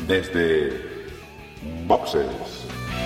desde Boxes.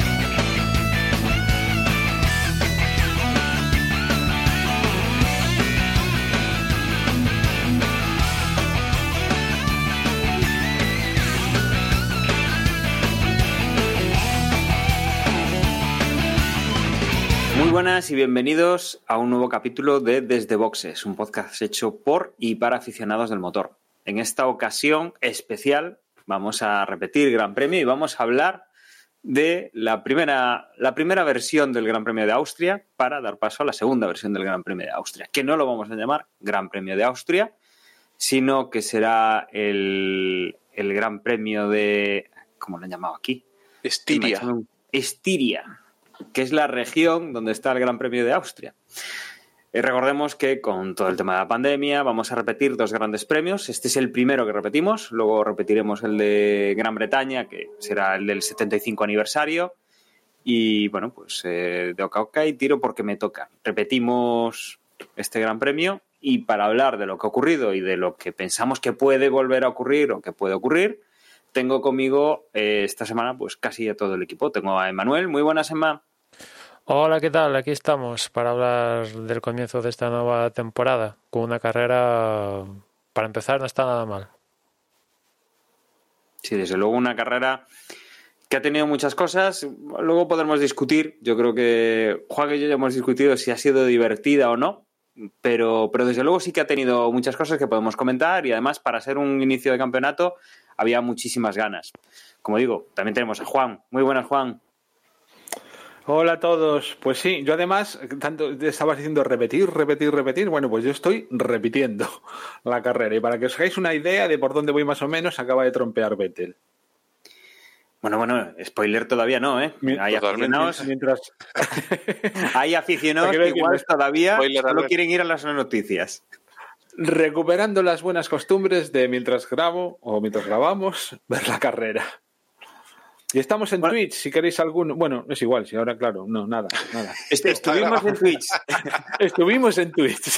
Muy buenas y bienvenidos a un nuevo capítulo de Desde Boxes, un podcast hecho por y para aficionados del motor. En esta ocasión especial vamos a repetir Gran Premio y vamos a hablar de la primera versión del Gran Premio de Austria para dar paso a la segunda versión del Gran Premio de Austria, que no lo vamos a llamar Gran Premio de Austria, sino que será el Gran Premio de... ¿Cómo lo han llamado aquí? Estiria. Estiria, que es la región donde está el Gran Premio de Austria. Recordemos que con todo el tema de la pandemia vamos a repetir dos grandes premios. Este es el primero que repetimos, luego repetiremos el de Gran Bretaña, que será el del 75 aniversario. Y bueno, pues de ok, tiro porque me toca. Repetimos este Gran Premio y para hablar de lo que ha ocurrido y de lo que pensamos que puede volver a ocurrir o que puede ocurrir, tengo conmigo esta semana pues casi a todo el equipo. Tengo a Emanuel. Muy buenas, Emma. Hola, ¿qué tal? Aquí estamos para hablar del comienzo de esta nueva temporada, con una carrera, para empezar, no está nada mal. Sí, desde luego una carrera que ha tenido muchas cosas. Luego podremos discutir. Yo creo que Juan y yo ya hemos discutido si ha sido divertida o no, pero desde luego sí que ha tenido muchas cosas que podemos comentar y además para ser un inicio de campeonato había muchísimas ganas. Como digo, también tenemos a Juan. Muy buenas, Juan. Hola a todos. Pues sí, yo además, tanto estabas diciendo repetir. Bueno, pues yo estoy repitiendo la carrera. Y para que os hagáis una idea de por dónde voy más o menos, acaba de trompear Vettel. Bueno, spoiler todavía no, ¿eh? Hay aficionados, hay aficionados que igual todavía solo quieren ir a las noticias. Recuperando las buenas costumbres de mientras grabo o mientras grabamos, ver la carrera. Y estamos en Twitch, si queréis alguno... Bueno, es igual, si ahora, claro, no, nada. Estuvimos en Twitch. Estuvimos en Twitch.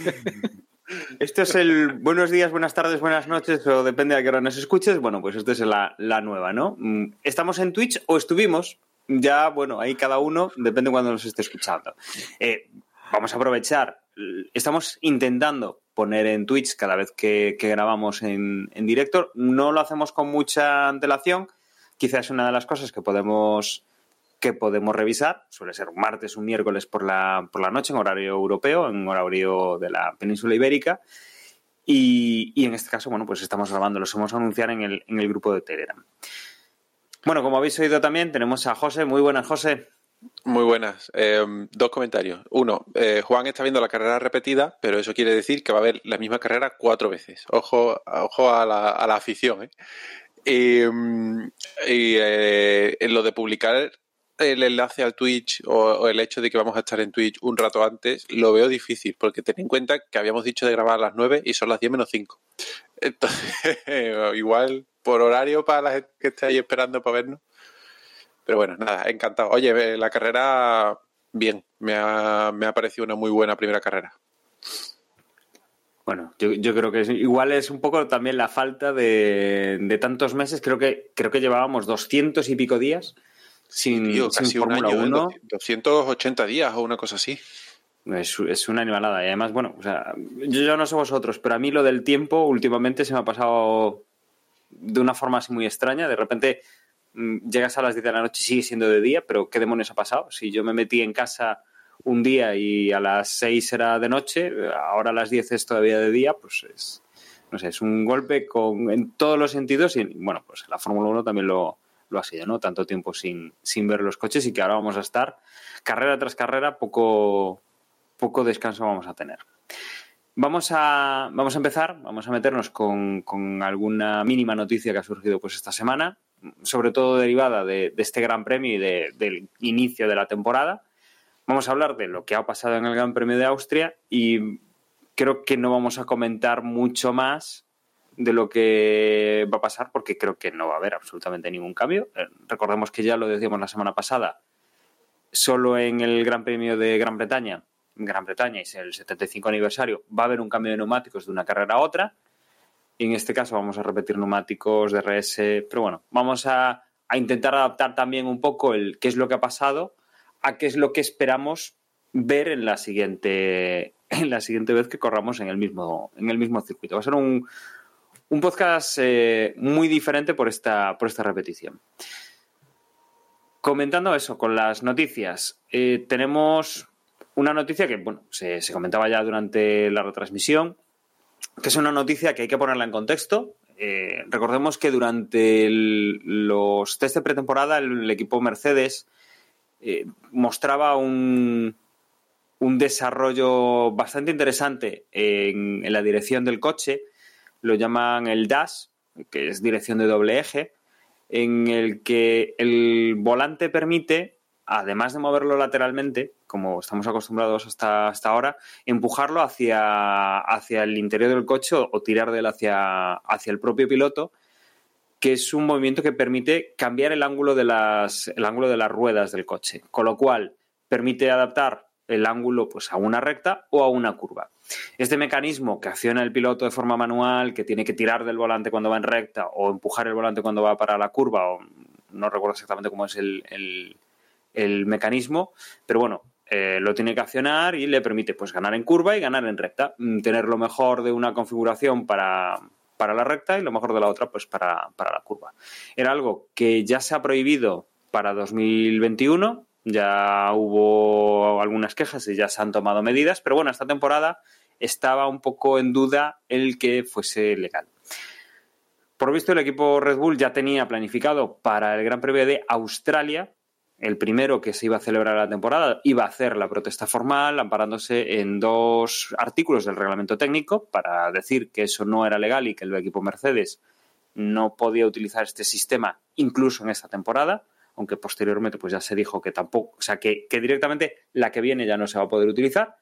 Esto es el buenos días, buenas tardes, buenas noches, o depende de a qué hora nos escuches. Bueno, pues esto es la nueva, ¿no? ¿Estamos en Twitch o estuvimos? Ya, bueno, ahí cada uno, depende de cuando nos esté escuchando. Vamos a aprovechar. Estamos intentando poner en Twitch cada vez que grabamos en directo. No lo hacemos con mucha antelación. Quizás es una de las cosas que podemos revisar. Suele ser un martes, un miércoles por la noche en horario europeo, en horario de la península ibérica. Y en este caso, bueno, pues estamos grabando, los vamos a anunciar en el grupo de Telegram. Bueno, como habéis oído también, tenemos a José. Muy buenas, José. Muy buenas. Dos comentarios. Uno, Juan está viendo la carrera repetida, pero eso quiere decir que va a ver la misma carrera 4 veces. Ojo a la afición, ¿eh? En lo de publicar el enlace al Twitch o el hecho de que vamos a estar en Twitch un rato antes, lo veo difícil, porque ten en cuenta que habíamos dicho de grabar a las 9 y son las 10 menos 5. Entonces, igual por horario para la gente que esté ahí esperando para vernos. Pero bueno, nada, encantado. Oye, la carrera, bien, me ha parecido una muy buena primera carrera. Bueno, yo creo que igual es un poco también la falta de tantos meses. Creo que llevábamos 200 y pico días sin casi un Fórmula año, 1. 280 días o una cosa así. Es una animalada. Y además, bueno, o sea, yo no sé vosotros, pero a mí lo del tiempo últimamente se me ha pasado de una forma así muy extraña. De repente llegas a las 10 de la noche y sigue siendo de día, pero ¿qué demonios ha pasado? Si yo me metí en casa un día y a las 6 era de noche, ahora a las 10 es todavía de día, pues es un golpe en todos los sentidos y bueno, pues la Fórmula 1 también lo ha sido, ¿no? Tanto tiempo sin ver los coches y que ahora vamos a estar carrera tras carrera, poco descanso vamos a tener. Vamos a empezar, vamos a meternos con alguna mínima noticia que ha surgido pues esta semana, sobre todo derivada de este Gran Premio y del inicio de la temporada. Vamos a hablar de lo que ha pasado en el Gran Premio de Austria y creo que no vamos a comentar mucho más de lo que va a pasar porque creo que no va a haber absolutamente ningún cambio. Recordemos que ya lo decíamos la semana pasada, solo en el Gran Premio de Gran Bretaña y es el 75 aniversario, va a haber un cambio de neumáticos de una carrera a otra. y en este caso vamos a repetir neumáticos, DRS, pero bueno, vamos a intentar adaptar también un poco el qué es lo que ha pasado a qué es lo que esperamos ver en la siguiente vez que corramos en el mismo circuito. Va a ser un podcast muy diferente por esta repetición. Comentando eso, con las noticias, tenemos una noticia que se comentaba ya durante la retransmisión, que es una noticia que hay que ponerla en contexto. Recordemos que durante los test de pretemporada el equipo Mercedes mostraba un desarrollo bastante interesante en la dirección del coche. Lo llaman el DAS, que es dirección de doble eje, en el que el volante permite, además de moverlo lateralmente, como estamos acostumbrados hasta ahora, empujarlo hacia el interior del coche o tirar de él hacia el propio piloto, que es un movimiento que permite cambiar el ángulo de las ruedas del coche, con lo cual permite adaptar el ángulo pues a una recta o a una curva. Este mecanismo que acciona el piloto de forma manual, que tiene que tirar del volante cuando va en recta o empujar el volante cuando va para la curva, o no recuerdo exactamente cómo es el mecanismo, pero bueno, lo tiene que accionar y le permite pues ganar en curva y ganar en recta, tener lo mejor de una configuración para la recta y lo mejor de la otra pues para la curva. Era algo que ya se ha prohibido para 2021, ya hubo algunas quejas y ya se han tomado medidas, pero bueno, esta temporada estaba un poco en duda el que fuese legal. Por lo visto, el equipo Red Bull ya tenía planificado para el Gran Premio de Australia, el primero que se iba a celebrar la temporada, iba a hacer la protesta formal amparándose en 2 artículos del reglamento técnico para decir que eso no era legal y que el equipo Mercedes no podía utilizar este sistema incluso en esta temporada, aunque posteriormente pues ya se dijo que tampoco, o sea, que directamente la que viene ya no se va a poder utilizar.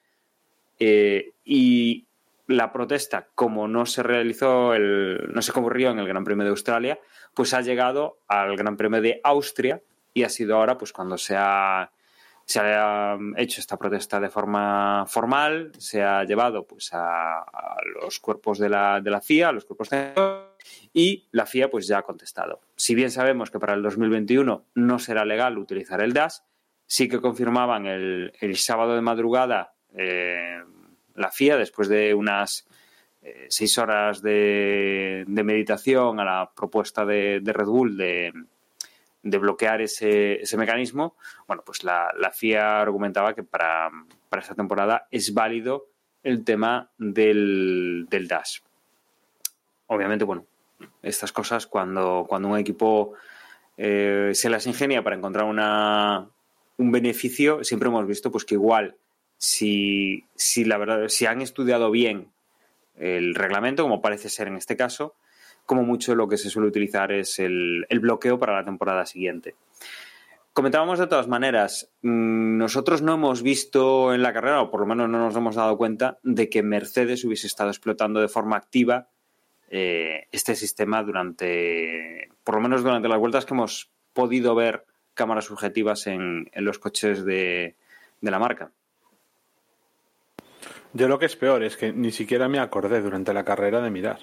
Y la protesta, como no se ocurrió en el Gran Premio de Australia, pues ha llegado al Gran Premio de Austria y ha sido ahora pues cuando se ha hecho esta protesta de forma formal, se ha llevado pues a los cuerpos de la FIA, a los cuerpos técnicos, y la FIA pues ya ha contestado. Si bien sabemos que para el 2021 no será legal utilizar el DAS, sí que confirmaban el sábado de madrugada la FIA, después de unas 6 horas de meditación a la propuesta de Red Bull de bloquear ese mecanismo. Bueno, pues la FIA argumentaba que para esta temporada es válido el tema del DAS. Obviamente, bueno, estas cosas cuando un equipo se las ingenia para encontrar un beneficio, siempre hemos visto pues que igual si han estudiado bien el reglamento, como parece ser en este caso, como mucho lo que se suele utilizar es el bloqueo para la temporada siguiente. Comentábamos de todas maneras, nosotros no hemos visto en la carrera, o por lo menos no nos hemos dado cuenta, de que Mercedes hubiese estado explotando de forma activa este sistema por lo menos durante las vueltas que hemos podido ver cámaras subjetivas en los coches de la marca. Yo lo que es peor es que ni siquiera me acordé durante la carrera de mirar.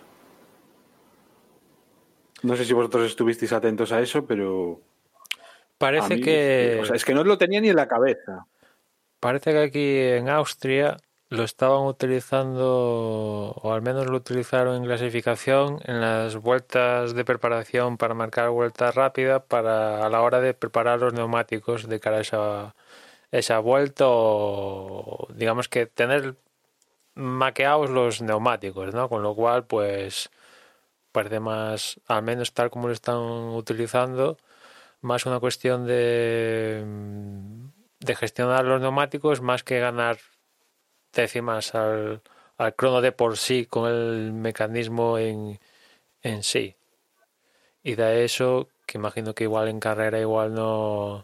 No sé si vosotros estuvisteis atentos a eso, pero parece mí, que... O sea, es que no lo tenía ni en la cabeza. Parece que aquí en Austria lo estaban utilizando, o al menos lo utilizaron en clasificación, en las vueltas de preparación para marcar vuelta rápida a la hora de preparar los neumáticos de cara a esa vuelta, o digamos que tener maqueados los neumáticos, ¿no? Con lo cual, pues parece más, al menos tal como lo están utilizando, más una cuestión de gestionar los neumáticos más que ganar décimas al crono de por sí con el mecanismo en sí. Y de eso, que imagino que igual en carrera igual no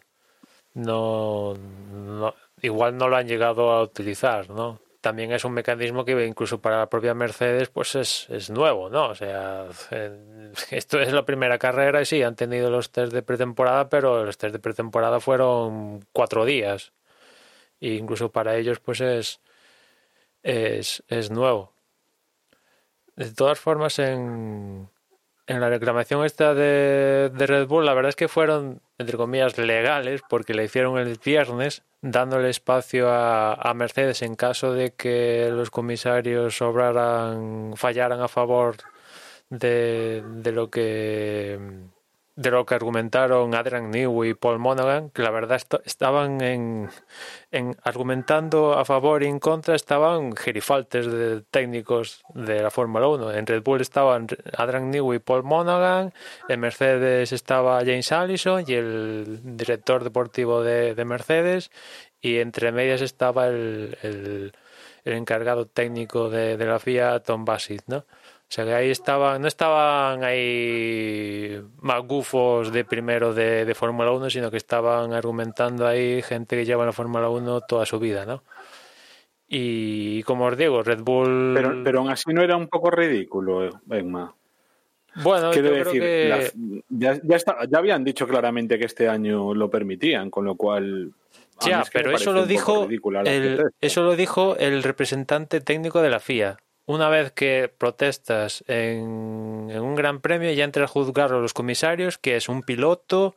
igual no lo han llegado a utilizar, ¿no? También es un mecanismo que incluso para la propia Mercedes pues es nuevo, ¿no? O sea, esto es la primera carrera y sí, han tenido los test de pretemporada, pero los test de pretemporada fueron 4 días. E incluso para ellos pues es nuevo. De todas formas, en la reclamación esta de Red Bull, la verdad es que fueron, entre comillas, legales, porque la hicieron el viernes, dándole espacio a Mercedes en caso de que los comisarios fallaran a favor de lo que argumentaron Adrian Newey y Paul Monaghan, que la verdad estaban argumentando a favor y en contra, estaban gerifaltes de técnicos de la Fórmula 1. En Red Bull estaban Adrian Newey y Paul Monaghan, en Mercedes estaba James Allison y el director deportivo de Mercedes, y entre medias estaba el encargado técnico de la FIA, Tom Bassett, ¿no? O sea que ahí no estaban ahí magufos de primero de Fórmula 1, sino que estaban argumentando ahí gente que lleva en la Fórmula 1 toda su vida, ¿no? Y como os digo, Red Bull... Pero aún así no era un poco ridículo, Emma. Bueno, quiero yo decir, creo que... ya habían dicho claramente que este año lo permitían, con lo cual... Ya, pero eso lo dijo el representante técnico de la FIA. Una vez que protestas en un gran premio, ya entran a juzgarlo los comisarios, que es un piloto,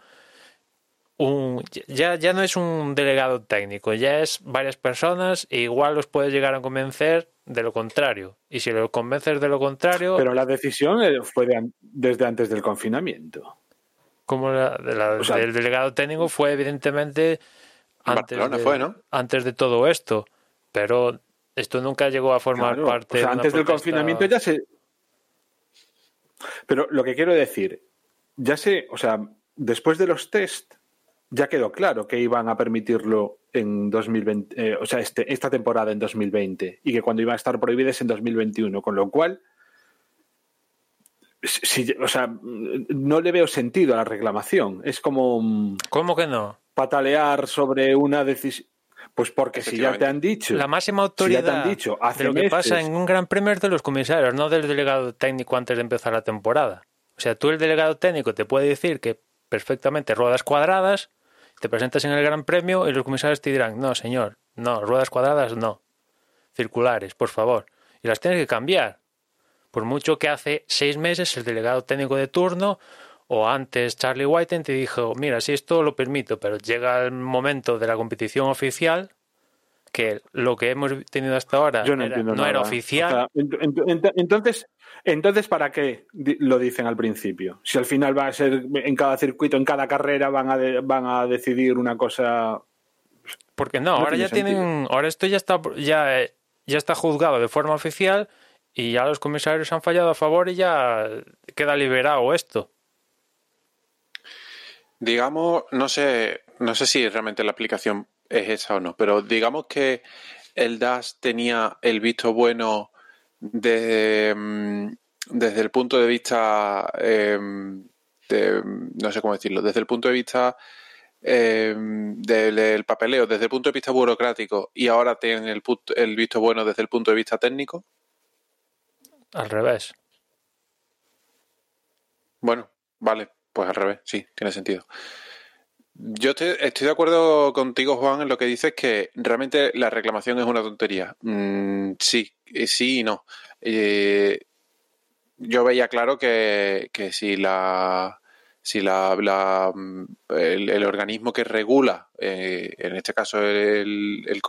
ya no es un delegado técnico, ya es varias personas, e igual los puedes llegar a convencer de lo contrario. Y si los convences de lo contrario... Pero la decisión fue desde antes del confinamiento. Como del delegado técnico fue evidentemente antes de todo esto, pero... Esto nunca llegó a formar parte de una antes del protesta... confinamiento ya se... Pero lo que quiero decir, después de los test ya quedó claro que iban a permitirlo en 2020, esta temporada en 2020, y que cuando iban a estar prohibidas en 2021, con lo cual no le veo sentido a la reclamación. Es como... ¿Cómo que no? Patalear sobre una decisión. Pues porque si ya te han dicho... La máxima autoridad de lo que pasa en un gran premio es de los comisarios, no del delegado técnico antes de empezar la temporada. O sea, tú, el delegado técnico, te puede decir que perfectamente ruedas cuadradas, te presentas en el gran premio y los comisarios te dirán, no, señor, no, ruedas cuadradas no, circulares, por favor. Y las tienes que cambiar. Por mucho que hace 6 meses el delegado técnico de turno... O antes Charlie Whiten te dijo, mira, si esto lo permito, pero llega el momento de la competición oficial, que lo que hemos tenido hasta ahora no era oficial. O sea, entonces, ¿para qué lo dicen al principio? Si al final va a ser en cada circuito, en cada carrera van a decidir una cosa... Porque no, ahora ya tienen... Ahora esto ya está juzgado de forma oficial y ya los comisarios han fallado a favor y ya queda liberado esto. Digamos, no sé si realmente la aplicación es esa o no, pero digamos que el DAS tenía el visto bueno desde el punto de vista no sé cómo decirlo, desde el punto de vista del papeleo, desde el punto de vista burocrático, y ahora tienen el visto bueno desde el punto de vista técnico. Al revés. Bueno, vale. Pues al revés, sí, tiene sentido. Yo estoy de acuerdo contigo, Juan, en lo que dices, que realmente la reclamación es una tontería. Sí y no. Yo veía claro que si el organismo que regula, en este caso el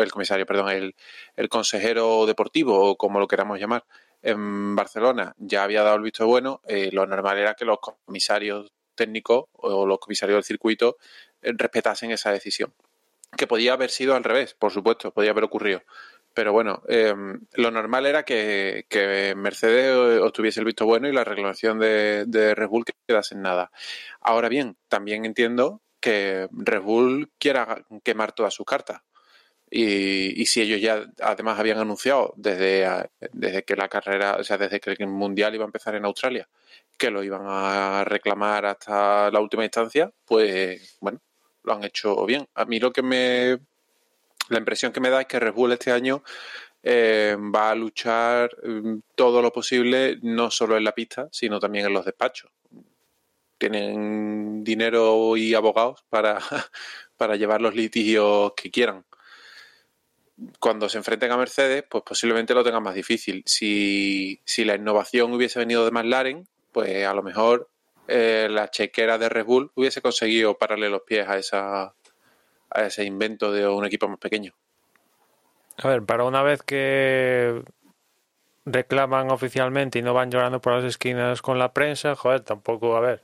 consejero deportivo, o como lo queramos llamar, en Barcelona ya había dado el visto bueno, lo normal era que los comisarios técnicos o los comisarios del circuito respetasen esa decisión. Que podía haber sido al revés, por supuesto, podía haber ocurrido. Pero bueno, lo normal era que Mercedes obtuviese el visto bueno y la reclamación de Red Bull quedase en nada. Ahora bien, también entiendo que Red Bull quiera quemar todas sus cartas. Y si ellos ya además habían anunciado desde que la carrera, o sea, desde que el Mundial iba a empezar en Australia, que lo iban a reclamar hasta la última instancia, pues bueno, lo han hecho bien. A mí la impresión que me da es que Red Bull este año va a luchar todo lo posible, no solo en la pista, sino también en los despachos. Tienen dinero y abogados para llevar los litigios que quieran. cuando se enfrenten a Mercedes, pues posiblemente lo tengan más difícil. Si la innovación hubiese venido de McLaren, pues a lo mejor la chequera de Red Bull hubiese conseguido pararle los pies a ese invento de un equipo más pequeño. A ver, para una vez que reclaman oficialmente y no van llorando por las esquinas con la prensa, joder, tampoco, a ver.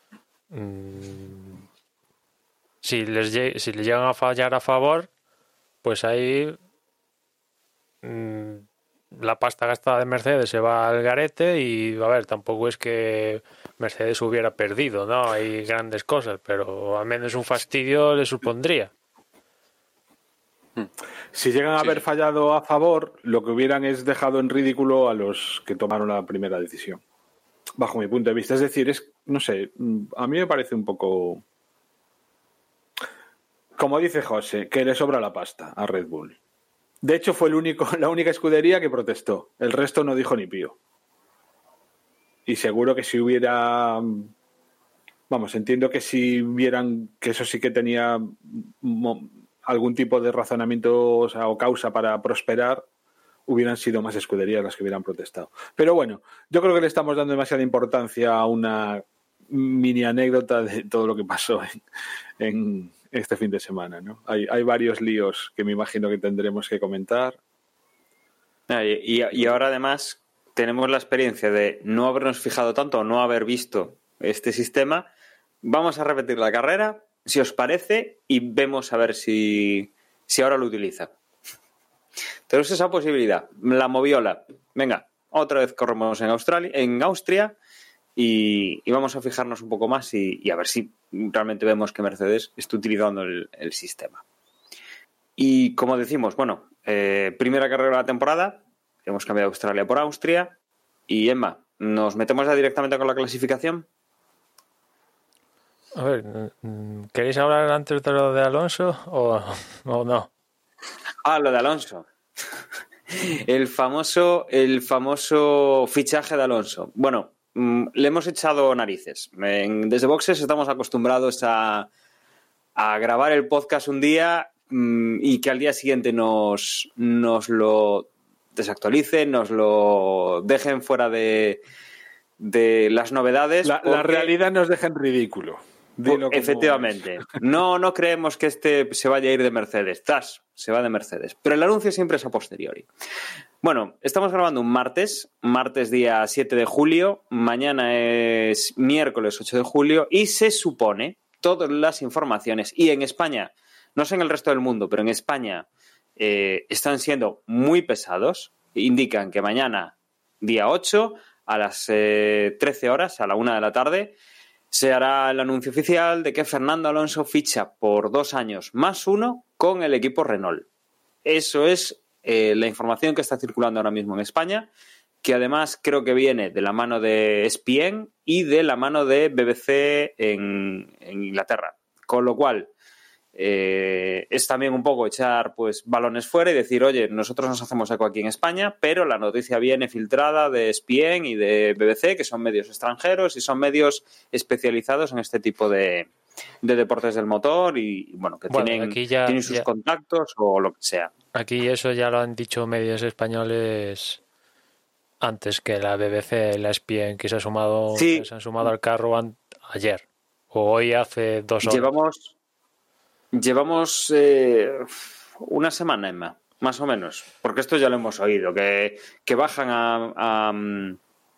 Si les llegan a fallar a favor, pues ahí la pasta gastada de Mercedes se va al garete y, a ver, tampoco es que Mercedes hubiera perdido, ¿no? Hay grandes cosas, pero al menos un fastidio le supondría. Si llegan a haber fallado a favor, lo que hubieran es dejado en ridículo a los que tomaron la primera decisión, bajo mi punto de vista. Es decir, no sé, a mí me parece un poco, como dice José, que le sobra la pasta a Red Bull. De hecho, fue la única escudería que protestó. El resto no dijo ni pío. Y seguro que si hubiera... Vamos, entiendo que si vieran que eso sí que tenía algún tipo de razonamiento, o sea, o causa para prosperar, hubieran sido más escuderías las que hubieran protestado. Pero bueno, yo creo que le estamos dando demasiada importancia a una mini anécdota de todo lo que pasó en este fin de semana, ¿no? Hay varios líos que me imagino que tendremos que comentar. Y ahora además tenemos la experiencia de no habernos fijado tanto o no haber visto este sistema. Vamos a repetir la carrera, si os parece, y vemos a ver si ahora lo utiliza. Tenemos esa posibilidad. La moviola. Venga, otra vez corremos en Austria y vamos a fijarnos un poco más y a ver si realmente vemos que Mercedes está utilizando el sistema. Y como decimos, bueno, primera carrera de la temporada, hemos cambiado Australia por Austria. Y Emma, ¿nos metemos ya directamente con la clasificación? A ver, ¿queréis hablar antes de lo de Alonso o no? Lo de Alonso. El famoso fichaje de Alonso. Bueno, le hemos echado narices. Desde Boxes estamos acostumbrados a grabar el podcast un día y que al día siguiente nos lo desactualicen, nos lo dejen fuera de las novedades. La realidad nos deja en ridículo. Efectivamente. No creemos que este se vaya a ir de Mercedes. Se va de Mercedes. Pero el anuncio siempre es a posteriori. Bueno, estamos grabando un martes día 7 de julio. Mañana es miércoles 8 de julio. Y se supone, todas las informaciones, y en España, no sé en el resto del mundo, pero en España están siendo muy pesados. Indican que mañana, día 8, a las 13 horas, a la 1 de la tarde, se hará el anuncio oficial de que Fernando Alonso ficha por 2 años más 1 con el equipo Renault. Eso es la información que está circulando ahora mismo en España, que además creo que viene de la mano de ESPN y de la mano de BBC en Inglaterra. Con lo cual, es también un poco echar pues balones fuera y decir, oye, nosotros nos hacemos eco aquí en España, pero la noticia viene filtrada de ESPN y de BBC, que son medios extranjeros y son medios especializados en este tipo de deportes del motor y bueno, que tienen sus contactos o lo que sea. Aquí eso ya lo han dicho medios españoles antes que la BBC, la ESPN, que se han sumado al carro ayer o hoy hace 2 horas. Llevamos una semana, Emma, más o menos, porque esto ya lo hemos oído, que bajaban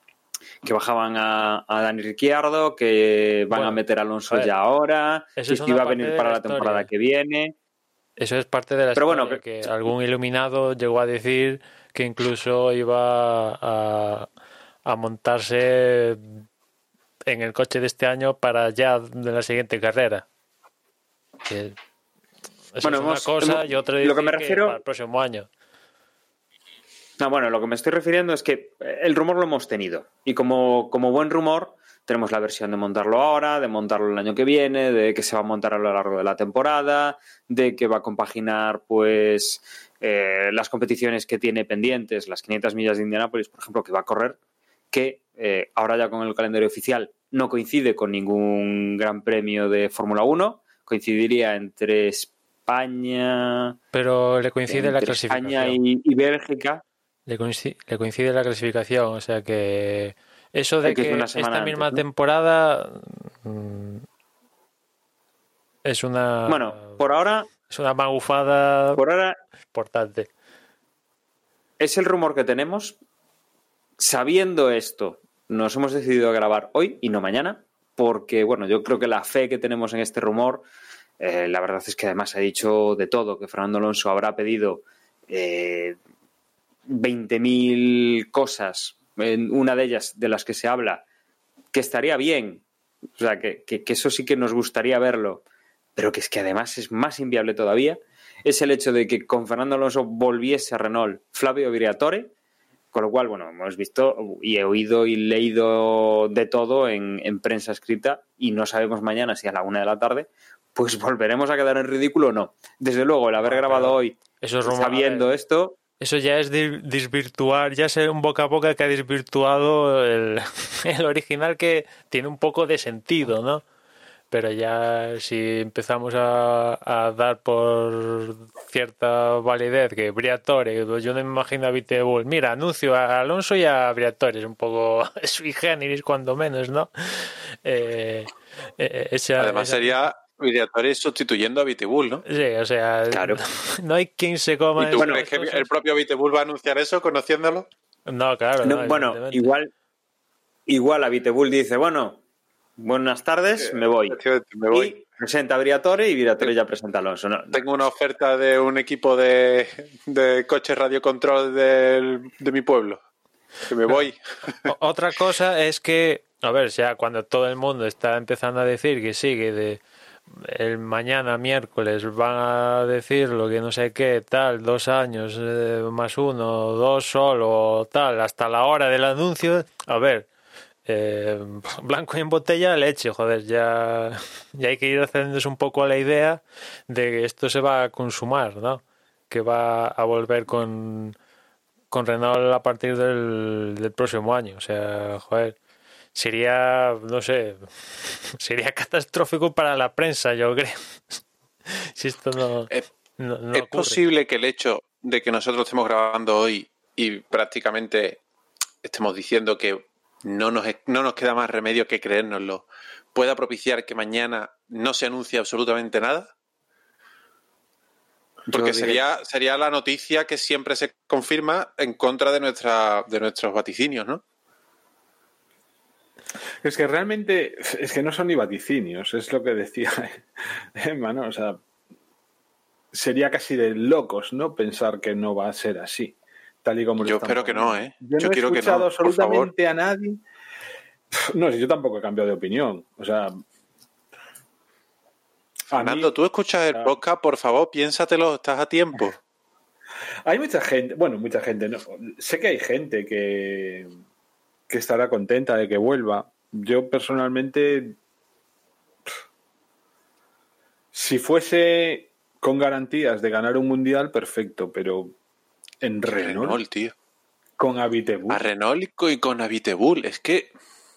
a Dani Ricciardo, que van a meter a Alonso ya ahora, que iba a venir para la temporada que viene. Eso es parte de la historia, que algún iluminado llegó a decir que incluso iba a montarse en el coche de este año para ya de la siguiente carrera. Eso es una cosa y otra dice lo que me refiero, para el próximo año. No, bueno, lo que me estoy refiriendo es que el rumor lo hemos tenido y como buen rumor tenemos la versión de montarlo ahora, de montarlo el año que viene, de que se va a montar a lo largo de la temporada, de que va a compaginar pues las competiciones que tiene pendientes, las 500 millas de Indianápolis, por ejemplo, que va a correr, que ahora ya con el calendario oficial no coincide con ningún gran premio de Fórmula 1, coincidiría entre España. Pero le coincide la Entre España clasificación. y Bélgica. Le coincide la clasificación. O sea que eso de Que es que una semana esta misma antes, ¿no? temporada es una Bueno, por ahora magufada importante. es el rumor que tenemos. Sabiendo esto, nos hemos decidido a grabar hoy y no mañana, porque, bueno, yo creo que la fe que tenemos en este rumor, la verdad es que además ha dicho de todo, que Fernando Alonso habrá pedido 20.000 cosas, en una de ellas de las que se habla, que estaría bien, o sea, que eso sí que nos gustaría verlo, pero que es que además es más inviable todavía, es el hecho de que con Fernando Alonso volviese a Renault Flavio Briatore. Con lo cual, bueno, hemos visto y he oído y leído de todo en prensa escrita y no sabemos mañana si a la 1 de la tarde pues volveremos a quedar en ridículo o no. Desde luego, el haber grabado hoy sabiendo esto... Eso ya es desvirtuar, ya es un boca a boca que ha desvirtuado el original, que tiene un poco de sentido, ¿no? Pero ya si empezamos a dar por cierta validez que Briatore, yo no me imagino a Vitebull, mira, anuncio a Alonso y a Briatore, es un poco sui generis cuando menos, ¿no? Además sería Briatore sustituyendo a Vitebull, ¿no? Sí, o sea, claro. No hay quien se coma... ¿Y tú crees que el propio Vitebull va a anunciar eso, conociéndolo? No, claro. No, bueno, igual a Vitebull dice, bueno, buenas tardes, me voy. Y presenta a Briatore y Briatore ya presenta a Alonso. No, tengo una oferta de un equipo de coches radiocontrol de mi pueblo. Que me voy. Otra cosa es que, a ver, ya cuando todo el mundo está empezando a decir que sí, que el mañana miércoles van a decir lo que no sé qué, tal, 2 años más 1, 2 solo, tal, hasta la hora del anuncio, a ver, blanco y en botella, leche, joder, ya hay que ir haciéndose un poco a la idea de que esto se va a consumar, ¿no? Que va a volver con Renault a partir del próximo año, o sea, joder, sería, no sé, sería catastrófico para la prensa, yo creo. Si esto no es ocurre. Posible que el hecho de que nosotros estemos grabando hoy y prácticamente estemos diciendo que no nos queda más remedio que creérnoslo, pueda propiciar que mañana no se anuncie absolutamente nada. Porque sería la noticia que siempre se confirma en contra de nuestros vaticinios, ¿no? Es que realmente es que no son ni vaticinios, es lo que decía Emma, ¿no? O sea, sería casi de locos, ¿no? Pensar que no va a ser así, tal y como lo Yo estamos espero que no, ¿eh? Yo no quiero he escuchado que no, absolutamente a nadie. No, yo tampoco he cambiado de opinión. O sea, Fernando, tú escuchas el podcast, por favor, piénsatelo, estás a tiempo. Hay mucha gente, no. Sé que hay gente que estará contenta de que vuelva. Yo personalmente, si fuese con garantías de ganar un mundial, perfecto, pero en Renault, tío. Con Avitebull. A Renault y con Avitebull, es que...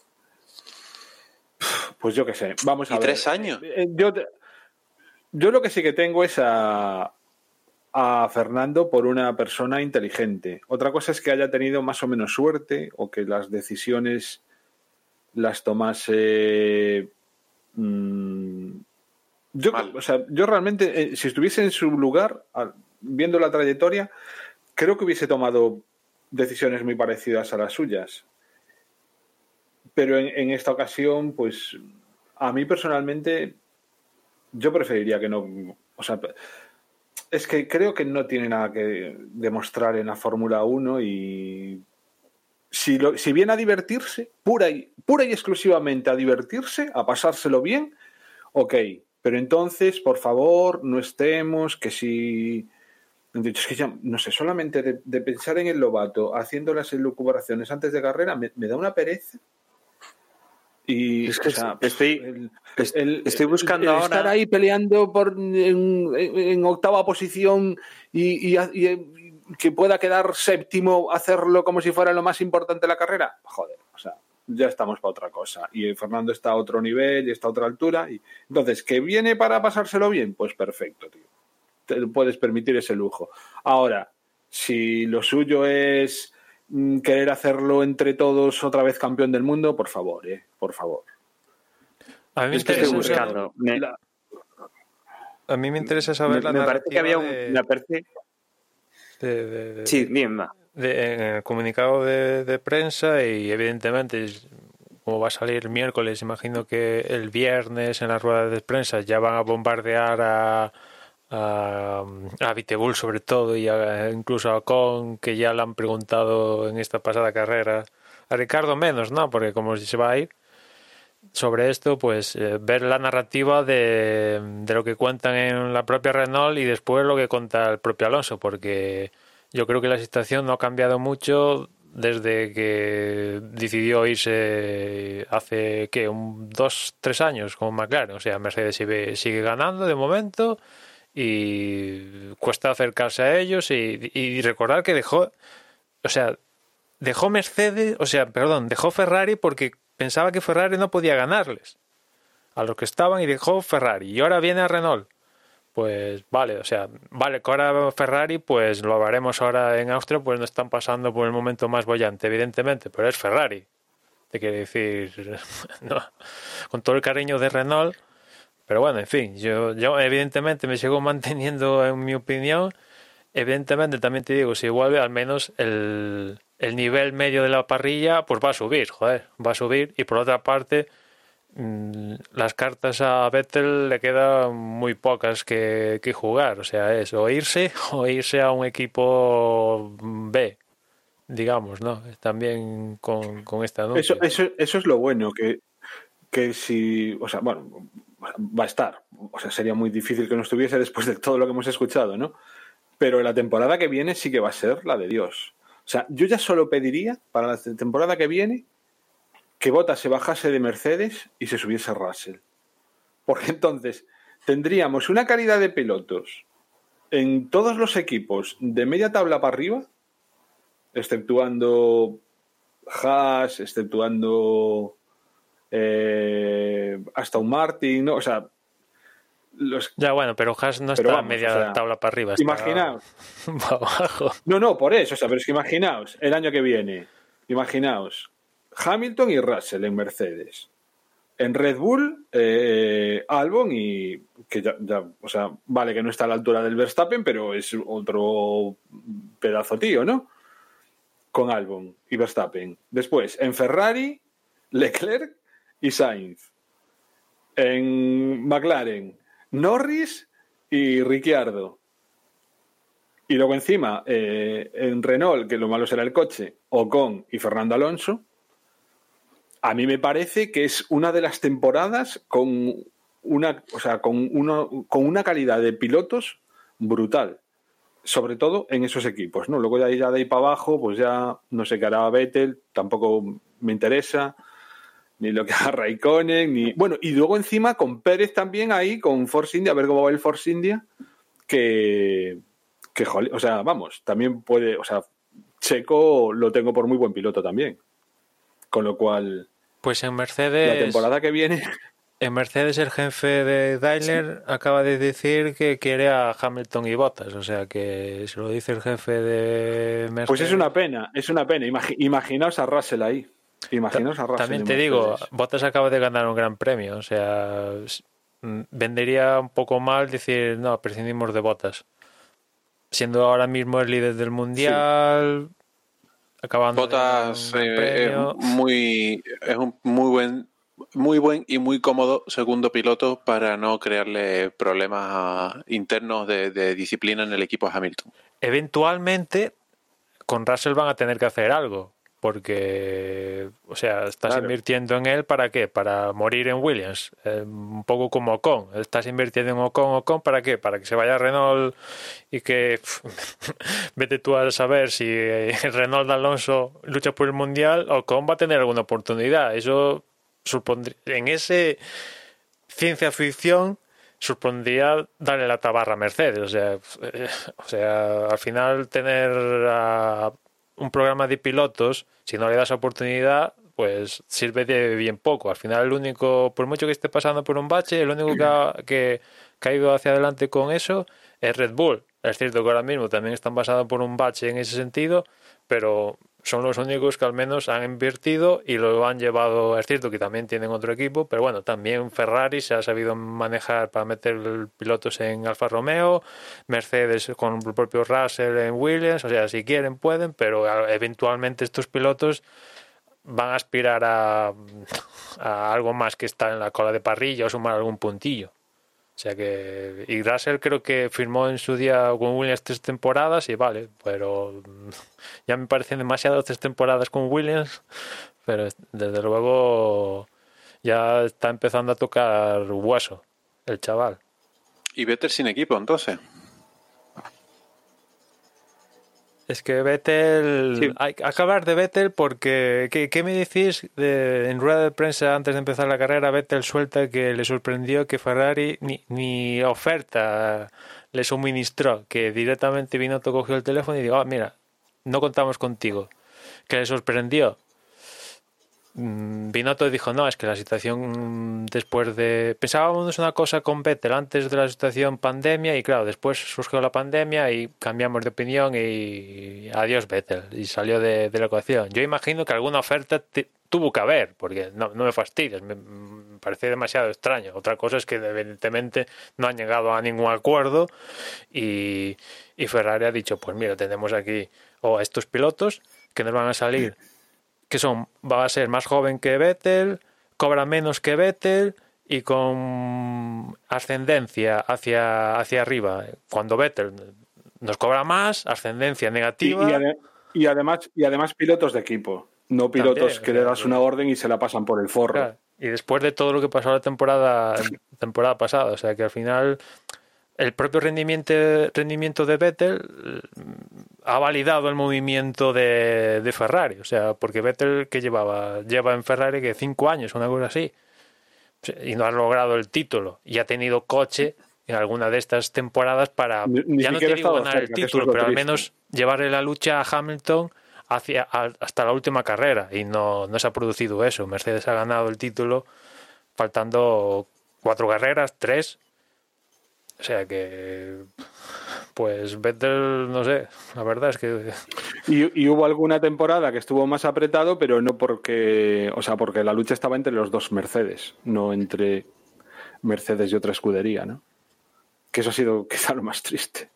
Pues yo qué sé, vamos a ver. 3 años. Yo lo que sí que tengo es a Fernando por una persona inteligente. Otra cosa es que haya tenido más o menos suerte o que las decisiones las tomase... yo realmente, si estuviese en su lugar, viendo la trayectoria, creo que hubiese tomado decisiones muy parecidas a las suyas. Pero en esta ocasión, pues a mí personalmente, yo preferiría que no... O sea, es que creo que no tiene nada que demostrar en la Fórmula 1 y si viene a divertirse, pura y exclusivamente a divertirse, a pasárselo bien, ok. Pero entonces, por favor, no estemos, que si... Es que ya, no sé, solamente de pensar en el Lobato haciendo las elucubraciones antes de carrera me da una pereza. Y es que, o sea, estoy buscando ahora estar ahí peleando en octava posición y que pueda quedar séptimo, hacerlo como si fuera lo más importante de la carrera. Joder, o sea, ya estamos para otra cosa. Y Fernando está a otro nivel y está a otra altura. Y entonces, ¿que viene para pasárselo bien? Pues perfecto, tío. te puedes permitir ese lujo. Ahora, si lo suyo es querer hacerlo entre todos otra vez campeón del mundo, por favor, por favor. A mí me Es que interesa estoy saber, buscando. a mí me interesa saber la Me parece que narrativa había me parece... Sí, bien, va. en el comunicado de prensa y evidentemente como va a salir miércoles, imagino que el viernes en la rueda de prensa ya van a bombardear a Vitebull sobre todo y incluso a Ocon, que ya le han preguntado en esta pasada carrera. A Ricardo menos, ¿no? Porque como se va a ir sobre esto, pues ver la narrativa de lo que cuentan en la propia Renault y después lo que cuenta el propio Alonso, porque yo creo que la situación no ha cambiado mucho desde que decidió irse hace, ¿qué? 2-3 años con McLaren. O sea, Mercedes sigue ganando de momento y cuesta acercarse a ellos y recordar que dejó Mercedes, dejó Ferrari porque pensaba que Ferrari no podía ganarles a los que estaban y dejó Ferrari. Y ahora viene a Renault. Pues vale, que ahora Ferrari, pues lo veremos ahora en Austria, pues no están pasando por el momento más bollante, evidentemente, pero es Ferrari. Te quiero decir, no, con todo el cariño de Renault, pero bueno, en fin, yo evidentemente me sigo manteniendo en mi opinión. Evidentemente también te digo, si vuelve al menos el nivel medio de la parrilla, pues va a subir, va a subir. Y por otra parte, las cartas a Vettel le quedan muy pocas que jugar, o sea, es o irse a un equipo B, digamos, ¿no? También con esta anuncio. Eso es lo bueno, que si, o sea, bueno, va a estar, o sea, sería muy difícil que no estuviese después de todo lo que hemos escuchado, ¿no? Pero la temporada que viene sí que va a ser la de Dios. O sea, yo ya solo pediría para la temporada que viene que Bottas se bajase de Mercedes y se subiese a Russell. Porque entonces tendríamos una calidad de pilotos en todos los equipos de media tabla para arriba, exceptuando Haas, exceptuando Aston Martin, ¿no? O sea, ya bueno, pero Haas no está a media tabla para arriba, está imaginaos para abajo. No, por eso, o sea, pero es que imaginaos el año que viene, imaginaos Hamilton y Russell en Mercedes, en Red Bull Albon, y que ya, o sea, vale que no está a la altura del Verstappen, pero es otro pedazo tío, ¿no? Con Albon y Verstappen. Después en Ferrari Leclerc y Sainz, en McLaren Norris y Ricciardo, y luego encima en Renault, que lo malo será el coche, Ocon y Fernando Alonso. A mí me parece que es una de las temporadas con una calidad de pilotos brutal, sobre todo en esos equipos, ¿no? Luego ya de ahí para abajo, pues ya no sé qué hará Vettel, tampoco me interesa, ni lo que haga Raikkonen, ni... Bueno, y luego encima con Pérez también ahí, con Force India, a ver cómo va el Force India, que joder, o sea, vamos, también puede, o sea, Checo lo tengo por muy buen piloto también. Con lo cual, pues en Mercedes, la temporada que viene... En Mercedes el jefe de Daimler acaba de decir que quiere a Hamilton y Bottas, o sea que se lo dice el jefe de Mercedes. Pues es una pena. Imaginaos a Russell ahí. Imaginaos a Russell. También te digo, Bottas acaba de ganar un gran premio, o sea, vendería un poco mal decir, no, prescindimos de Bottas. Siendo ahora mismo el líder del mundial, acabando Bottas es un muy buen y muy cómodo segundo piloto para no crearle problemas internos de disciplina en el equipo a Hamilton. Eventualmente con Russell van a tener que hacer algo, porque, o sea, estás invirtiendo en él ¿para qué? Para morir en Williams, un poco como Ocon. Estás invirtiendo en Ocon ¿para qué? Para que se vaya a Renault y que vete tú a saber si Renault de Alonso lucha por el mundial, Ocon va a tener alguna oportunidad. Eso supondría, en ese ciencia ficción, supondría darle la tabarra a Mercedes. O sea, al final tener un programa de pilotos, si no le das oportunidad, pues sirve de bien poco. Al final el único, por mucho que esté pasando por un bache, el único que que ha ido hacia adelante con eso es Red Bull. Es cierto que ahora mismo también están basados por un bache en ese sentido, pero son los únicos que al menos han invertido y lo han llevado. Es cierto que también tienen otro equipo, pero bueno, también Ferrari se ha sabido manejar para meter pilotos en Alfa Romeo, Mercedes con el propio Russell en Williams, o sea, si quieren pueden, pero eventualmente estos pilotos van a aspirar a algo más que estar en la cola de parrilla o sumar algún puntillo. O sea que... Y Russell creo que firmó en su día con Williams 3 temporadas y vale, pero ya me parecen demasiado 3 temporadas con Williams, pero desde luego ya está empezando a tocar hueso el chaval. Y Vettel sin equipo, entonces. Es que Vettel... Sí. Hay que hablar de Vettel porque... ¿Qué me decís? En rueda de prensa antes de empezar la carrera, Vettel suelta que le sorprendió que Ferrari ni oferta le suministró, que directamente Binotto cogió el teléfono y dijo, mira, no contamos contigo. Que le sorprendió. Binotto dijo, no, es que la situación después de... Pensábamos una cosa con Vettel antes de la situación pandemia y claro, después surgió la pandemia y cambiamos de opinión y adiós Vettel y salió de la ecuación. Yo imagino que alguna oferta tuvo que haber, porque no me fastidies, me parece demasiado extraño. Otra cosa es que evidentemente no han llegado a ningún acuerdo y Ferrari ha dicho, pues mira, tenemos aquí a estos pilotos que nos van a salir que va a ser más joven que Vettel, cobra menos que Vettel y con ascendencia hacia arriba. Cuando Vettel nos cobra más, ascendencia negativa. Y además pilotos de equipo, no pilotos también, que le das una orden y se la pasan por el forro. Claro. Y después de todo lo que pasó la temporada pasada, o sea que al final el propio rendimiento de Vettel ha validado el movimiento de Ferrari, o sea, porque Vettel que lleva en Ferrari que 5 años, una cosa así, y no ha logrado el título, y ha tenido coche en alguna de estas temporadas para, ya no te digo ganar el título, pero al menos llevarle la lucha a Hamilton hasta la última carrera, y no se ha producido eso. Mercedes ha ganado el título faltando 4 carreras, 3. O sea que, pues Vettel, no sé, la verdad es que... Y hubo alguna temporada que estuvo más apretado, pero no porque... O sea, porque la lucha estaba entre los dos Mercedes, no entre Mercedes y otra escudería, ¿no? Que eso ha sido quizá lo más triste.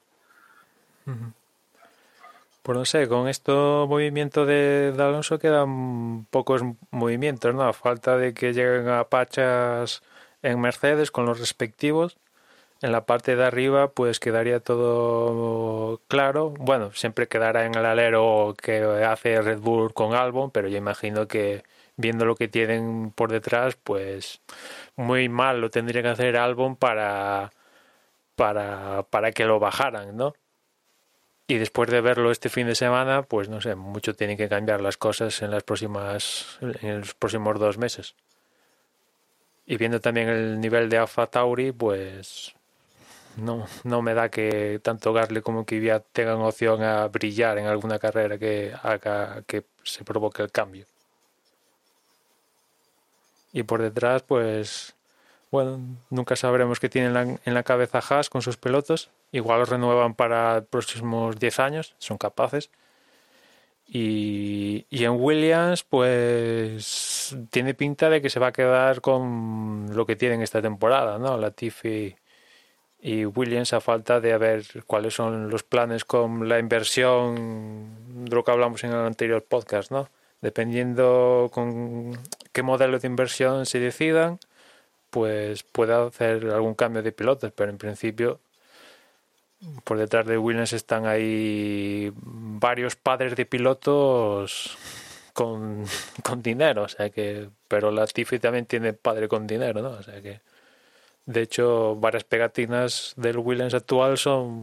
Pues no sé, con esto movimiento de Alonso quedan pocos movimientos, ¿no? A falta de que lleguen a pachas en Mercedes con los respectivos. En la parte de arriba pues quedaría todo claro. Bueno, siempre quedará en el alero que hace Red Bull con Albon, pero yo imagino que viendo lo que tienen por detrás, pues muy mal lo tendría que hacer Albon para que lo bajaran, ¿no? Y después de verlo este fin de semana, pues no sé, mucho tienen que cambiar las cosas en los próximos 2 meses. Y viendo también el nivel de AlphaTauri, pues... No me da que tanto Gasly como Kvyat tengan opción a brillar en alguna carrera que haga que se provoque el cambio. Y por detrás, pues, bueno, nunca sabremos qué tienen en la cabeza Haas con sus pilotos. Igual los renuevan para los próximos 10 años, son capaces. Y en Williams, pues, tiene pinta de que se va a quedar con lo que tienen esta temporada, ¿no? Latifi y Williams, a falta de ver cuáles son los planes con la inversión, de lo que hablamos en el anterior podcast, ¿no? Dependiendo con qué modelo de inversión se decidan, pues puede hacer algún cambio de pilotos, pero en principio por detrás de Williams están ahí varios padres de pilotos con dinero, o sea que, pero Latifi también tiene padre con dinero, ¿no? O sea que de hecho, varias pegatinas del Williams actual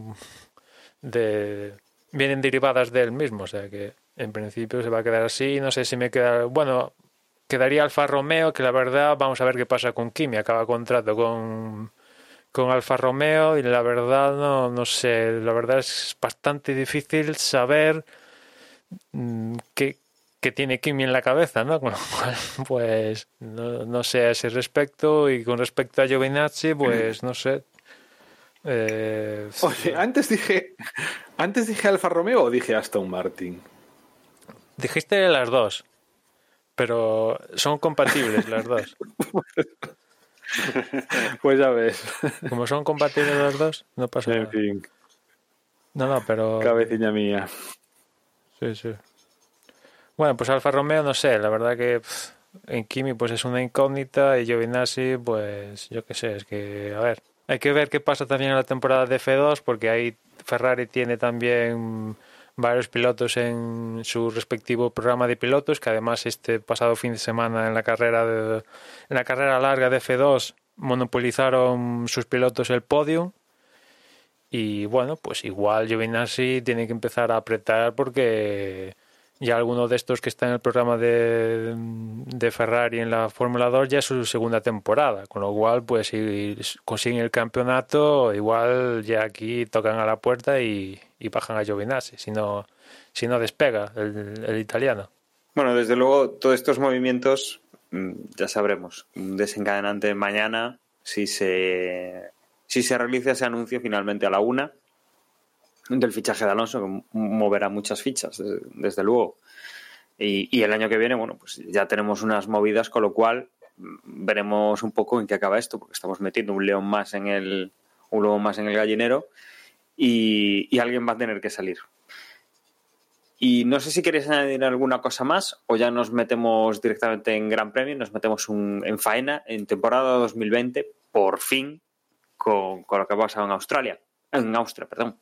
vienen derivadas de él mismo, o sea que en principio se va a quedar así. No sé si me queda... Bueno, quedaría Alfa Romeo, que la verdad, vamos a ver qué pasa con Kimi. Acaba contrato con Alfa Romeo y la verdad no sé, la verdad es bastante difícil saber qué tiene Kimi en la cabeza, ¿no? Con lo cual, pues no sé a ese respecto. Y con respecto a Giovinazzi, pues no sé, Oye, antes dije Alfa Romeo o dije Aston Martin. Dijiste las dos, pero son compatibles las dos. Pues ya ves. Como son compatibles las dos, no pasa En nada. fin, No, pero... cabecilla mía. Sí. Bueno, pues Alfa Romeo, no sé, la verdad que en Kimi pues es una incógnita y Giovinazzi, pues yo qué sé, es que, a ver, hay que ver qué pasa también en la temporada de F2 porque ahí Ferrari tiene también varios pilotos en su respectivo programa de pilotos, que además este pasado fin de semana en la carrera larga de F2 monopolizaron sus pilotos el podium. Y bueno, pues igual Giovinazzi tiene que empezar a apretar porque ya alguno de estos que está en el programa de Ferrari en la Fórmula 2 ya es su segunda temporada, con lo cual pues si consiguen el campeonato igual ya aquí tocan a la puerta y bajan a Giovinazzi, si no despega el italiano. Bueno, desde luego todos estos movimientos ya sabremos, un desencadenante mañana si se realiza ese anuncio finalmente a la 1 del fichaje de Alonso, que moverá muchas fichas, desde luego. Y el año que viene, bueno, pues ya tenemos unas movidas, con lo cual veremos un poco en qué acaba esto, porque estamos metiendo un lobo más en el gallinero y alguien va a tener que salir. Y no sé si queréis añadir alguna cosa más o ya nos metemos directamente en Gran Premio, nos metemos en faena en temporada 2020, por fin, con lo que ha pasado en Austria, perdón.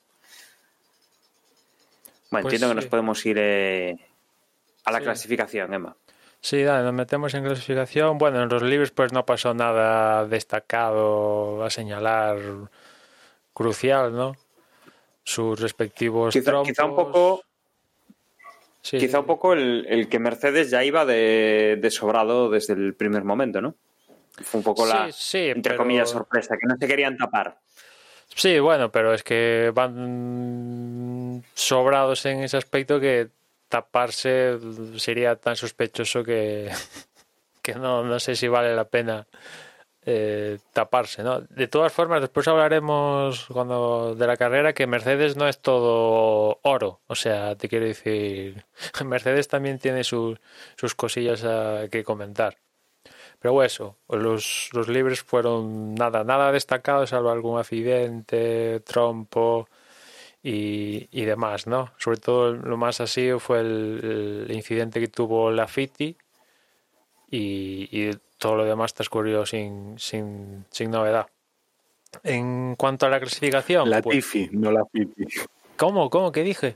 Bueno, Pues entiendo que sí. nos podemos ir a la Sí. clasificación, Emma. Sí, dale, nos metemos en clasificación. Bueno, en los libres pues no pasó nada destacado a señalar crucial, ¿no? Sus respectivos trompos. Quizá un poco... Sí, Quizá un poco el que Mercedes ya iba de sobrado desde el primer momento, ¿no? Fue un poco entre comillas, sorpresa, que no se querían tapar. Sí, bueno, pero es que van sobrados en ese aspecto que taparse sería tan sospechoso que no sé si vale la pena taparse, ¿no? De todas formas, después hablaremos de la carrera que Mercedes no es todo oro, o sea, te quiero decir, Mercedes también tiene sus cosillas que comentar. Pero eso, los libres fueron nada destacado, salvo algún accidente, trompo y demás, ¿no? Sobre todo lo más así fue el incidente que tuvo Latifi y todo lo demás transcurrió sin novedad. En cuanto a la clasificación... Latifi, no Latifi. ¿Cómo? ¿Qué dije?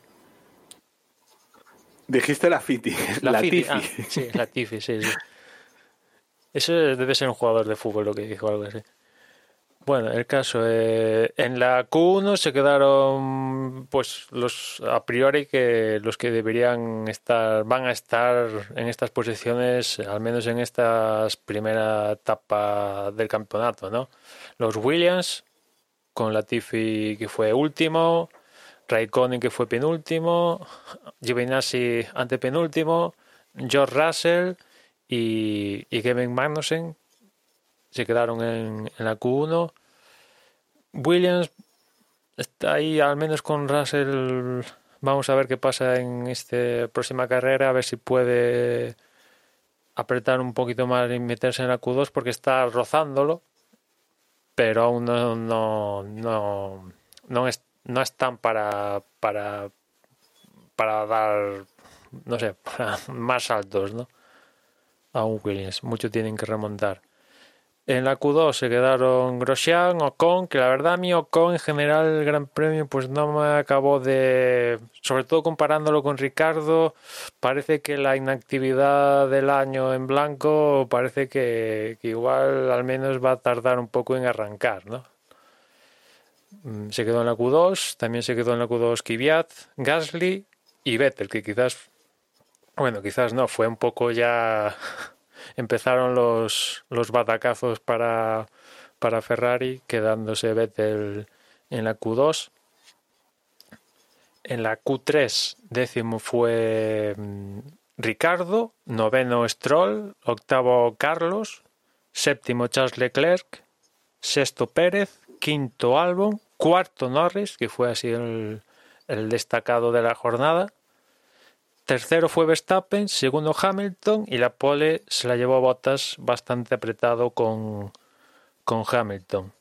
Dijiste Latifi. Latifi. Ah, sí, Latifi, sí. Eso debe ser un jugador de fútbol lo que dijo, algo así. Bueno, el caso, en la Q1 se quedaron pues a priori que los que deberían van a estar en estas posiciones, al menos en esta primera etapa del campeonato, ¿no? Los Williams, con Latifi que fue último, Raikkonen que fue penúltimo, Giovinazzi antepenúltimo, George Russell y Kevin Magnussen se quedaron en la Q1. Williams está ahí, al menos con Russell. Vamos a ver qué pasa en esta próxima carrera, a ver si puede apretar un poquito más y meterse en la Q2 porque está rozándolo, pero aún no están para dar, no sé, para más saltos, ¿no? A un Williams, mucho tienen que remontar. En la Q2 se quedaron Grosjean, Ocon, que la verdad a mí Ocon en general el Gran Premio pues no me acabó de... Sobre todo comparándolo con Ricardo, parece que la inactividad del año en blanco parece que igual al menos va a tardar un poco en arrancar, ¿no? Se quedó en la Q2, también se quedó en la Q2 Kvyat, Gasly y Vettel, que quizás no, fue un poco ya... Empezaron los batacazos para Ferrari, quedándose Vettel en la Q2. En la Q3, décimo fue Ricardo, noveno Stroll, octavo Carlos, séptimo Charles Leclerc, sexto Pérez, quinto Albon, Cuarto, Norris, que fue así el destacado de la jornada. Tercero fue Verstappen, segundo Hamilton y la pole se la llevó Bottas bastante apretado con Hamilton.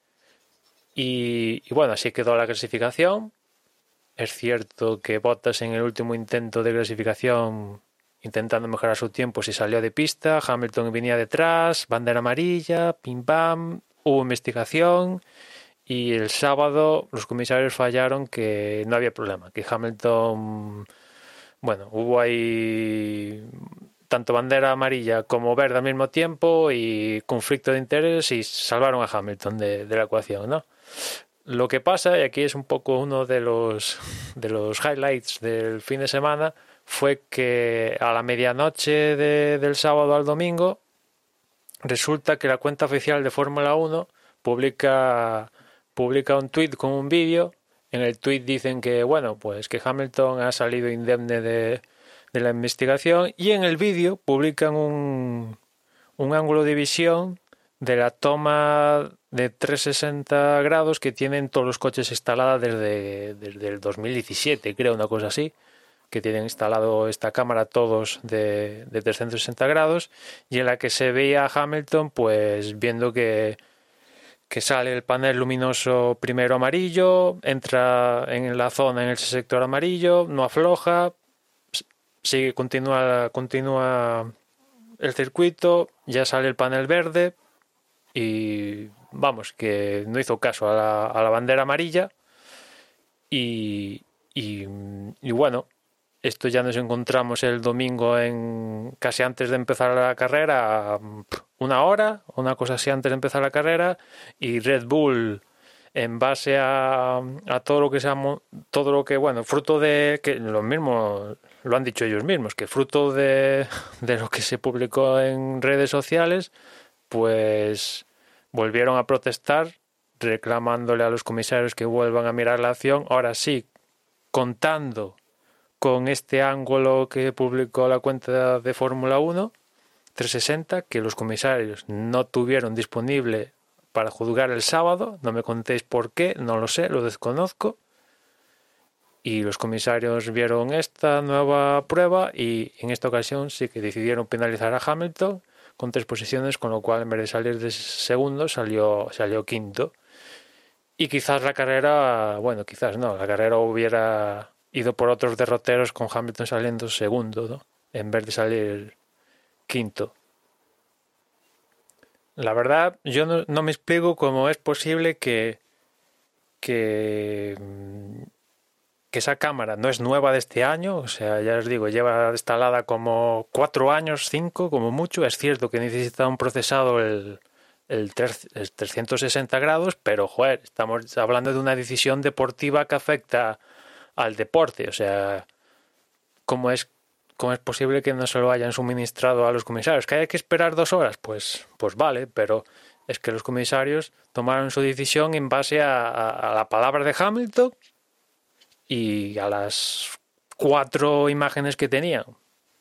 Y bueno, así quedó la clasificación. Es cierto que Bottas en el último intento de clasificación, intentando mejorar su tiempo, se salió de pista. Hamilton venía detrás, bandera amarilla, pim pam, hubo investigación. Y el sábado los comisarios fallaron que no había problema, que Hamilton, bueno, hubo ahí tanto bandera amarilla como verde al mismo tiempo y conflicto de interés y salvaron a Hamilton de la ecuación, ¿no? Lo que pasa, y aquí es un poco uno de los highlights del fin de semana, fue que a la medianoche del sábado al domingo resulta que la cuenta oficial de Fórmula 1 publica un tuit con un vídeo. En el tuit dicen que, bueno, pues que Hamilton ha salido indemne de la investigación, y en el vídeo publican un ángulo de visión de la toma de 360 grados que tienen todos los coches instalados desde el 2017, creo, una cosa así, que tienen instalado esta cámara todos de 360 grados, y en la que se veía a Hamilton pues viendo que sale el panel luminoso primero amarillo, entra en la zona, en el sector amarillo, no afloja, sigue, continúa el circuito, ya sale el panel verde y vamos, que no hizo caso a la bandera amarilla y bueno, esto ya nos encontramos el domingo casi antes de empezar la carrera, una hora, una cosa así antes de empezar la carrera, y Red Bull, en base a todo lo que bueno, fruto de que lo mismo lo han dicho ellos mismos, que fruto de lo que se publicó en redes sociales, pues volvieron a protestar reclamándole a los comisarios que vuelvan a mirar la acción, ahora sí, contando con este ángulo que publicó la cuenta de Fórmula 1 360, que los comisarios no tuvieron disponible para juzgar el sábado. No me contéis por qué, no lo sé, lo desconozco. Y los comisarios vieron esta nueva prueba y en esta ocasión sí que decidieron penalizar a Hamilton con 3 posiciones, con lo cual en vez de salir de segundo salió quinto. Y quizás la carrera, bueno, quizás no, la carrera hubiera ido por otros derroteros con Hamilton saliendo segundo, ¿no?, en vez de salir quinto. La verdad, yo no me explico cómo es posible que esa cámara no es nueva de este año, o sea, ya os digo, lleva instalada como 4 años, 5 como mucho. Es cierto que necesita un procesado el 360 grados, pero joder, estamos hablando de una decisión deportiva que afecta al deporte, o sea, ¿cómo es posible que no se lo hayan suministrado a los comisarios? ¿Que hay que esperar 2 horas? Pues vale, pero es que los comisarios tomaron su decisión en base a la palabra de Hamilton y a las 4 imágenes que tenían. O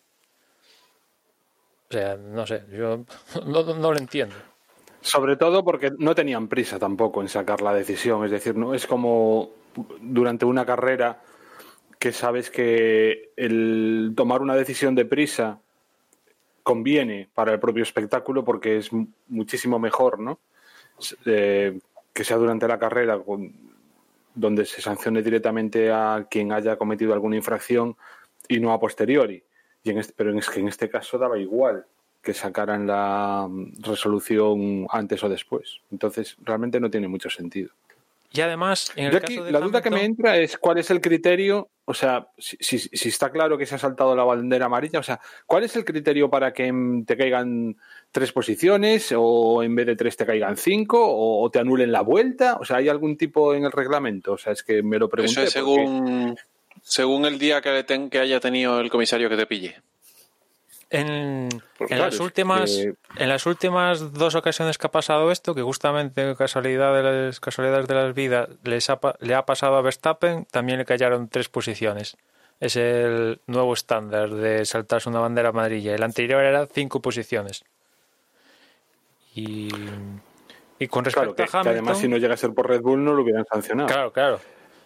sea, no sé, yo no lo entiendo. Sobre todo porque no tenían prisa tampoco en sacar la decisión, es decir, no es como durante una carrera que sabes que el tomar una decisión de prisa conviene para el propio espectáculo porque es muchísimo mejor, ¿no? Que sea durante la carrera donde se sancione directamente a quien haya cometido alguna infracción y no a posteriori. Pero es que en este caso daba igual que sacaran la resolución antes o después. Entonces realmente no tiene mucho sentido. Y además, en el caso de la Hamilton, duda que me entra es cuál es el criterio, o sea, si está claro que se ha saltado la bandera amarilla, o sea, ¿cuál es el criterio para que te caigan 3 posiciones o en vez de 3 te caigan 5 o te anulen la vuelta? O sea, ¿hay algún tipo en el reglamento? O sea, es que me lo pregunté. Eso es según el día que haya tenido el comisario que te pille. En las últimas 2 ocasiones que ha pasado esto, que justamente casualidades de las vidas le ha pasado a Verstappen, también le cayeron 3 posiciones. Es el nuevo estándar de saltarse una bandera amarilla. El anterior era 5 posiciones. Y Y con respecto Claro, a Hamilton... que además si no llega a ser por Red Bull no lo hubieran sancionado. Claro.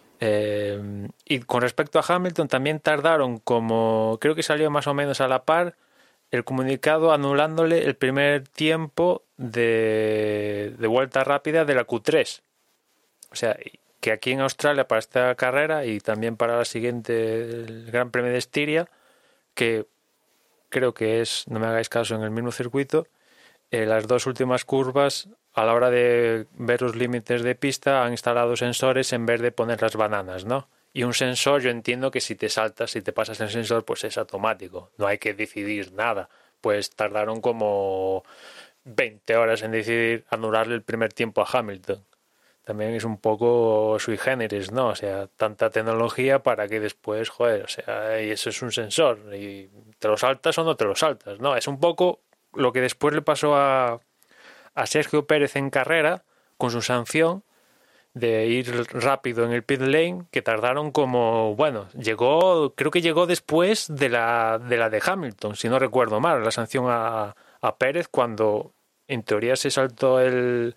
Y con respecto a Hamilton también tardaron como... Creo que salió más o menos a la par el comunicado anulándole el primer tiempo de vuelta rápida de la Q3. O sea, que aquí en Australia para esta carrera y también para la siguiente, el Gran Premio de Estiria, que creo que es, no me hagáis caso, en el mismo circuito, las dos últimas curvas, a la hora de ver los límites de pista, han instalado sensores en vez de poner las bananas, ¿no? Y un sensor, yo entiendo que si te saltas, si te pasas el sensor, pues es automático. No hay que decidir nada. Pues tardaron como 20 horas en decidir anularle el primer tiempo a Hamilton. También es un poco sui generis, ¿no? O sea, tanta tecnología para que después, joder, o sea, y eso es un sensor. Y te lo saltas o no te lo saltas, ¿no? Es un poco lo que después le pasó a Sergio Pérez en carrera con su sanción de ir rápido en el pit lane, que tardaron como, bueno, creo que llegó después de la de Hamilton, si no recuerdo mal, la sanción a Pérez cuando en teoría se saltó el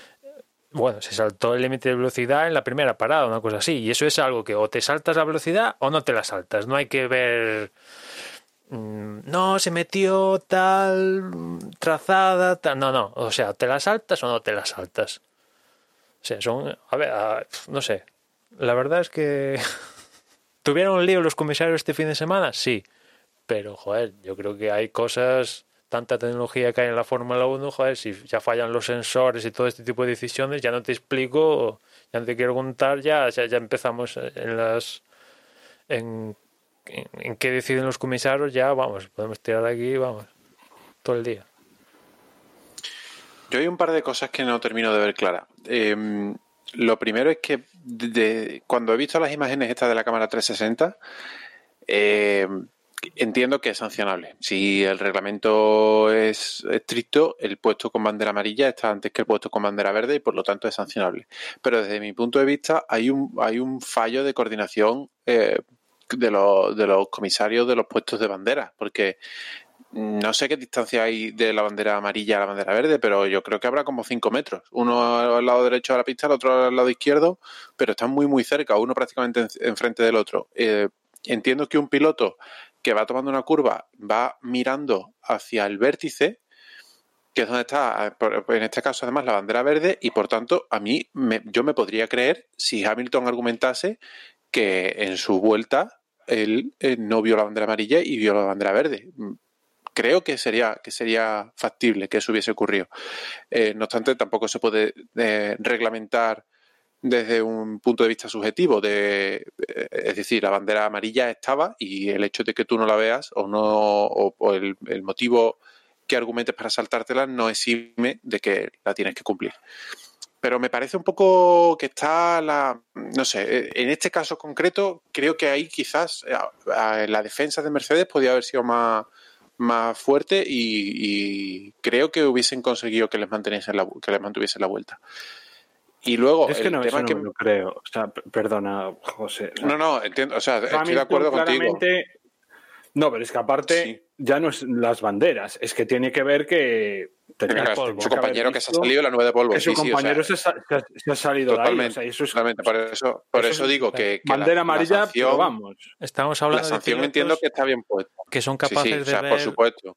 límite de velocidad en la primera parada, una cosa así, y eso es algo que o te saltas la velocidad o no te la saltas, no hay que ver no, se metió tal trazada, tal, no, o sea, te la saltas o no te la saltas. O sea, no sé. La verdad es que ¿tuvieron un lío los comisarios este fin de semana? Sí. Pero, joder, yo creo que hay cosas, tanta tecnología que hay en la Fórmula 1, joder, si ya fallan los sensores y todo este tipo de decisiones, ya no te explico, ya no te quiero contar, ya empezamos en qué deciden los comisarios, ya, vamos, podemos tirar de aquí, vamos, todo el día. Yo hay un par de cosas que no termino de ver claras. Lo primero es que cuando he visto las imágenes estas de la cámara 360, entiendo que es sancionable. Si el reglamento es estricto, el puesto con bandera amarilla está antes que el puesto con bandera verde y por lo tanto es sancionable. Pero desde mi punto de vista hay un fallo de coordinación de los comisarios de los puestos de bandera, porque no sé qué distancia hay de la bandera amarilla a la bandera verde, pero yo creo que habrá como 5 metros. Uno al lado derecho de la pista, el otro al lado izquierdo, pero están muy, muy cerca, uno prácticamente enfrente del otro. Entiendo que un piloto que va tomando una curva va mirando hacia el vértice, que es donde está, en este caso además, la bandera verde, y por tanto yo me podría creer si Hamilton argumentase que en su vuelta él no vio la bandera amarilla y vio la bandera verde. Creo que sería factible que eso hubiese ocurrido. No obstante, tampoco se puede reglamentar desde un punto de vista subjetivo. Es decir, la bandera amarilla estaba y el hecho de que tú no la veas o el motivo que argumentes para saltártela no exime de que la tienes que cumplir. Pero me parece un poco que no sé, en este caso concreto creo que ahí quizás la defensa de Mercedes podía haber sido más fuerte y creo que hubiesen conseguido que les mantuviesen la vuelta. Y luego es que no, eso no me lo creo. O sea, perdona, José. No, entiendo. O sea, Hamilton, estoy de acuerdo contigo. No, pero es que aparte ya no es las banderas, es que tiene que ver que su compañero que se ha salido la nube de polvo. Que su compañero se ha salido totalmente, de ahí. O sea, totalmente. Por eso digo que bandera amarilla, sanción, pero vamos. Estamos hablando la sanción entiendo que está bien puesta. Que son capaces de ver por supuesto.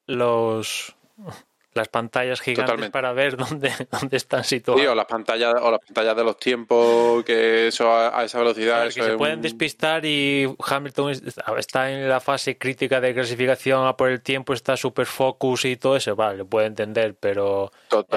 las pantallas gigantes totalmente para ver dónde están situados. Sí, o las pantallas de los tiempos, que eso a esa velocidad. Claro, eso que se pueden despistar y Hamilton está en la fase crítica de clasificación a por el tiempo, está super focus y todo eso, vale, lo puedo entender, pero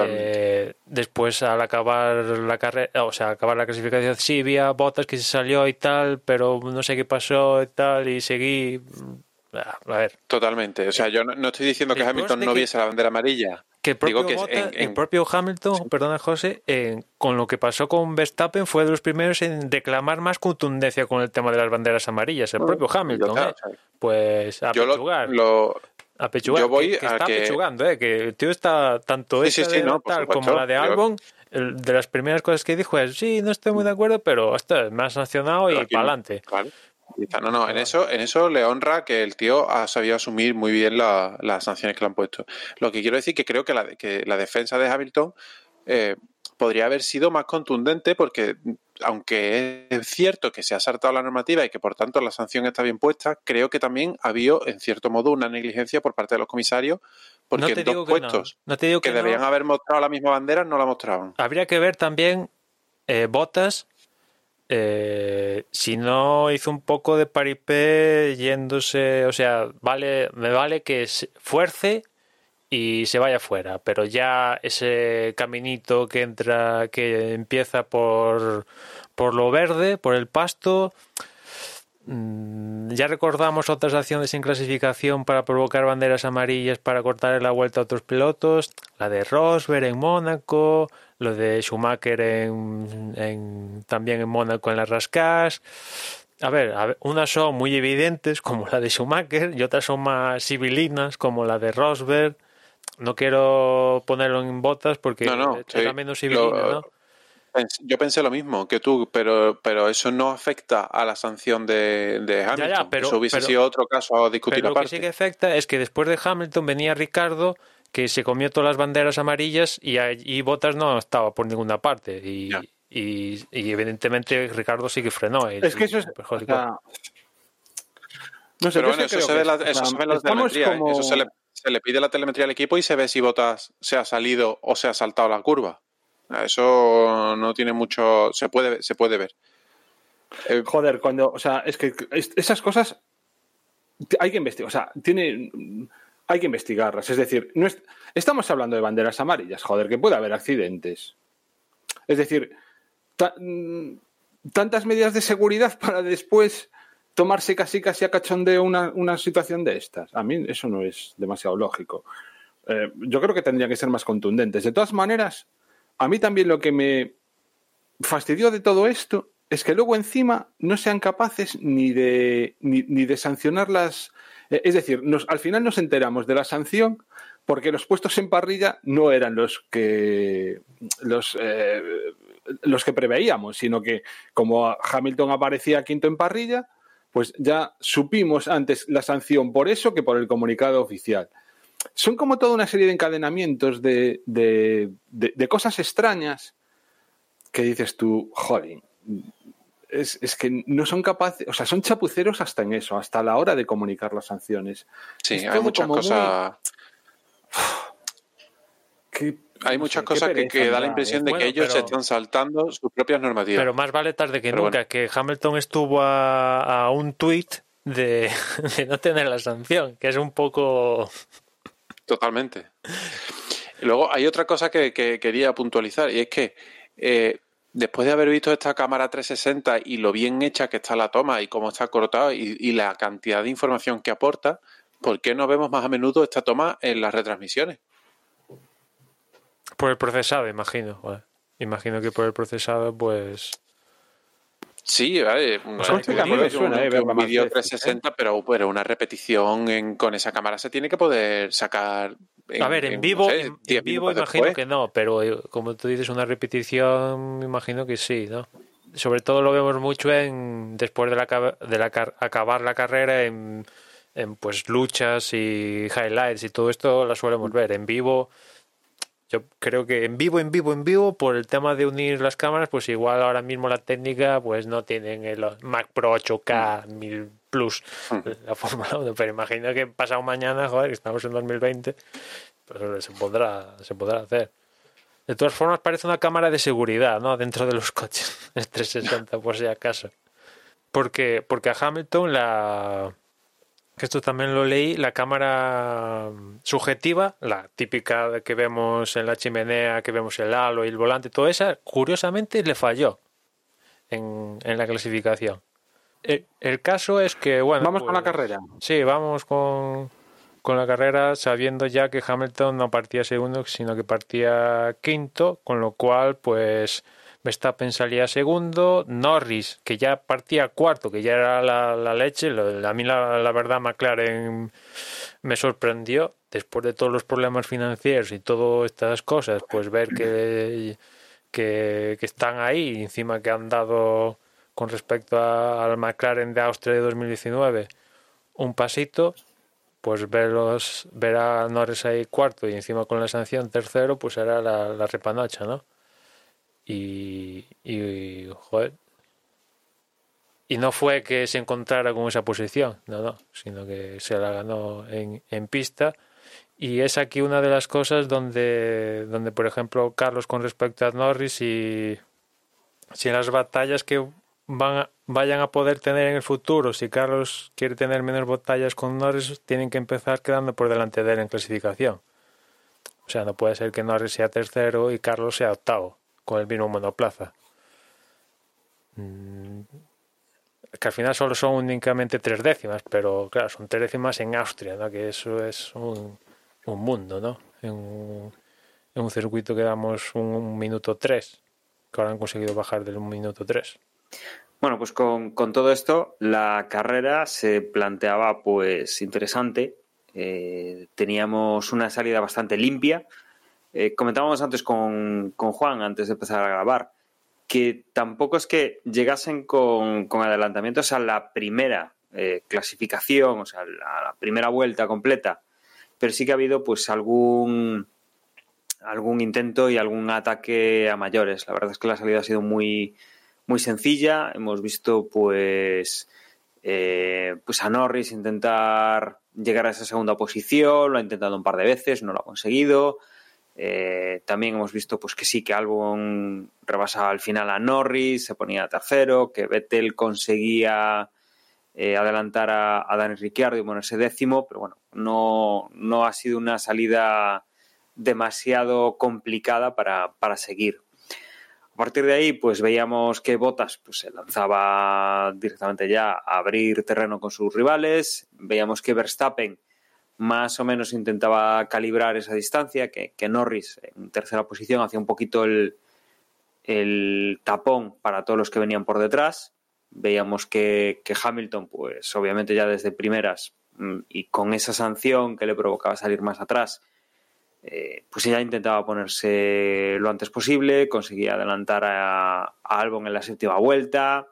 después al acabar la carrera, o sea, acabar la clasificación, sí, había Bottas que se salió y tal, pero no sé qué pasó y tal, y seguí. A ver. Totalmente. O sea, yo no estoy diciendo que Hamilton no viese la bandera amarilla. Que el propio Hamilton, perdona José, con lo que pasó con Verstappen fue de los primeros en reclamar más contundencia con el tema de las banderas amarillas. El propio Hamilton, pues a pechugar. A pechugar. Yo voy que está pechugando, que el tío está tanto tal como la de Albon. De las primeras cosas que dijo es, sí, no estoy muy de acuerdo, pero me ha sancionado y para adelante. Claro. No, en eso le honra que el tío ha sabido asumir muy bien las sanciones que le han puesto. Lo que quiero decir que creo que la defensa de Hamilton podría haber sido más contundente porque, aunque es cierto que se ha saltado la normativa y que por tanto la sanción está bien puesta, creo que también había en cierto modo una negligencia por parte de los comisarios porque en dos puestos que deberían haber mostrado la misma bandera no la mostraban. Habría que ver también Bottas si no hizo un poco de paripé yéndose, o sea, me vale que fuerce y se vaya fuera, pero ya ese caminito que empieza por lo verde, por el pasto, ya recordamos otras acciones en clasificación para provocar banderas amarillas para cortar la vuelta a otros pilotos, la de Rosberg en Mónaco, lo de Schumacher también en Mónaco en las Rascas. A ver, unas son muy evidentes como la de Schumacher y otras son más civilinas como la de Rosberg. No quiero ponerlo en Bottas porque era menos civilina, ¿no? Yo pensé lo mismo que tú, pero eso no afecta a la sanción de Hamilton. Pero eso hubiese sido otro caso a discutir aparte. Lo que sí que afecta es que después de Hamilton venía Ricardo, que se comió todas las banderas amarillas y Bottas no estaba por ninguna parte. Y evidentemente Ricardo sí que frenó. Es que eso es... No sé, pero bueno, eso se ve en la telemetría. Como... Eso se le pide la telemetría al equipo y se ve si Bottas se ha salido o se ha saltado la curva. Eso no tiene mucho... Se puede ver. Joder, o sea, es que esas cosas hay que investigar. O sea, hay que investigarlas. Es decir, estamos hablando de banderas amarillas, joder, que puede haber accidentes. Es decir, tantas medidas de seguridad para después tomarse casi a cachondeo una situación de estas. A mí eso no es demasiado lógico. Yo creo que tendría que ser más contundentes. De todas maneras, a mí también lo que me fastidió de todo esto es que luego encima no sean capaces ni de sancionarlas. Es decir, al final nos enteramos de la sanción porque los puestos en parrilla no eran los que preveíamos, sino que como Hamilton aparecía quinto en parrilla, pues ya supimos antes la sanción por eso que por el comunicado oficial. Son como toda una serie de encadenamientos de cosas extrañas que dices tú, jolín, es que no son capaces, o sea, son chapuceros hasta en eso, hasta la hora de comunicar las sanciones. Sí, hay muchas cosas... Hay muchas cosas que da la impresión de que ellos se están saltando sus propias normativas. Pero más vale tarde que nunca, que Hamilton estuvo a un tuit de no tener la sanción, que es un poco... Totalmente. Y luego hay otra cosa que quería puntualizar, y es que después de haber visto esta cámara 360 y lo bien hecha que está la toma y cómo está cortada y la cantidad de información que aporta, ¿por qué no vemos más a menudo esta toma en las retransmisiones? Por el procesado, imagino. Bueno, imagino que por el procesado, pues... Sí, vale. Un vídeo 360, pero una repetición con esa cámara se tiene que poder sacar... en vivo imagino que no, pero como tú dices, una repetición, me imagino que sí, ¿no? Sobre todo lo vemos mucho después de acabar la carrera en pues luchas y highlights y todo esto la solemos ver. En vivo... Yo creo que en vivo, por el tema de unir las cámaras, pues igual ahora mismo la técnica, pues no tienen el Mac Pro 8K 1000 Plus, la Fórmula 1, pero imagino que pasado mañana, joder, estamos en 2020, pues se podrá hacer. De todas formas, parece una cámara de seguridad, ¿no? Dentro de los coches, el 360, por si acaso. Porque a Hamilton que esto también lo leí, la cámara subjetiva, la típica que vemos en la chimenea, que vemos el halo y el volante, todo eso, curiosamente le falló en la clasificación. El caso es que, bueno... ¿Vamos con la carrera? Sí, vamos con la carrera, sabiendo ya que Hamilton no partía segundo, sino que partía quinto, con lo cual, pues... Verstappen salía segundo, Norris, que ya partía cuarto, que ya era la leche. A mí la verdad McLaren me sorprendió, después de todos los problemas financieros y todas estas cosas, pues ver que están ahí, encima que han dado con respecto al McLaren de Austria de 2019 un pasito, pues ver a Norris ahí cuarto y encima con la sanción tercero, pues era la repanocha, ¿no? joder, y no fue que se encontrara con esa posición, no, sino que se la ganó en pista. Y es aquí una de las cosas donde por ejemplo, Carlos con respecto a Norris, y si en las batallas que vayan a poder tener en el futuro, si Carlos quiere tener menos batallas con Norris, tienen que empezar quedando por delante de él en clasificación. O sea, no puede ser que Norris sea tercero y Carlos sea octavo, con el mismo monoplaza. Que al final solo son únicamente 3 décimas, pero claro, son 3 décimas en Austria, ¿no? Que eso es un mundo, ¿no? En un circuito que damos un minuto 3, que ahora han conseguido bajar del 1 minuto 3. Bueno, pues con todo esto, la carrera se planteaba pues interesante. Teníamos una salida bastante limpia. Comentábamos antes con Juan, antes de empezar a grabar, que tampoco es que llegasen con adelantamientos a la primera clasificación, o sea, a la primera vuelta completa, pero sí que ha habido pues algún intento y algún ataque a mayores. La verdad es que la salida ha sido muy, muy sencilla. Hemos visto pues a Norris intentar llegar a esa segunda posición, lo ha intentado un par de veces, no lo ha conseguido. También hemos visto pues que sí, que Albon rebasaba al final a Norris, se ponía tercero, que Vettel conseguía adelantar a Daniel Ricciardo y ponerse décimo, pero bueno, no ha sido una salida demasiado complicada para seguir. A partir de ahí, pues veíamos que Bottas pues, se lanzaba directamente ya a abrir terreno con sus rivales. Veíamos que Verstappen más o menos intentaba calibrar esa distancia, que Norris en tercera posición hacía un poquito el tapón para todos los que venían por detrás. Veíamos que Hamilton, pues obviamente ya desde primeras y con esa sanción que le provocaba salir más atrás, pues ella intentaba ponerse lo antes posible, conseguía adelantar a Albon en la séptima vuelta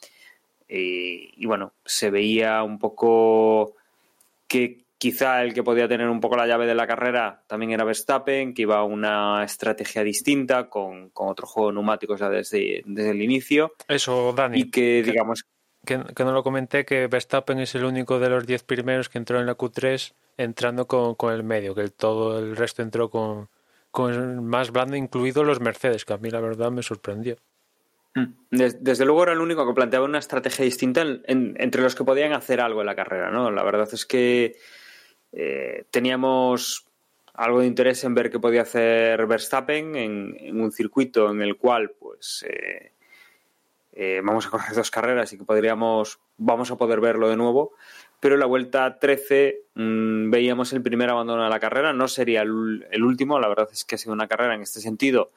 y bueno, se veía un poco que quizá el que podía tener un poco la llave de la carrera también era Verstappen, que iba a una estrategia distinta con otro juego de neumáticos ya desde el inicio. Eso, Dani, y que digamos que no lo comenté, que Verstappen es el único de los 10 primeros que entró en la Q3 entrando con el medio, que todo el resto entró con el más blando, incluido los Mercedes, que a mí la verdad me sorprendió. Desde luego era el único que planteaba una estrategia distinta entre los que podían hacer algo en la carrera, ¿no? La verdad es que teníamos algo de interés en ver qué podía hacer Verstappen en un circuito en el cual pues vamos a correr 2 carreras y que vamos a poder verlo de nuevo, pero en la vuelta 13 veíamos el primer abandono de la carrera. No sería el último, la verdad es que ha sido una carrera en este sentido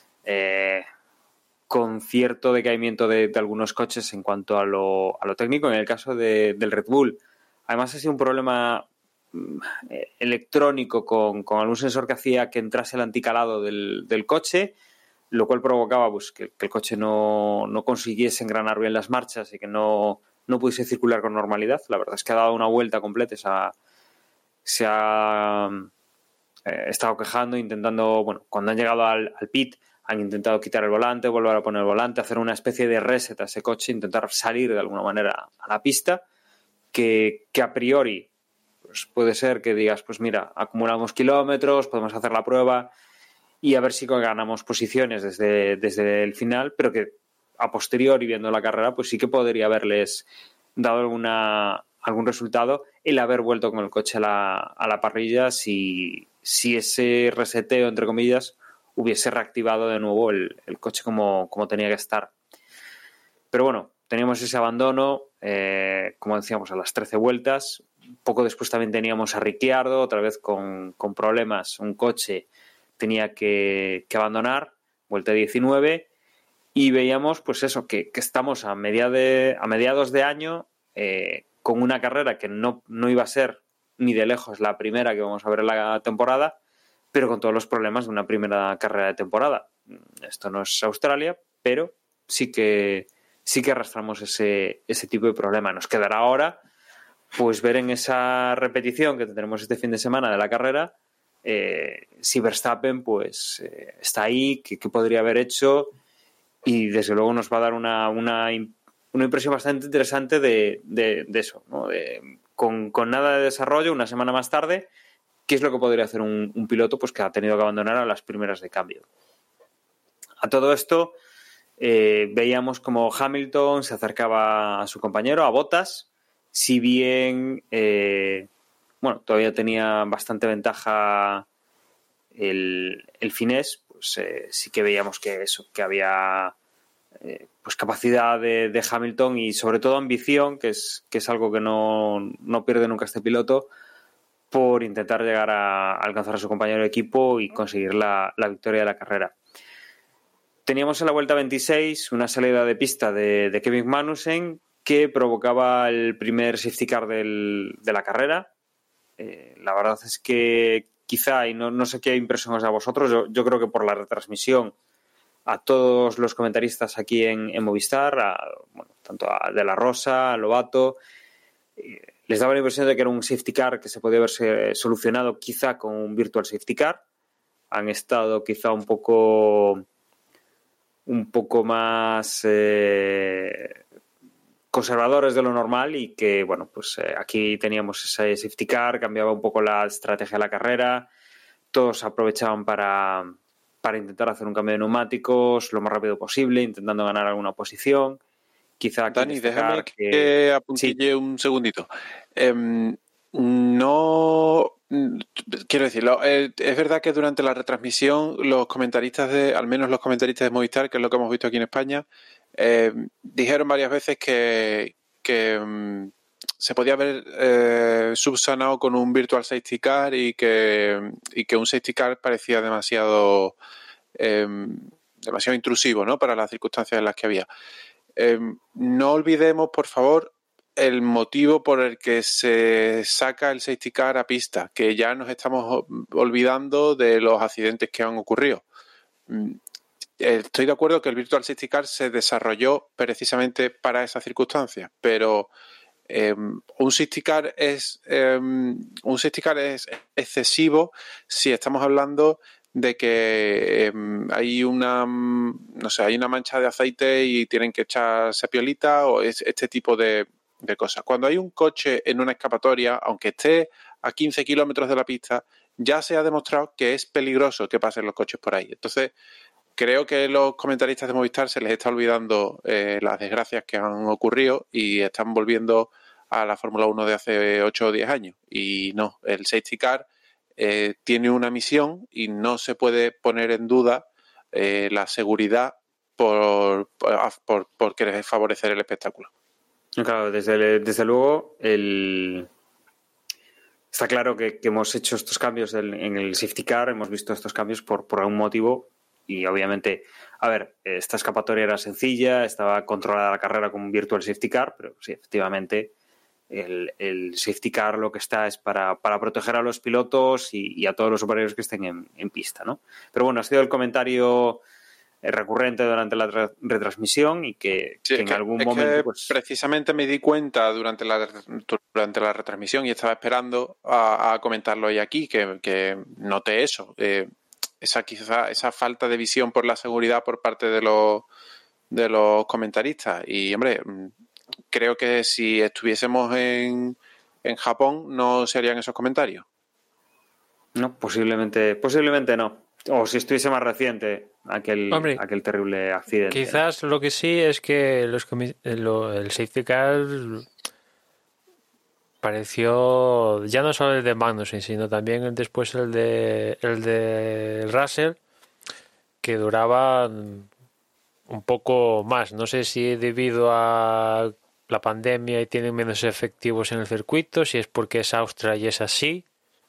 con cierto decaimiento de algunos coches en cuanto a lo técnico. En el caso del Red Bull, además ha sido un problema electrónico con algún sensor que hacía que entrase el anticalado del coche, lo cual provocaba pues, que el coche no consiguiese engranar bien las marchas y que no pudiese circular con normalidad. La verdad es que ha dado una vuelta completa, se ha estado quejando, intentando, bueno, cuando han llegado al pit han intentado quitar el volante, volver a poner el volante, hacer una especie de reset a ese coche, intentar salir de alguna manera a la pista, que a priori pues puede ser que digas, pues mira, acumulamos kilómetros, podemos hacer la prueba y a ver si ganamos posiciones desde el final, pero que a posteriori, viendo la carrera, pues sí que podría haberles dado algún resultado el haber vuelto con el coche a la parrilla si ese reseteo, entre comillas, hubiese reactivado de nuevo el coche como tenía que estar. Pero bueno, teníamos ese abandono, como decíamos, a las 13 vueltas. Poco después también teníamos a Ricciardo, otra vez con problemas. Un coche tenía que abandonar, vuelta 19, y veíamos pues eso, que estamos a mediados de año con una carrera que no iba a ser ni de lejos la primera que vamos a ver en la temporada, pero con todos los problemas de una primera carrera de temporada. Esto no es Australia, pero sí que arrastramos ese tipo de problema. Nos quedará ahora pues ver en esa repetición que tendremos este fin de semana de la carrera si Verstappen pues está ahí, qué podría haber hecho y desde luego nos va a dar una impresión bastante interesante de eso, ¿no? Con nada de desarrollo, una semana más tarde, ¿qué es lo que podría hacer un piloto pues que ha tenido que abandonar a las primeras de cambio? A todo esto, veíamos como Hamilton se acercaba a su compañero, a Bottas, si bien todavía tenía bastante ventaja el finés, pues sí que veíamos que había pues capacidad de Hamilton y sobre todo ambición, que es algo que no pierde nunca este piloto, por intentar llegar a alcanzar a su compañero de equipo y conseguir la victoria de la carrera. Teníamos en la vuelta 26 una salida de pista de Kevin Magnussen que provocaba el primer safety car de la carrera. La verdad es que quizá, y no sé qué impresión os da a vosotros, yo creo que por la retransmisión a todos los comentaristas aquí en Movistar, tanto a De La Rosa, a Lobato, les daba la impresión de que era un safety car que se podía haberse solucionado quizá con un virtual safety car. Han estado quizá un poco más conservadores de lo normal y que, aquí teníamos ese safety car, cambiaba un poco la estrategia de la carrera, todos aprovechaban para intentar hacer un cambio de neumáticos lo más rápido posible, intentando ganar alguna posición. Quizá Dani, déjame que apuntille un segundito. No quiero decirlo, es verdad que durante la retransmisión los comentaristas al menos los comentaristas de Movistar, que es lo que hemos visto aquí en España, dijeron varias veces que se podía haber subsanado con un virtual safety car y que un safety car parecía demasiado intrusivo, ¿no?, para las circunstancias en las que había. No olvidemos, por favor, el motivo por el que se saca el safety car a pista, que ya nos estamos olvidando de los accidentes que han ocurrido. Estoy de acuerdo que el virtual safety car se desarrolló precisamente para esas circunstancias, pero un safety car es excesivo si estamos hablando de que hay una mancha de aceite y tienen que echarse piolita o este tipo de cosas. Cuando hay un coche en una escapatoria, aunque esté a 15 kilómetros de la pista, ya se ha demostrado que es peligroso que pasen los coches por ahí. Entonces, creo que los comentaristas de Movistar se les está olvidando las desgracias que han ocurrido y están volviendo a la Fórmula 1 de hace 8 o 10 años. Y no, el safety car tiene una misión y no se puede poner en duda la seguridad por querer favorecer el espectáculo. Claro, desde luego está claro que hemos hecho estos cambios en el safety car, hemos visto estos cambios por algún motivo y obviamente, esta escapatoria era sencilla, estaba controlada la carrera con un virtual safety car, pero sí, efectivamente el safety car lo que está es para proteger a los pilotos y a todos los operarios que estén en pista, ¿no? Pero bueno, ha sido el comentario recurrente durante la retransmisión y que en algún momento... Pues... Precisamente me di cuenta durante la retransmisión y estaba esperando a comentarlo hoy aquí, que noté eso, esa falta de visión por la seguridad por parte de los comentaristas. Y, hombre, creo que si estuviésemos en Japón no se harían esos comentarios. No, posiblemente no. O si estuviese más reciente aquel terrible accidente. Quizás lo que sí es que el safety car pareció ya no solo el de Magnussen, sino también después el de Russell, que duraba un poco más. No sé si debido a la pandemia y tienen menos efectivos en el circuito, si es porque es Austria y es así,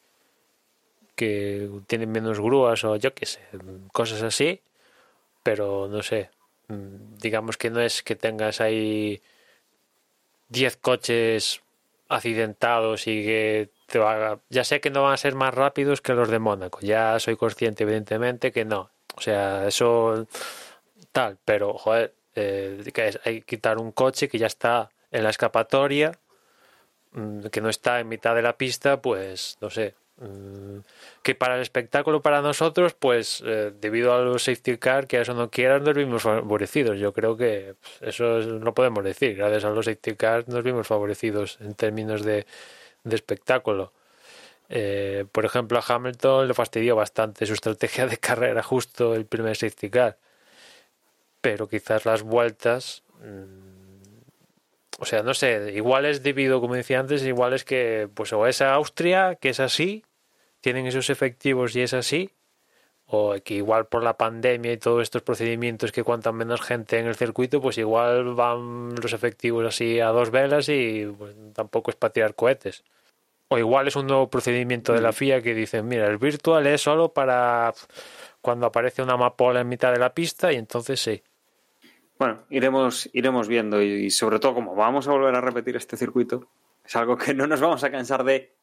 que tienen menos grúas o yo qué sé, cosas así, pero no sé, digamos que no es que tengas ahí 10 coches accidentados y que ya sé que no van a ser más rápidos que los de Mónaco, ya soy consciente evidentemente que no, o sea, eso tal, pero joder, hay que quitar un coche que ya está en la escapatoria, que no está en mitad de la pista, pues no sé, Que para el espectáculo, para nosotros, pues debido a los safety car, que a eso no quieran, nos vimos favorecidos. Yo creo que eso no podemos decir. Gracias a los safety cars nos vimos favorecidos en términos de espectáculo. Por ejemplo, a Hamilton le fastidió bastante su estrategia de carrera justo el primer safety car, pero quizás las vueltas, o sea, no sé, igual es debido, como decía antes, igual es que pues o es Austria, que es así, tienen esos efectivos y es así, o que igual por la pandemia y todos estos procedimientos que cuantan menos gente en el circuito, pues igual van los efectivos así a dos velas y pues, tampoco es para tirar cohetes. O igual es un nuevo procedimiento de la FIA que dicen, mira, el virtual es solo para cuando aparece una amapola en mitad de la pista y entonces sí. Bueno, iremos viendo y sobre todo como vamos a volver a repetir este circuito, es algo que no nos vamos a cansar de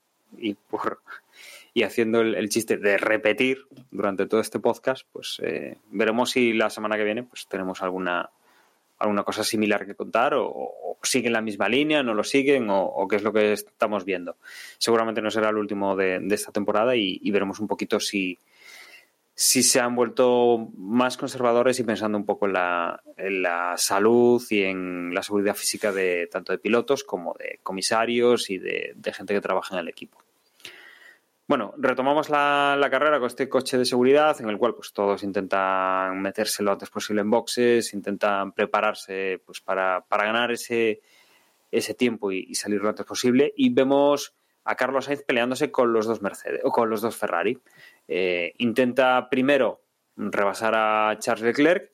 y haciendo el chiste de repetir durante todo este podcast, pues veremos si la semana que viene pues tenemos alguna cosa similar que contar o siguen la misma línea, no lo siguen o qué es lo que estamos viendo. Seguramente no será el último de esta temporada y veremos un poquito si se han vuelto más conservadores y pensando un poco en la salud y en la seguridad física de tanto de pilotos como de comisarios y de gente que trabaja en el equipo. Bueno, retomamos la carrera con este coche de seguridad en el cual pues todos intentan meterse lo antes posible en boxes, intentan prepararse pues para ganar ese tiempo y salir lo antes posible, y vemos a Carlos Sainz peleándose con los dos Mercedes o con los dos Ferrari. Intenta primero rebasar a Charles Leclerc,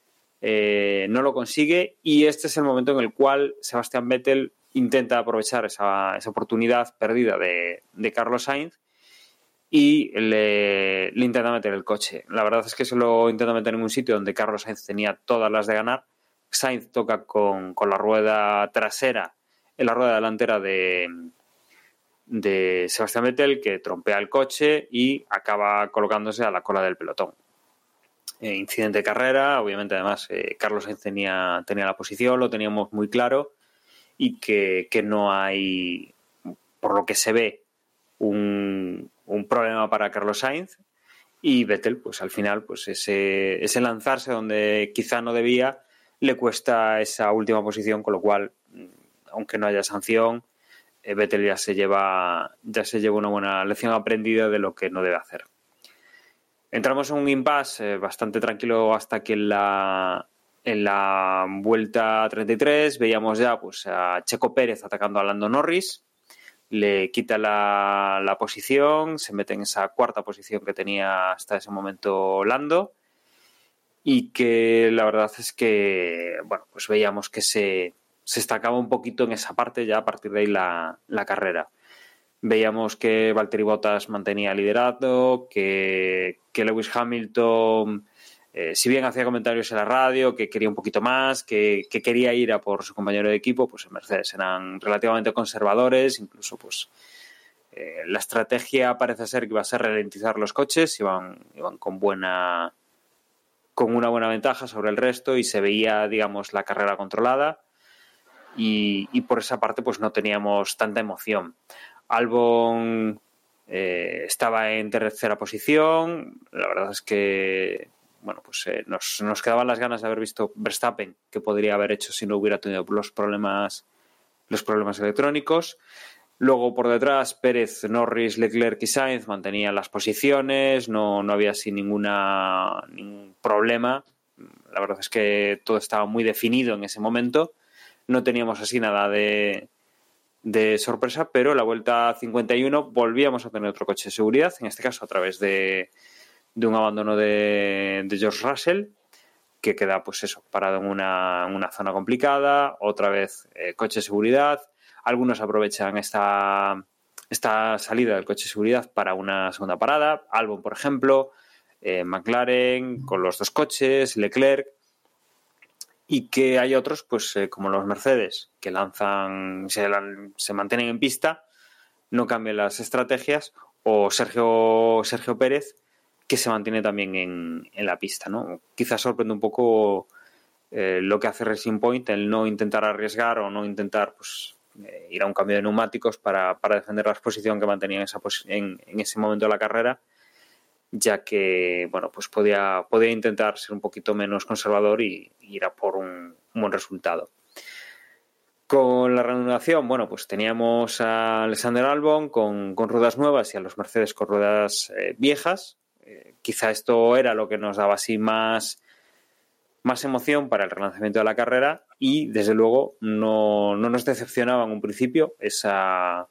no lo consigue, y este es el momento en el cual Sebastian Vettel intenta aprovechar esa oportunidad perdida de Carlos Sainz y le intenta meter el coche. La verdad es que se lo intenta meter en un sitio donde Carlos Sainz tenía todas las de ganar. Sainz toca con la rueda trasera en la rueda delantera de Sebastian Vettel, que trompea el coche y acaba colocándose a la cola del pelotón. Incidente de carrera, obviamente. Además Carlos Sainz tenía la posición, lo teníamos muy claro, y que no hay, por lo que se ve, un problema para Carlos Sainz, y Vettel pues al final pues ese lanzarse donde quizá no debía le cuesta esa última posición, con lo cual aunque no haya sanción, Vettel ya se lleva una buena lección aprendida de lo que no debe hacer. Entramos en un impasse bastante tranquilo hasta que en la vuelta 33 veíamos ya pues a Checo Pérez atacando a Lando Norris, le quita la posición, se mete en esa cuarta posición que tenía hasta ese momento Lando, y que la verdad es que bueno, pues veíamos que se estancaba un poquito en esa parte. Ya a partir de ahí la carrera. Veíamos que Valtteri Bottas mantenía el liderato, que Lewis Hamilton, si bien hacía comentarios en la radio, que quería un poquito más, que quería ir a por su compañero de equipo, pues en Mercedes eran relativamente conservadores. Incluso pues la estrategia parece ser que iba a ser ralentizar los coches, iban con una buena ventaja sobre el resto y se veía, digamos, la carrera controlada, y por esa parte pues no teníamos tanta emoción. Albon estaba en tercera posición. La verdad es que bueno, pues nos quedaban las ganas de haber visto Verstappen, que podría haber hecho si no hubiera tenido los problemas electrónicos. Luego por detrás Pérez, Norris, Leclerc y Sainz mantenían las posiciones, no había así ningún problema. La verdad es que todo estaba muy definido en ese momento, no teníamos así nada de sorpresa, pero en la vuelta 51 volvíamos a tener otro coche de seguridad, en este caso a través de un abandono de George Russell, que queda pues eso, parado en una zona complicada. Otra vez coche de seguridad. Algunos aprovechan esta salida del coche de seguridad para una segunda parada. Albon, por ejemplo, McLaren con los dos coches, Leclerc, y que hay otros, pues como los Mercedes, que se mantienen en pista, no cambian las estrategias, o Sergio Pérez, que se mantiene también en la pista, ¿no? Quizás sorprende un poco lo que hace Racing Point, el no intentar arriesgar o no intentar pues ir a un cambio de neumáticos para defender la exposición que mantenía en ese momento de la carrera, ya que bueno, pues podía intentar ser un poquito menos conservador y ir a por un buen resultado. Con la reanudación, bueno, pues teníamos a Alexander Albon con ruedas nuevas y a los Mercedes con ruedas viejas. Quizá esto era lo que nos daba así más emoción para el relanzamiento de la carrera, y desde luego no nos decepcionaba en un principio esa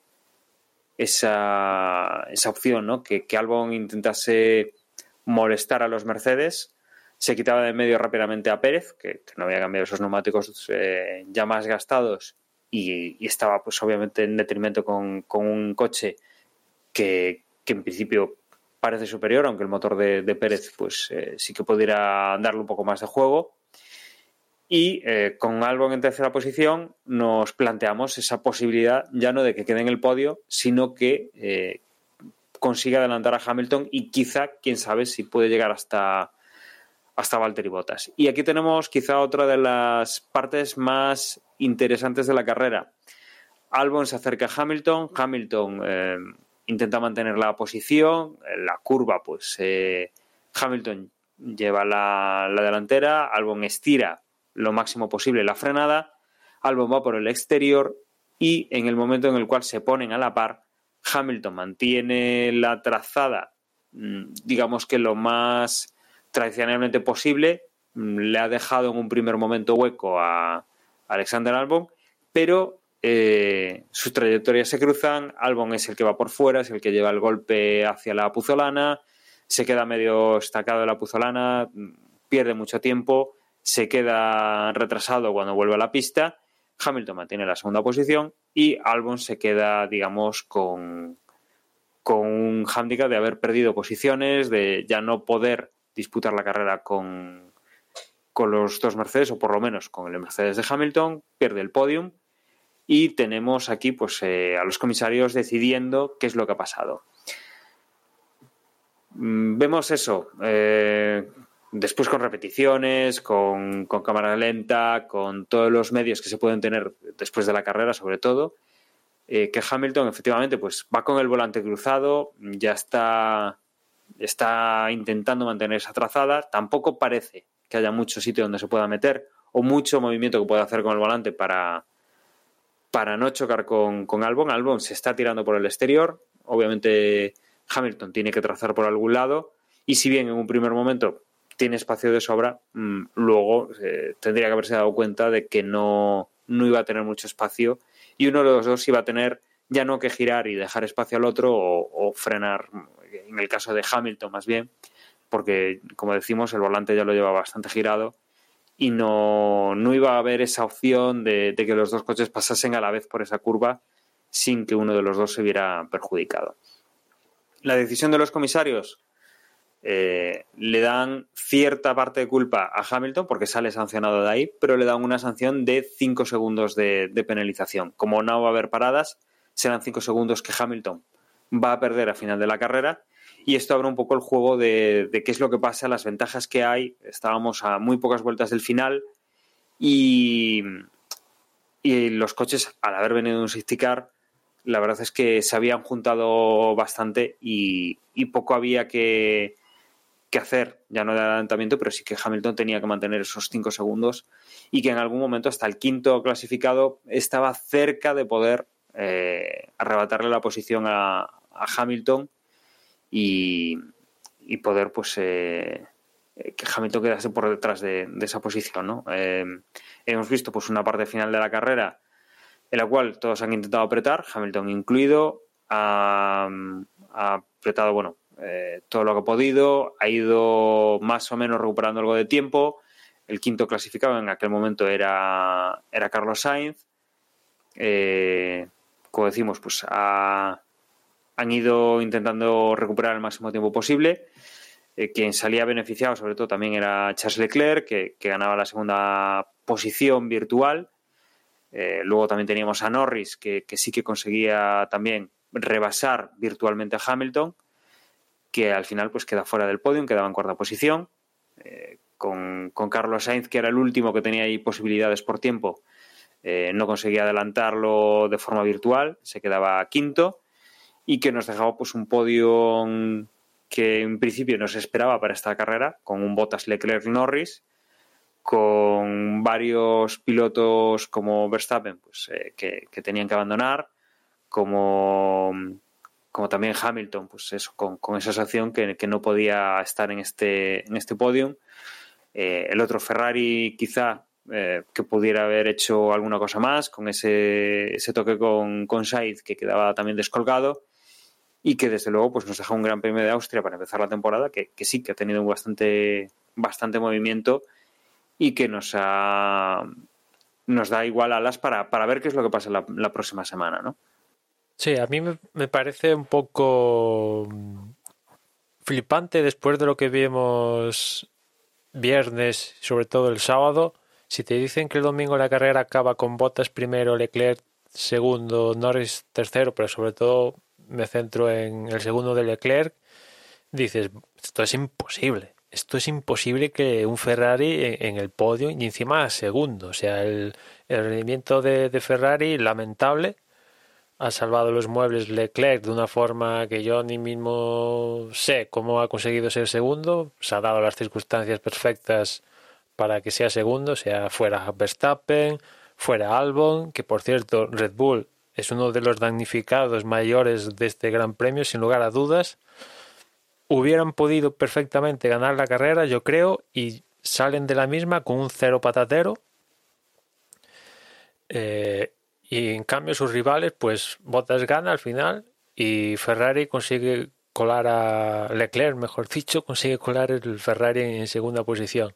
opción, ¿no? Que Albon intentase molestar a los Mercedes, se quitaba de en medio rápidamente a Pérez, que no había cambiado esos neumáticos ya más gastados, y estaba pues obviamente en detrimento con un coche que en principio parece superior, aunque el motor de Pérez pues sí que pudiera darle un poco más de juego. Y con Albon en tercera posición nos planteamos esa posibilidad ya no de que quede en el podio, sino que consiga adelantar a Hamilton, y quizá, quién sabe, si puede llegar hasta Valtteri Bottas. Y aquí tenemos quizá otra de las partes más interesantes de la carrera. Albon se acerca a Hamilton intenta mantener la posición, en la curva pues Hamilton lleva la delantera, Albon estira lo máximo posible la frenada, Albon va por el exterior, y en el momento en el cual se ponen a la par, Hamilton mantiene la trazada, digamos que lo más tradicionalmente posible, le ha dejado en un primer momento hueco a Alexander Albon, pero sus trayectorias se cruzan. Albon es el que va por fuera, es el que lleva el golpe hacia la puzolana, se queda medio estacado en la puzolana, pierde mucho tiempo, se queda retrasado cuando vuelve a la pista. Hamilton mantiene la segunda posición y Albon se queda, digamos, con un hándicap de haber perdido posiciones, de ya no poder disputar la carrera con los dos Mercedes, o por lo menos con el Mercedes de Hamilton, pierde el podium. Y tenemos aquí pues a los comisarios decidiendo qué es lo que ha pasado. Vemos eso, después con repeticiones, con cámara lenta, con todos los medios que se pueden tener después de la carrera, sobre todo, que Hamilton efectivamente pues va con el volante cruzado, ya está intentando mantener esa trazada. Tampoco parece que haya mucho sitio donde se pueda meter o mucho movimiento que pueda hacer con el volante para no chocar con Albon. Albon se está tirando por el exterior. Obviamente Hamilton tiene que trazar por algún lado, y si bien en un primer momento tiene espacio de sobra, luego tendría que haberse dado cuenta de que no iba a tener mucho espacio, y uno de los dos iba a tener ya no que girar y dejar espacio al otro o frenar, en el caso de Hamilton más bien, porque como decimos el volante ya lo lleva bastante girado, y no iba a haber esa opción de que los dos coches pasasen a la vez por esa curva sin que uno de los dos se viera perjudicado. La decisión de los comisarios le dan cierta parte de culpa a Hamilton porque sale sancionado de ahí, pero le dan una sanción de 5 segundos de penalización. Como no va a haber paradas, serán 5 segundos que Hamilton va a perder a final de la carrera, y esto abre un poco el juego de qué es lo que pasa, las ventajas que hay. Estábamos a muy pocas vueltas del final y los coches, al haber venido un safety car, la verdad es que se habían juntado bastante y poco había que hacer, ya no de adelantamiento, pero sí que Hamilton tenía que mantener esos 5 segundos, y que en algún momento hasta el quinto clasificado estaba cerca de poder arrebatarle la posición a Hamilton y poder pues que Hamilton quedase por detrás de esa posición, ¿no? Hemos visto pues una parte final de la carrera en la cual todos han intentado apretar, Hamilton incluido, ha apretado todo lo que ha podido, ha ido más o menos recuperando algo de tiempo. El quinto clasificado en aquel momento era Carlos Sainz. Como decimos, pues han ido intentando recuperar el máximo tiempo posible. Quien salía beneficiado sobre todo también era Charles Leclerc, que ganaba la segunda posición virtual. Luego también teníamos a Norris, que sí que conseguía también rebasar virtualmente a Hamilton, que al final pues queda fuera del podio, quedaba en cuarta posición, con Carlos Sainz, que era el último que tenía ahí posibilidades por tiempo, no conseguía adelantarlo de forma virtual, se quedaba quinto y que nos dejaba pues un podio que en principio no se esperaba para esta carrera, con un Bottas, Leclerc, Norris, con varios pilotos como Verstappen pues, que tenían que abandonar, como también Hamilton, pues eso, con esa sanción que no podía estar en este podium. El otro Ferrari quizá que pudiera haber hecho alguna cosa más con ese toque con Sainz, que quedaba también descolgado, y que desde luego pues nos deja un Gran Premio de Austria para empezar la temporada que sí que ha tenido bastante movimiento y que nos da igual alas para ver qué es lo que pasa la próxima semana, ¿no? Sí, a mí me parece un poco flipante después de lo que vimos viernes, sobre todo el sábado. Si te dicen que el domingo la carrera acaba con Bottas primero, Leclerc segundo, Norris tercero, pero sobre todo me centro en el segundo de Leclerc, dices, esto es imposible. Esto es imposible que un Ferrari en el podio y encima segundo. O sea, el rendimiento de Ferrari lamentable. Ha salvado los muebles Leclerc de una forma que yo ni mismo sé cómo ha conseguido ser segundo. Se ha dado las circunstancias perfectas para que sea segundo, sea fuera Verstappen, fuera Albon, que por cierto Red Bull es uno de los damnificados mayores de este Gran Premio, sin lugar a dudas. Hubieran podido perfectamente ganar la carrera, yo creo, y salen de la misma con un cero patatero. Y en cambio sus rivales, pues Bottas gana al final y Ferrari consigue colar a Leclerc, mejor dicho, consigue colar el Ferrari en segunda posición.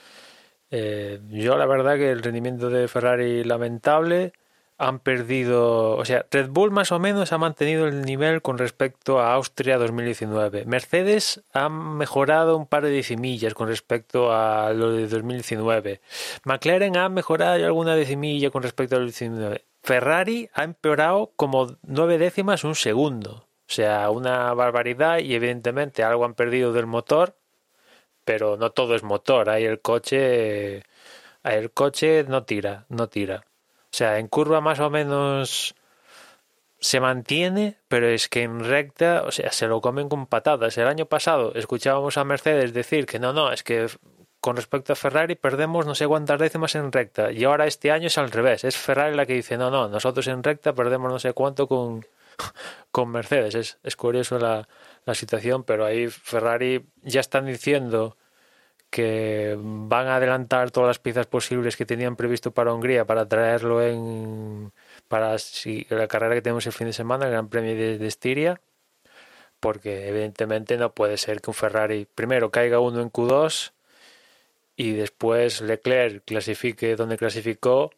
Yo la verdad que el rendimiento de Ferrari lamentable. Han perdido, o sea, Red Bull más o menos ha mantenido el nivel con respecto a Austria 2019. Mercedes ha mejorado un par de decimillas con respecto a lo de 2019. McLaren ha mejorado alguna decimilla con respecto a 2019. Ferrari ha empeorado como 9 décimas un segundo. O sea, una barbaridad, y evidentemente algo han perdido del motor, pero no todo es motor. Ahí el coche no tira. O sea, en curva más o menos se mantiene, pero es que en recta, o sea, se lo comen con patadas. El año pasado escuchábamos a Mercedes decir que no, es que con respecto a Ferrari perdemos no sé cuántas décimas en recta. Y ahora este año es al revés. Es Ferrari la que dice, no, nosotros en recta perdemos no sé cuánto con Mercedes. Es curioso la situación, pero ahí Ferrari ya están diciendo que van a adelantar todas las piezas posibles que tenían previsto para Hungría para traerlo para la carrera que tenemos el fin de semana, el Gran Premio de Estiria, porque evidentemente no puede ser que un Ferrari primero caiga uno en Q2 y después Leclerc clasifique donde clasificó,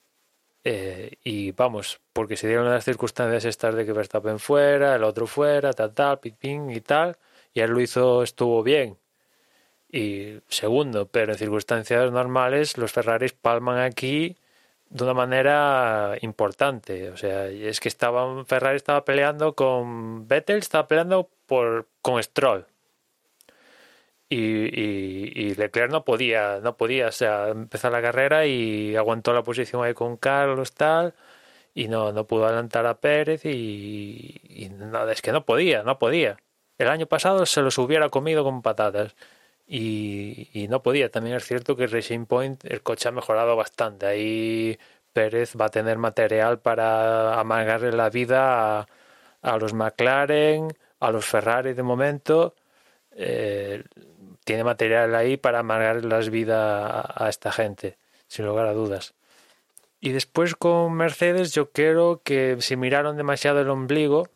y vamos, porque se dieron las circunstancias estas de que Verstappen fuera, el otro fuera, tal, ping y tal, y él estuvo bien y segundo, pero en circunstancias normales los Ferraris palman aquí de una manera importante. O sea, es que Ferrari estaba peleando con Vettel, estaba peleando con Stroll, y Leclerc no podía, o sea, empezar la carrera y aguantó la posición ahí con Carlos tal, y no pudo adelantar a Pérez y no, es que no podía. El año pasado se los hubiera comido con patatas. Y no podía. También es cierto que Racing Point, el coche ha mejorado bastante. Ahí Pérez va a tener material para amargarle la vida a los McLaren, a los Ferrari de momento. Tiene material ahí para amargarle las vidas a esta gente, sin lugar a dudas. Y después con Mercedes yo creo que se miraron demasiado el ombligo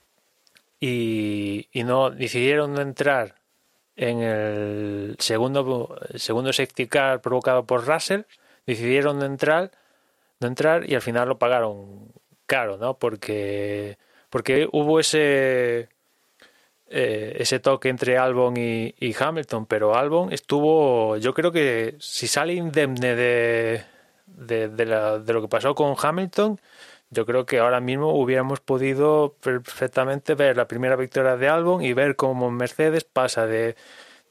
y no decidieron no entrar en el segundo safety car provocado por Russell. Decidieron no entrar y al final lo pagaron caro, ¿no? Porque hubo ese toque entre Albon y Hamilton, pero Albon estuvo, yo creo que si sale indemne de lo que pasó con Hamilton, yo creo que ahora mismo hubiéramos podido perfectamente ver la primera victoria de Albon y ver cómo Mercedes pasa de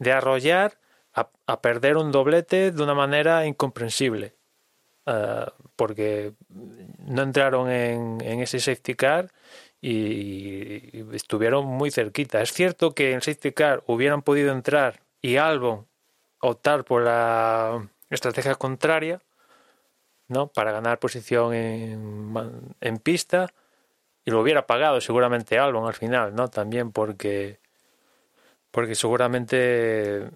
arrollar a perder un doblete de una manera incomprensible. porque no entraron en ese safety car y estuvieron muy cerquita. Es cierto que en safety car hubieran podido entrar y Albon optar por la estrategia contraria, ¿no? Para ganar posición en pista, y lo hubiera pagado seguramente Albon al final, ¿no? También porque seguramente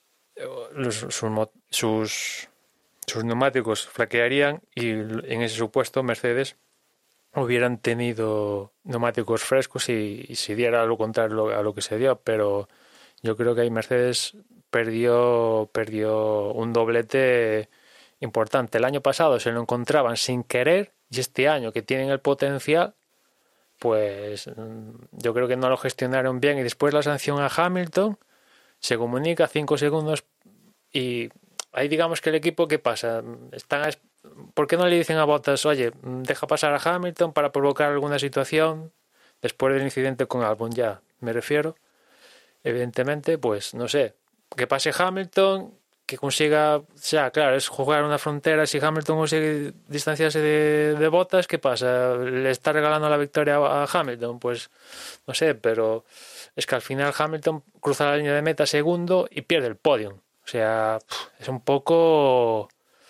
sus neumáticos flaquearían y en ese supuesto Mercedes hubieran tenido neumáticos frescos y se diera lo contrario a lo que se dio, pero yo creo que ahí Mercedes perdió un doblete importante. El año pasado se lo encontraban sin querer y este año que tienen el potencial, pues yo creo que no lo gestionaron bien, y después la sanción a Hamilton se comunica 5 segundos y ahí digamos que el equipo, ¿qué pasa? ¿Por qué no le dicen a Bottas, oye, deja pasar a Hamilton para provocar alguna situación después del incidente con Albon? Ya me refiero, evidentemente, pues no sé, que pase Hamilton, que consiga, o sea, claro, es jugar una frontera. Si Hamilton consigue distanciarse de Bottas, ¿qué pasa? ¿Le está regalando la victoria a Hamilton? Pues no sé, pero es que al final Hamilton cruza la línea de meta segundo y pierde el podio. O sea, es un poco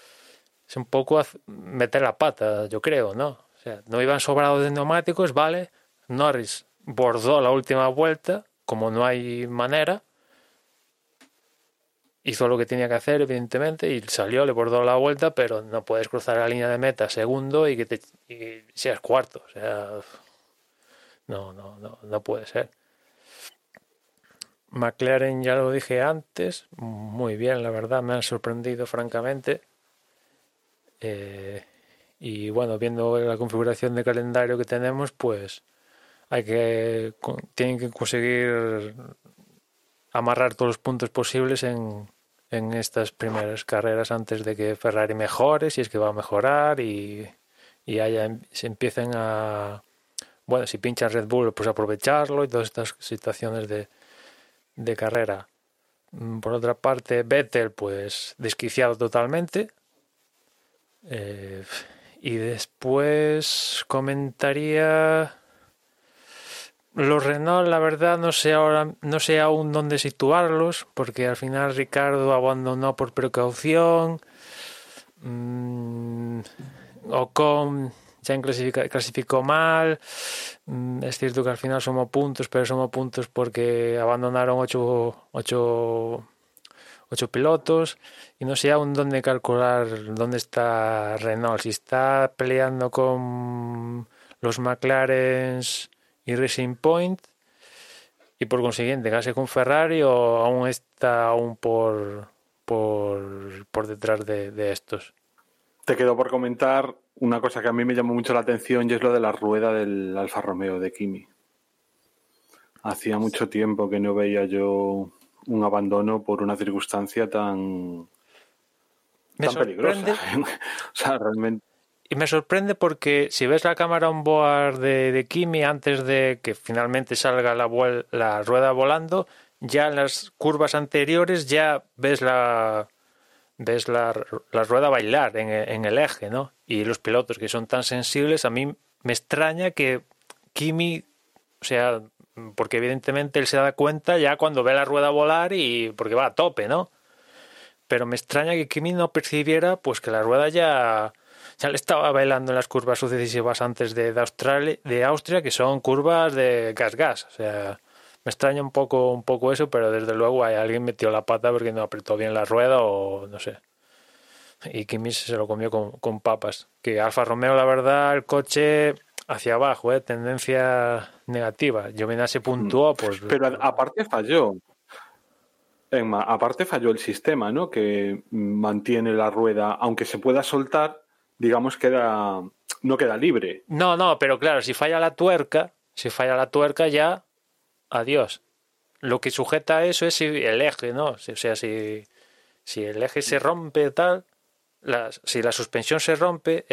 meter la pata, yo creo, ¿no? O sea, no iban sobrados de neumáticos, vale. Norris bordó la última vuelta, como no hay manera. Hizo lo que tenía que hacer, evidentemente, y salió, le bordó la vuelta, pero no puedes cruzar la línea de meta segundo y seas cuarto. O sea, no puede ser. McLaren, ya lo dije antes, muy bien, la verdad, me han sorprendido francamente. Y bueno, viendo la configuración de calendario que tenemos, pues tienen que conseguir amarrar todos los puntos posibles en estas primeras carreras antes de que Ferrari mejore, si es que va a mejorar, y se empiecen a, bueno, si pinchan Red Bull, pues aprovecharlo, y todas estas situaciones de carrera. Por otra parte, Vettel, pues desquiciado totalmente. Y después comentaría los Renault, la verdad no sé aún dónde situarlos, porque al final Ricardo abandonó por precaución. Ocon ya clasificó mal. Es cierto que al final somos puntos, pero somos puntos porque abandonaron ocho pilotos, y no sé aún dónde calcular dónde está Renault, si está peleando con los McLaren y Racing Point y por consiguiente casi con Ferrari, o aún está por detrás de estos. Te quedo por comentar una cosa que a mí me llamó mucho la atención, y es lo de la rueda del Alfa Romeo de Kimi. Hacía mucho tiempo que no veía yo un abandono por una circunstancia tan peligrosa. O sea, realmente. Y me sorprende porque si ves la cámara on board de Kimi antes de que finalmente salga la rueda volando, ya en las curvas anteriores ya ves la rueda bailar en el eje, ¿no? Y los pilotos que son tan sensibles, a mí me extraña que Kimi, o sea, porque evidentemente él se da cuenta ya cuando ve la rueda volar y porque va a tope, ¿no? Pero me extraña que Kimi no percibiera pues que la rueda ya le estaba bailando en las curvas sucesivas antes de Austria, que son curvas de gas. O sea, me extraña un poco eso, pero desde luego alguien metió la pata porque no apretó bien la rueda o no sé. Y Kimi se lo comió con papas. Que Alfa Romeo, la verdad, el coche hacia abajo, tendencia negativa. Giovinazzi puntuó, pues. Pero aparte falló. Aparte falló el sistema, ¿no? Que mantiene la rueda, aunque se pueda soltar, digamos que no queda libre. No, pero claro, si falla la tuerca ya, adiós. Lo que sujeta eso es el eje, ¿no? O sea, si el eje se rompe tal, si la suspensión se rompe,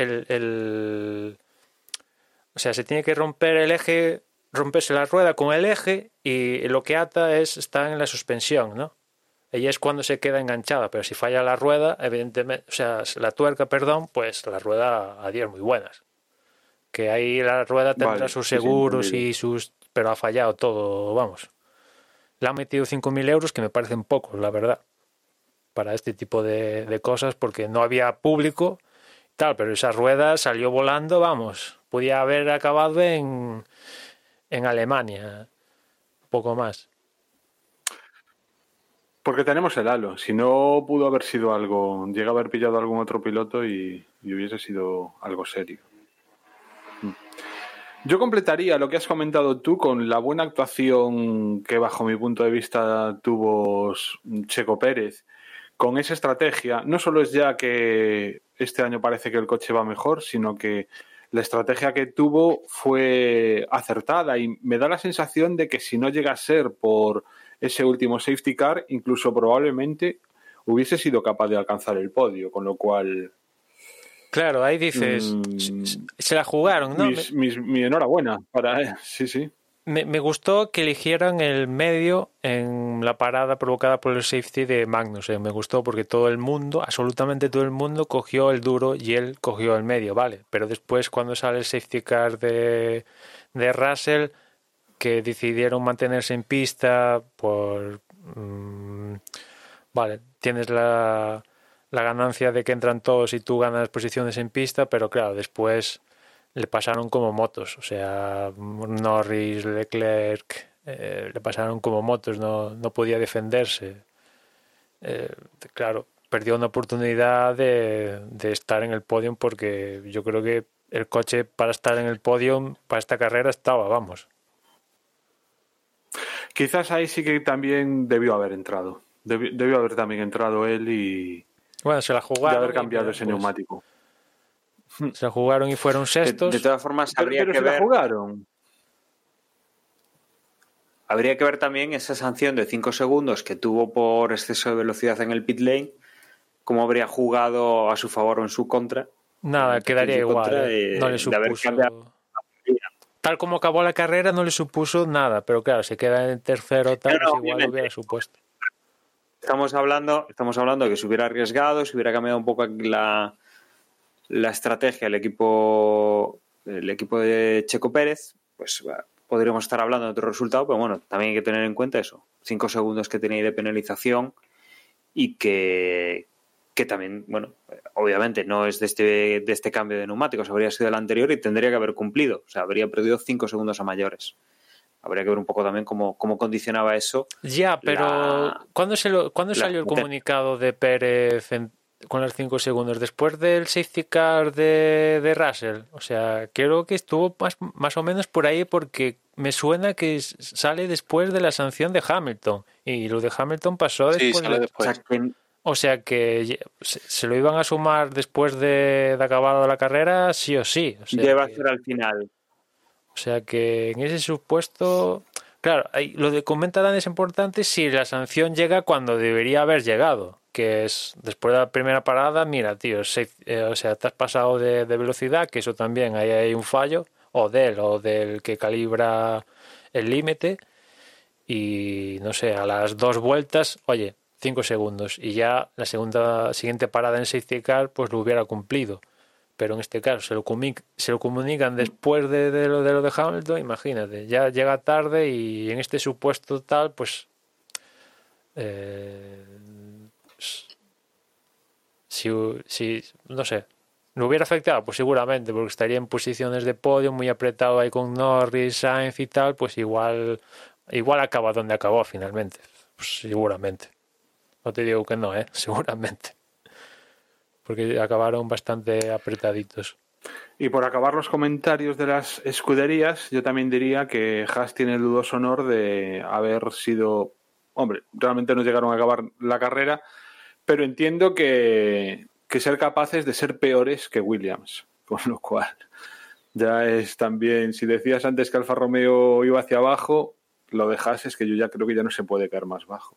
o sea, se tiene que romper el eje, romperse la rueda con el eje, y lo que ata está en la suspensión, ¿no? ella es cuando se queda enganchada, pero si falla la rueda, evidentemente, o sea, la tuerca, perdón, pues la rueda, adiós, muy buenas. Que ahí la rueda tendrá Vale, sus sí, seguros entendido. y sus... pero ha fallado todo, vamos. Le han metido 5.000 euros, que me parecen pocos, la verdad, para este tipo de cosas, porque no había público, tal, pero esa rueda salió volando, vamos, podía haber acabado en Alemania, poco más. Porque tenemos el halo. Si no, pudo haber sido algo. Llega a haber pillado a algún otro piloto y hubiese sido algo serio. Yo completaría lo que has comentado tú con la buena actuación que, bajo mi punto de vista, tuvo Checo Pérez. Con esa estrategia, no solo es ya que este año parece que el coche va mejor, sino que la estrategia que tuvo fue acertada y me da la sensación de que si no llega a ser por ese último safety car, incluso probablemente hubiese sido capaz de alcanzar el podio, con lo cual... Claro, ahí dices, se la jugaron, ¿no? Mi enhorabuena para... Sí, sí. Me gustó que eligieran el medio en la parada provocada por el safety de Magnussen. Me gustó porque todo el mundo, absolutamente todo el mundo, cogió el duro y él cogió el medio, ¿vale? Pero después cuando sale el safety car de Russell, que decidieron mantenerse en pista por... vale, tienes la ganancia de que entran todos y tú ganas posiciones en pista, pero claro, después le pasaron como motos, o sea, Norris, Leclerc, le pasaron como motos, no podía defenderse. Claro, perdió una oportunidad de estar en el podium porque yo creo que el coche para estar en el podium para esta carrera estaba, vamos. Quizás ahí sí que también debió haber entrado. Debió haber también entrado él y... Bueno, se la jugaron. De haber cambiado ese neumático. Se la jugaron y fueron sextos. De todas formas, habría pero que se ver... la jugaron. Habría que ver también esa sanción de 5 segundos que tuvo por exceso de velocidad en el pit lane, cómo habría jugado a su favor o en su contra. Nada, quedaría igual. Contra, no le supuso... Tal como acabó la carrera no le supuso nada, pero claro, se queda en tercero, tal, pues igual lo hubiera supuesto. Estamos hablando de que se hubiera arriesgado, se hubiera cambiado un poco la estrategia del equipo de Checo Pérez, pues podríamos estar hablando de otro resultado, pero bueno, también hay que tener en cuenta eso, 5 segundos que tenía de penalización y que también, bueno, obviamente no es de este cambio de neumáticos, habría sido el anterior y tendría que haber cumplido, o sea, habría perdido 5 segundos a mayores. Habría que ver un poco también cómo condicionaba eso. Ya, pero ¿cuándo salió el comunicado de Pérez con los 5 segundos? ¿Después del safety car de Russell? O sea, creo que estuvo más o menos por ahí porque me suena que sale después de la sanción de Hamilton. Y lo de Hamilton pasó después. Sí, sale después. O sea que se lo iban a sumar después de acabada la carrera, sí o sí. O sea debe ser al final. O sea que en ese supuesto, claro, lo de comenta Dan es importante si la sanción llega cuando debería haber llegado, que es después de la primera parada, mira, tío, o sea, te has pasado de velocidad, que eso también, ahí hay un fallo, o del que calibra el límite, y no sé, a las 2 vueltas, oye, 5 segundos, y ya la siguiente parada en safety car, pues lo hubiera cumplido. Pero en este caso se lo comunican después de lo de Hamilton, imagínate, ya llega tarde y en este supuesto tal, pues si no sé, ¿lo hubiera afectado? Pues seguramente, porque estaría en posiciones de podio, muy apretado ahí con Norris, Sainz y tal, pues igual acaba donde acabó finalmente, pues seguramente. No te digo que no, seguramente. Porque acabaron bastante apretaditos. Y por acabar los comentarios de las escuderías, yo también diría que Haas tiene el dudoso honor de haber sido... Hombre, realmente no llegaron a acabar la carrera, pero entiendo que ser capaces de ser peores que Williams. Con lo cual, ya es también... Si decías antes que Alfa Romeo iba hacia abajo, lo de Haas es que yo ya creo que ya no se puede caer más bajo.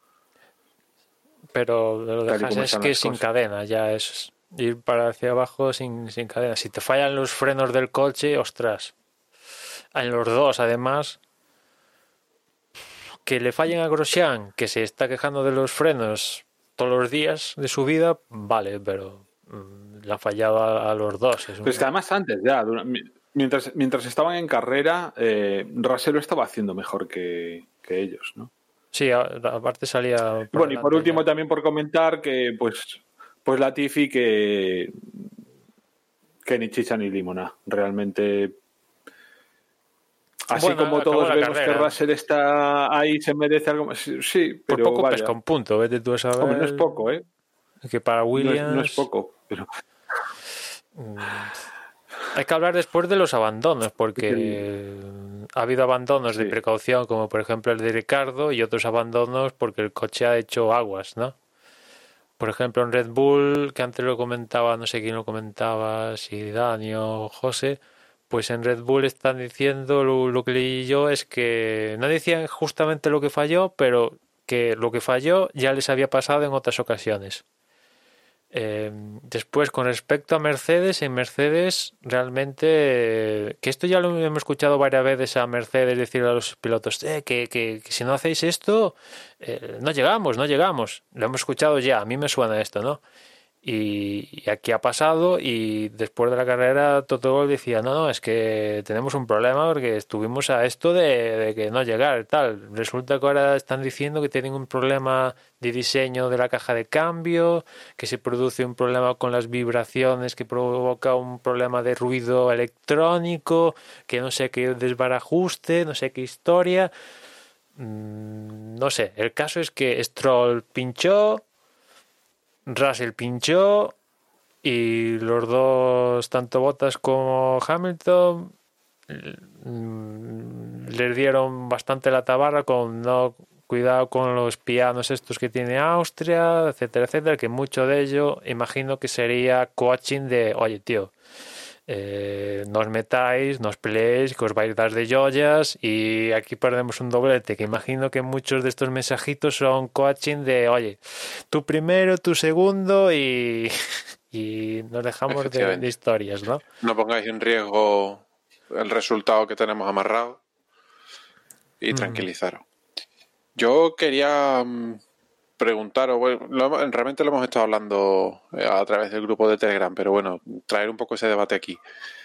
Pero lo dejas es que sin cadena, ya es ir para hacia abajo sin cadena. Si te fallan los frenos del coche, ostras. En los dos, además, Que le fallen a Grosjean, que se está quejando de los frenos todos los días de su vida, vale, pero le ha fallado a los dos. Pero es que además antes ya, mientras estaban en carrera, Russell lo estaba haciendo mejor que ellos, ¿no? Sí, aparte salía... Bueno, y por último ya, también por comentar que pues Latifi que ni chicha ni limona. Realmente, así bueno, como todos vemos carrera. que Russell está ahí, se merece algo más. Sí, pero por poco vaya. pesca un punto, vete tú a saber. Hombre, no es poco, ¿eh? Que para Williams... No es poco, pero... Hay que hablar después de los abandonos, porque ha habido abandonos de precaución, como por ejemplo el de Ricardo, y otros abandonos porque el coche ha hecho aguas, ¿no? Por ejemplo, en Red Bull, que antes lo comentaba, no sé quién lo comentaba, si Dani o José, pues en Red Bull están diciendo, lo que leí yo es que no decían justamente lo que falló, pero que lo que falló ya les había pasado en otras ocasiones. Después, con respecto a Mercedes, en Mercedes realmente, que esto ya lo hemos escuchado varias veces a Mercedes decirle a los pilotos, que si no hacéis esto, no llegamos. Lo hemos escuchado ya, a mí me suena esto, ¿no? Y aquí ha pasado, y después de la carrera Toto Wolff decía, no, es que tenemos un problema porque estuvimos a esto de que no llegar y tal. Resulta que ahora están diciendo que tienen un problema de diseño de la caja de cambio, que se produce un problema con las vibraciones que provoca un problema de ruido electrónico, que no sé qué desbarajuste, no sé qué historia. No sé, el caso es que Stroll pinchó, Russell pinchó y los dos, tanto Bottas como Hamilton, les dieron bastante la tabarra con no cuidado con los pianos estos que tiene Austria, etcétera, etcétera, que mucho de ello imagino que sería coaching de, oye tío, no os metáis, no os peleéis, que os vais a dar de joyas y aquí perdemos un doblete, que imagino que muchos de estos mensajitos son coaching de, oye, tú primero, tú segundo y nos dejamos de historias, ¿no? No pongáis en riesgo el resultado que tenemos amarrado y tranquilizaros. Yo quería preguntaros, bueno, realmente lo hemos estado hablando a través del grupo de Telegram, pero bueno, traer un poco ese debate aquí.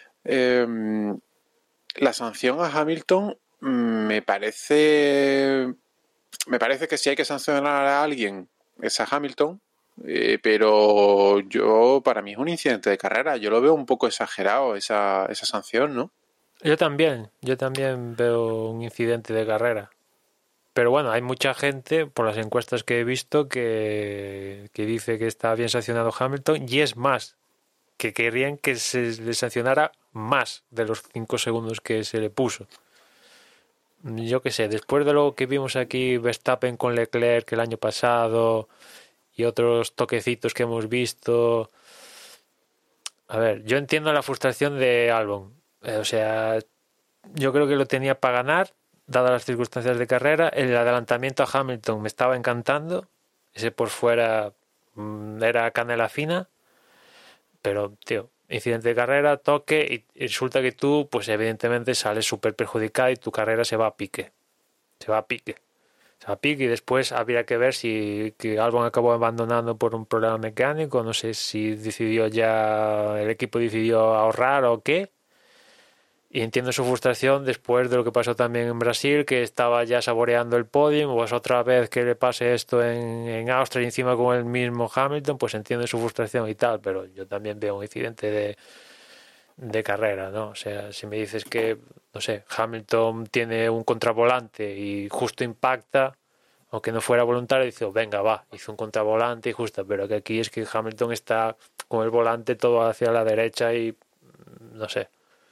La sanción a Hamilton me parece que si hay que sancionar a alguien es a Hamilton, pero para mí es un incidente de carrera. Yo lo veo un poco exagerado esa sanción, ¿no? Yo también veo un incidente de carrera. Pero bueno, hay mucha gente, por las encuestas que he visto, que dice que está bien sancionado Hamilton, y es más, que querrían que se le sancionara más de los 5 segundos que se le puso. Yo qué sé, después de lo que vimos aquí, Verstappen con Leclerc el año pasado y otros toquecitos que hemos visto... A ver, yo entiendo la frustración de Albon. O sea, yo creo que lo tenía para ganar, dadas las circunstancias de carrera. El adelantamiento a Hamilton me estaba encantando. Ese por fuera era canela fina. Pero, tío, incidente de carrera, toque, y resulta que tú, pues evidentemente sales súper perjudicado y tu carrera se va a pique. Se va a pique y después habría que ver si que Albon acabó abandonando por un problema mecánico. No sé si el equipo decidió ahorrar o qué. Y entiendo su frustración después de lo que pasó también en Brasil, que estaba ya saboreando el podium, pues otra vez que le pase esto en Austria y encima con el mismo Hamilton, pues entiendo su frustración y tal, pero yo también veo un incidente de carrera, ¿no? O sea, si me dices que, no sé, Hamilton tiene un contravolante y justo impacta, aunque no fuera voluntario, dice, venga, va, hizo un contravolante y justo, pero que aquí es que Hamilton está con el volante todo hacia la derecha y no sé.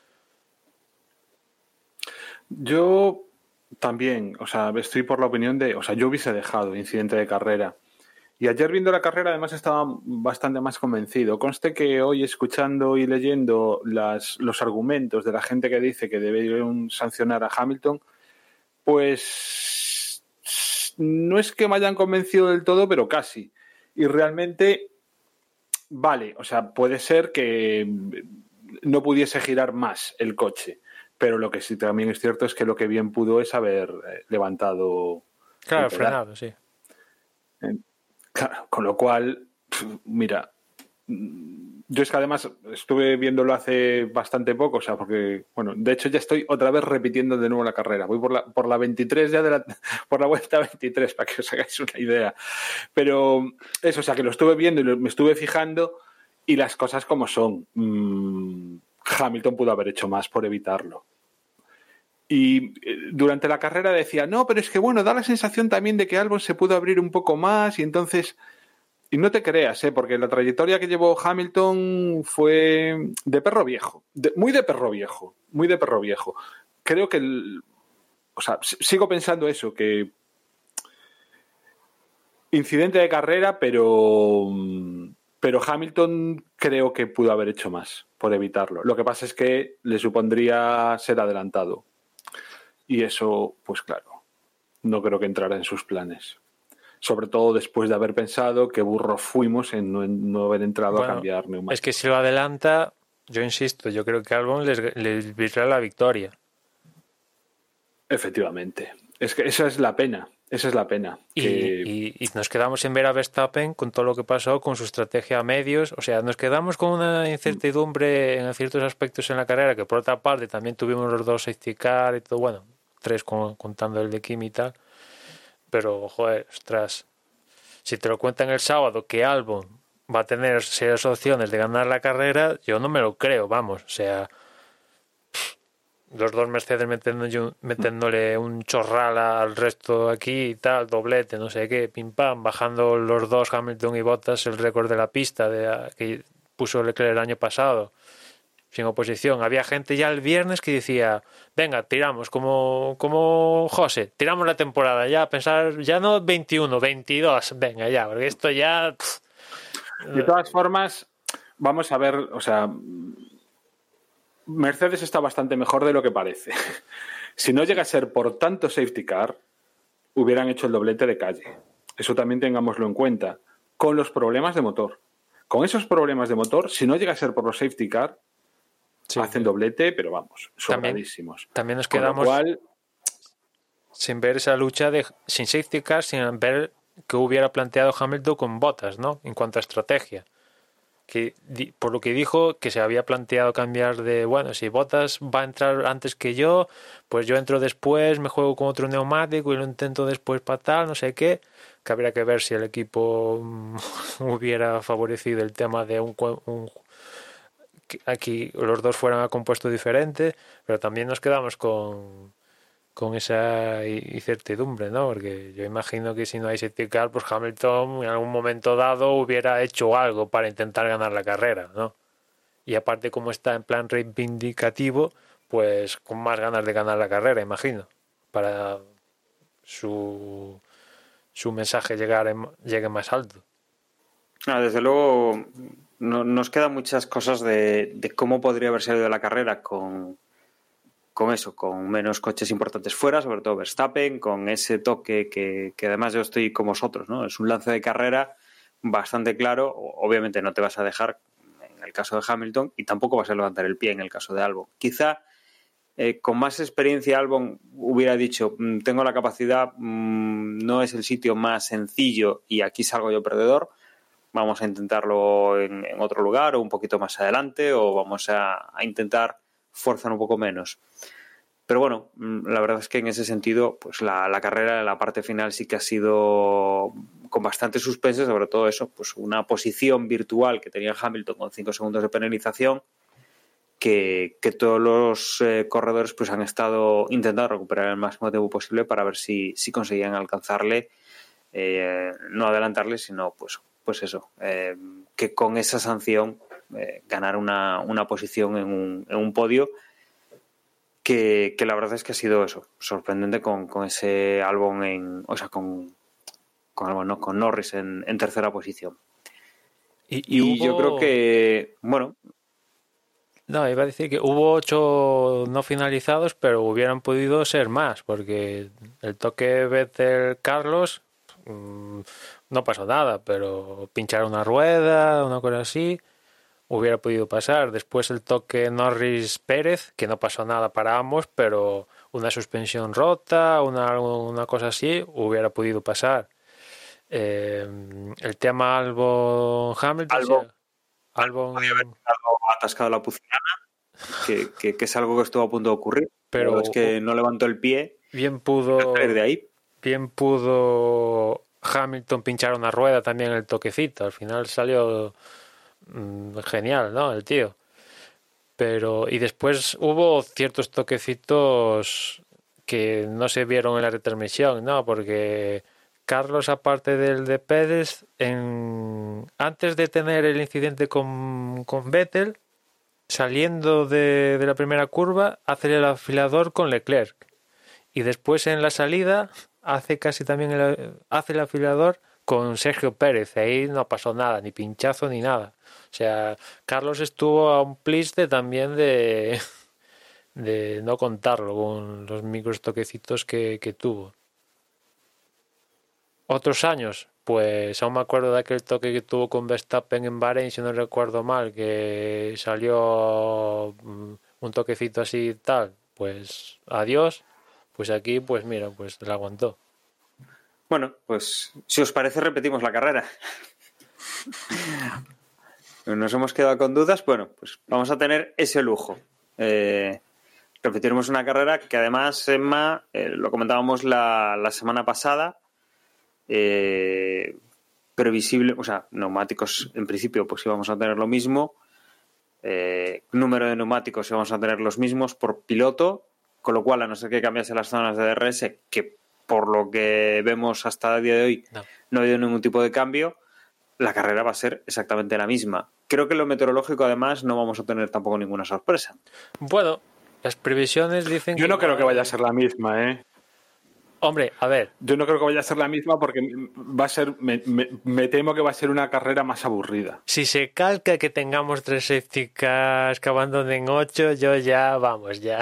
Yo también, o sea, estoy por la opinión de, o sea, yo hubiese dejado incidente de carrera. Y ayer viendo la carrera además estaba bastante más convencido. Conste que hoy escuchando y leyendo los argumentos de la gente que dice que deberían sancionar a Hamilton, pues no es que me hayan convencido del todo, pero casi. Y realmente, vale, o sea, puede ser que no pudiese girar más el coche. Pero lo que sí también es cierto es que lo que bien pudo es haber levantado Claro, sin pedal. frenado, sí. Claro, con lo cual, mira, yo es que además estuve viéndolo hace bastante poco, o sea, porque, bueno, de hecho ya estoy otra vez repitiendo de nuevo la carrera. Voy por la 23 ya por la vuelta 23, para que os hagáis una idea. Pero eso, o sea, que lo estuve viendo y me estuve fijando y las cosas como son. Hamilton pudo haber hecho más por evitarlo. Y durante la carrera decía, no, pero es que bueno, da la sensación también de que Albon se pudo abrir un poco más y entonces... Y no te creas, porque la trayectoria que llevó Hamilton fue de perro viejo, muy de perro viejo, muy de perro viejo. Creo que, o sea, sigo pensando eso, que incidente de carrera, pero Hamilton creo que pudo haber hecho más por evitarlo. Lo que pasa es que le supondría ser adelantado. Y eso, pues claro, no creo que entrara en sus planes. Sobre todo después de haber pensado que burros fuimos en no haber entrado a cambiar neumáticos. Es que si lo adelanta, yo insisto, yo creo que Albon les virá la victoria. Efectivamente. Es que esa es la pena. Esa es la pena. Y nos quedamos sin ver a Verstappen con todo lo que pasó, con su estrategia a medios. O sea, nos quedamos con una incertidumbre en ciertos aspectos en la carrera, que por otra parte también tuvimos los dos safety car y todo, bueno, 3 contando el de Kimi y tal. Pero, joder, ostras, si te lo cuentan el sábado que Albon va a tener serias opciones de ganar la carrera, yo no me lo creo, vamos. O sea, los dos Mercedes metiéndole un chorral al resto aquí y tal, doblete, no sé qué, pim pam, bajando los dos Hamilton y Bottas el récord de la pista que puso Leclerc el año pasado. Sin oposición. Había gente ya el viernes que decía, venga, tiramos como José, tiramos la temporada ya, pensar ya no 21, 22, venga ya, porque esto ya... De todas formas, vamos a ver, o sea, Mercedes está bastante mejor de lo que parece. Si no llega a ser por tanto safety car, hubieran hecho el doblete de calle. Eso también tengámoslo en cuenta. Con los problemas de motor. Con esos problemas de motor, si no llega a ser por los safety car, sí, hacen doblete, pero vamos, sobradísimos. También nos quedamos sin ver esa lucha sin safety car, sin ver que hubiera planteado Hamilton con Bottas, ¿no? En cuanto a estrategia. Que por lo que dijo, que se había planteado cambiar de, bueno, si Bottas va a entrar antes que yo, pues yo entro después, me juego con otro neumático y lo intento después para tal, no sé qué. Que habría que ver si el equipo hubiera favorecido el tema de aquí los dos fueran a compuesto diferente, pero también nos quedamos con esa incertidumbre, ¿no? Porque yo imagino que si no hay safety car, pues Hamilton en algún momento dado hubiera hecho algo para intentar ganar la carrera, ¿no? Y aparte, como está en plan reivindicativo, pues con más ganas de ganar la carrera, imagino, para su mensaje llegue más alto. Desde luego, nos quedan muchas cosas de cómo podría haber salido la carrera con eso, con menos coches importantes fuera, sobre todo Verstappen, con ese toque que además yo estoy con vosotros, ¿no? Es un lance de carrera bastante claro. Obviamente no te vas a dejar en el caso de Hamilton y tampoco vas a levantar el pie en el caso de Albon. Quizá con más experiencia Albon hubiera dicho, tengo la capacidad, no es el sitio más sencillo y aquí salgo yo perdedor, vamos a intentarlo en otro lugar o un poquito más adelante, o vamos a intentar forzar un poco menos. Pero bueno, la verdad es que en ese sentido, pues la carrera en la parte final sí que ha sido con bastante suspense, sobre todo eso, pues una posición virtual que tenía Hamilton con 5 segundos de penalización, que todos los corredores pues han estado intentando recuperar el máximo tiempo posible para ver si conseguían alcanzarle, no adelantarle, sino pues eso, que con esa sanción ganar una posición en un podio que la verdad es que ha sido eso, sorprendente con ese Albon con Norris en tercera posición. Y yo creo que, bueno... No, iba a decir que hubo 8 no finalizados, pero hubieran podido ser más, porque el toque Vettel-Carlos no pasó nada, pero pinchar una rueda, una cosa así, hubiera podido pasar. Después el toque Norris-Pérez, que no pasó nada para ambos, pero una suspensión rota, una cosa así, hubiera podido pasar. El tema Albon-Hamilton. Albon podría haber quedado atascado la pucelana, que es algo que estuvo a punto de ocurrir. Pero es que no levantó el pie. Bien pudo de ahí. Bien pudo Hamilton pinchar una rueda también en el toquecito. Al final salió genial, ¿no? El tío. Y después hubo ciertos toquecitos que no se vieron en la retransmisión, ¿no? Porque Carlos, aparte del de Pérez, antes de tener el incidente con Vettel, saliendo de la primera curva, hace el afilador con Leclerc. Y después en la salida hace casi también hace el afilador con Sergio Pérez. Ahí no pasó nada, ni pinchazo ni nada. O sea, Carlos estuvo a un plis también de no contarlo con los micros toquecitos que tuvo. Otros años, pues aún me acuerdo de aquel toque que tuvo con Verstappen en Bahrein, si no recuerdo mal, que salió un toquecito así y tal. Pues adiós. Pues aquí, pues mira, pues la aguantó. Bueno, pues si os parece repetimos la carrera. Nos hemos quedado con dudas. Bueno, pues vamos a tener ese lujo. Repetiremos una carrera que además, Emma, lo comentábamos la semana pasada, previsible, o sea, neumáticos en principio pues íbamos a tener lo mismo, número de neumáticos íbamos a tener los mismos por piloto, con lo cual a no ser que cambiase las zonas de DRS, que por lo que vemos hasta el día de hoy no ha habido ningún tipo de cambio, la carrera va a ser exactamente la misma. Creo que en lo meteorológico además no vamos a tener tampoco ninguna sorpresa. Bueno, las previsiones dicen Yo no creo que vaya a ser la misma, ¿eh? Hombre, a ver. Yo no creo que vaya a ser la misma porque va a ser, me temo que va a ser una carrera más aburrida. Si se calca que tengamos 3 safety cars que abandonen 8, yo ya, vamos, ya.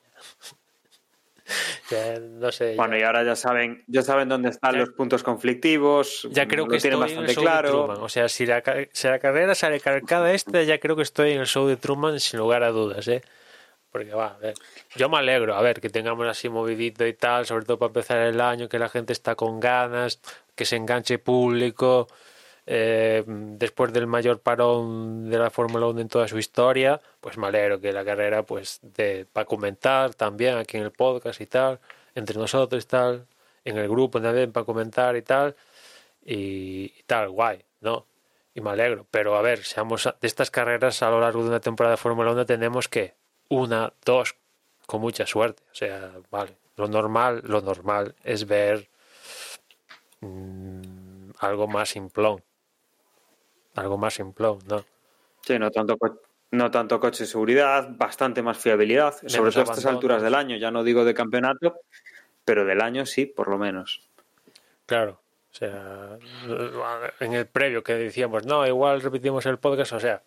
Ya, no sé. Bueno, y ahora ya saben dónde están los puntos conflictivos. Ya creo que tienen estoy bastante en el show claro. de Truman. O sea, si la carrera sale calcada ya creo que estoy en el show de Truman sin lugar a dudas, ¿eh? Porque va, a ver, yo me alegro, a ver, que tengamos así movidito y tal, sobre todo para empezar el año, que la gente está con ganas, que se enganche público, después del mayor parón de la Fórmula 1 en toda su historia, pues me alegro que la carrera, pues, para comentar también aquí en el podcast y tal, entre nosotros y tal, en el grupo también para comentar y tal, guay, ¿no? Y me alegro, pero a ver, seamos de estas carreras a lo largo de una temporada de Fórmula 1 tenemos que 1, 2, con mucha suerte. O sea, vale. Lo normal es ver algo más simplón. Algo más simplón, ¿no? Sí, no tanto coche de seguridad, bastante más fiabilidad, sobre todo a estas alturas del año. Ya no digo de campeonato, pero del año sí, por lo menos. Claro. O sea, en el previo que decíamos, no, igual repetimos el podcast, o sea,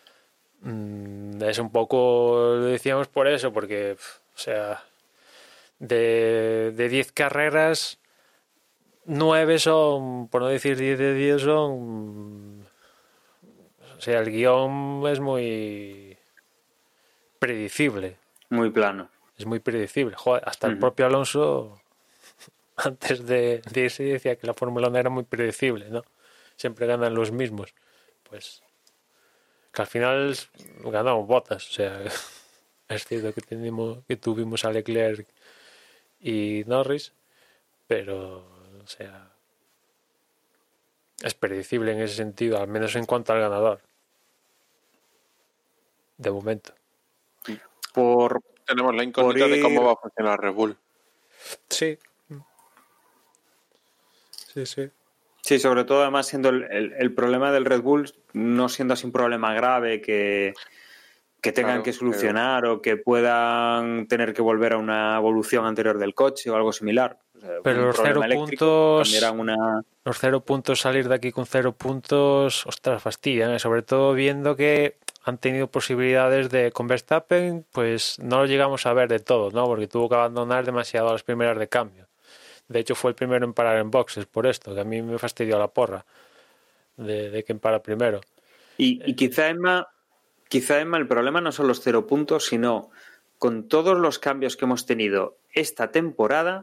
es un poco, lo decíamos por eso, porque, o sea, de 10 carreras, 9 son, por no decir 10 de 10 son, o sea, el guión es muy predecible. Muy plano. Es muy predecible. Joder, hasta el propio Alonso, antes de irse, decía que la Fórmula 1 era muy predecible, ¿no? Siempre ganan los mismos. Pues que al final ganamos Bottas, o sea, es cierto que tuvimos a Leclerc y Norris, pero, o sea, es predecible en ese sentido, al menos en cuanto al ganador, de momento. Tenemos la incógnita de cómo va a funcionar Red Bull. Sí. Sí, sobre todo además siendo el problema del Red Bull no siendo así un problema grave que tengan que solucionar o que puedan tener que volver a una evolución anterior del coche o algo similar. O sea, pero los 0 puntos, los 0 puntos, salir de aquí con 0 puntos, ostras, fastidian, sobre todo viendo que han tenido posibilidades con Verstappen, pues no lo llegamos a ver de todo, ¿no? Porque tuvo que abandonar demasiado a las primeras de cambio. De hecho, fue el primero en parar en boxes por esto, que a mí me fastidió la porra de quien para primero. Y quizá, Emma, el problema no son los 0 puntos, sino con todos los cambios que hemos tenido esta temporada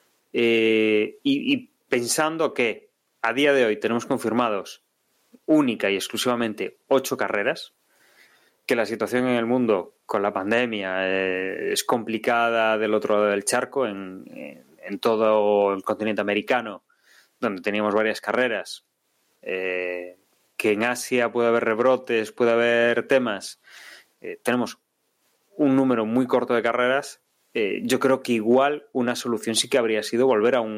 y pensando que a día de hoy tenemos confirmados única y exclusivamente 8 carreras, que la situación en el mundo con la pandemia es complicada del otro lado del charco, en todo el continente americano, donde teníamos varias carreras, que en Asia puede haber rebrotes, puede haber temas, tenemos un número muy corto de carreras. Yo creo que igual una solución sí que habría sido volver a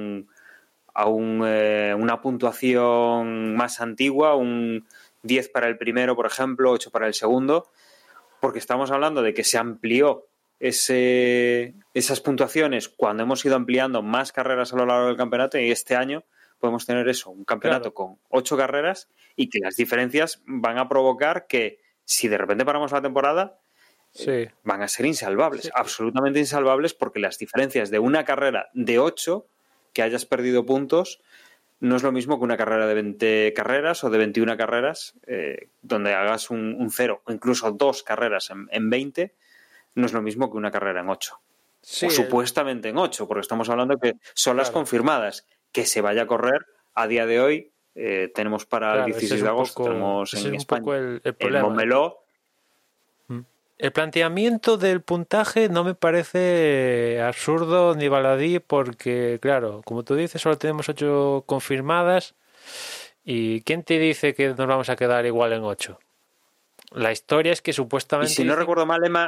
una puntuación más antigua, un 10 para el primero, por ejemplo, 8 para el segundo, porque estamos hablando de que se amplió esas puntuaciones cuando hemos ido ampliando más carreras a lo largo del campeonato, y este año podemos tener eso, un campeonato con 8 carreras, y que las diferencias van a provocar que si de repente paramos la temporada, van a ser insalvables, absolutamente insalvables, porque las diferencias de una carrera de 8 que hayas perdido puntos no es lo mismo que una carrera de 20 carreras o de 21 carreras, donde hagas un 0 o incluso 2 carreras en 20, no es lo mismo que una carrera en 8. O supuestamente en 8, porque estamos hablando que son las confirmadas. Que se vaya a correr a día de hoy, tenemos para el 16 de agosto, tenemos en España el Montmeló. El planteamiento del puntaje no me parece absurdo ni baladí, porque, claro, como tú dices, solo tenemos 8 confirmadas. ¿Y quién te dice que nos vamos a quedar igual en 8? La historia es que supuestamente... Y si no recuerdo mal, Emma...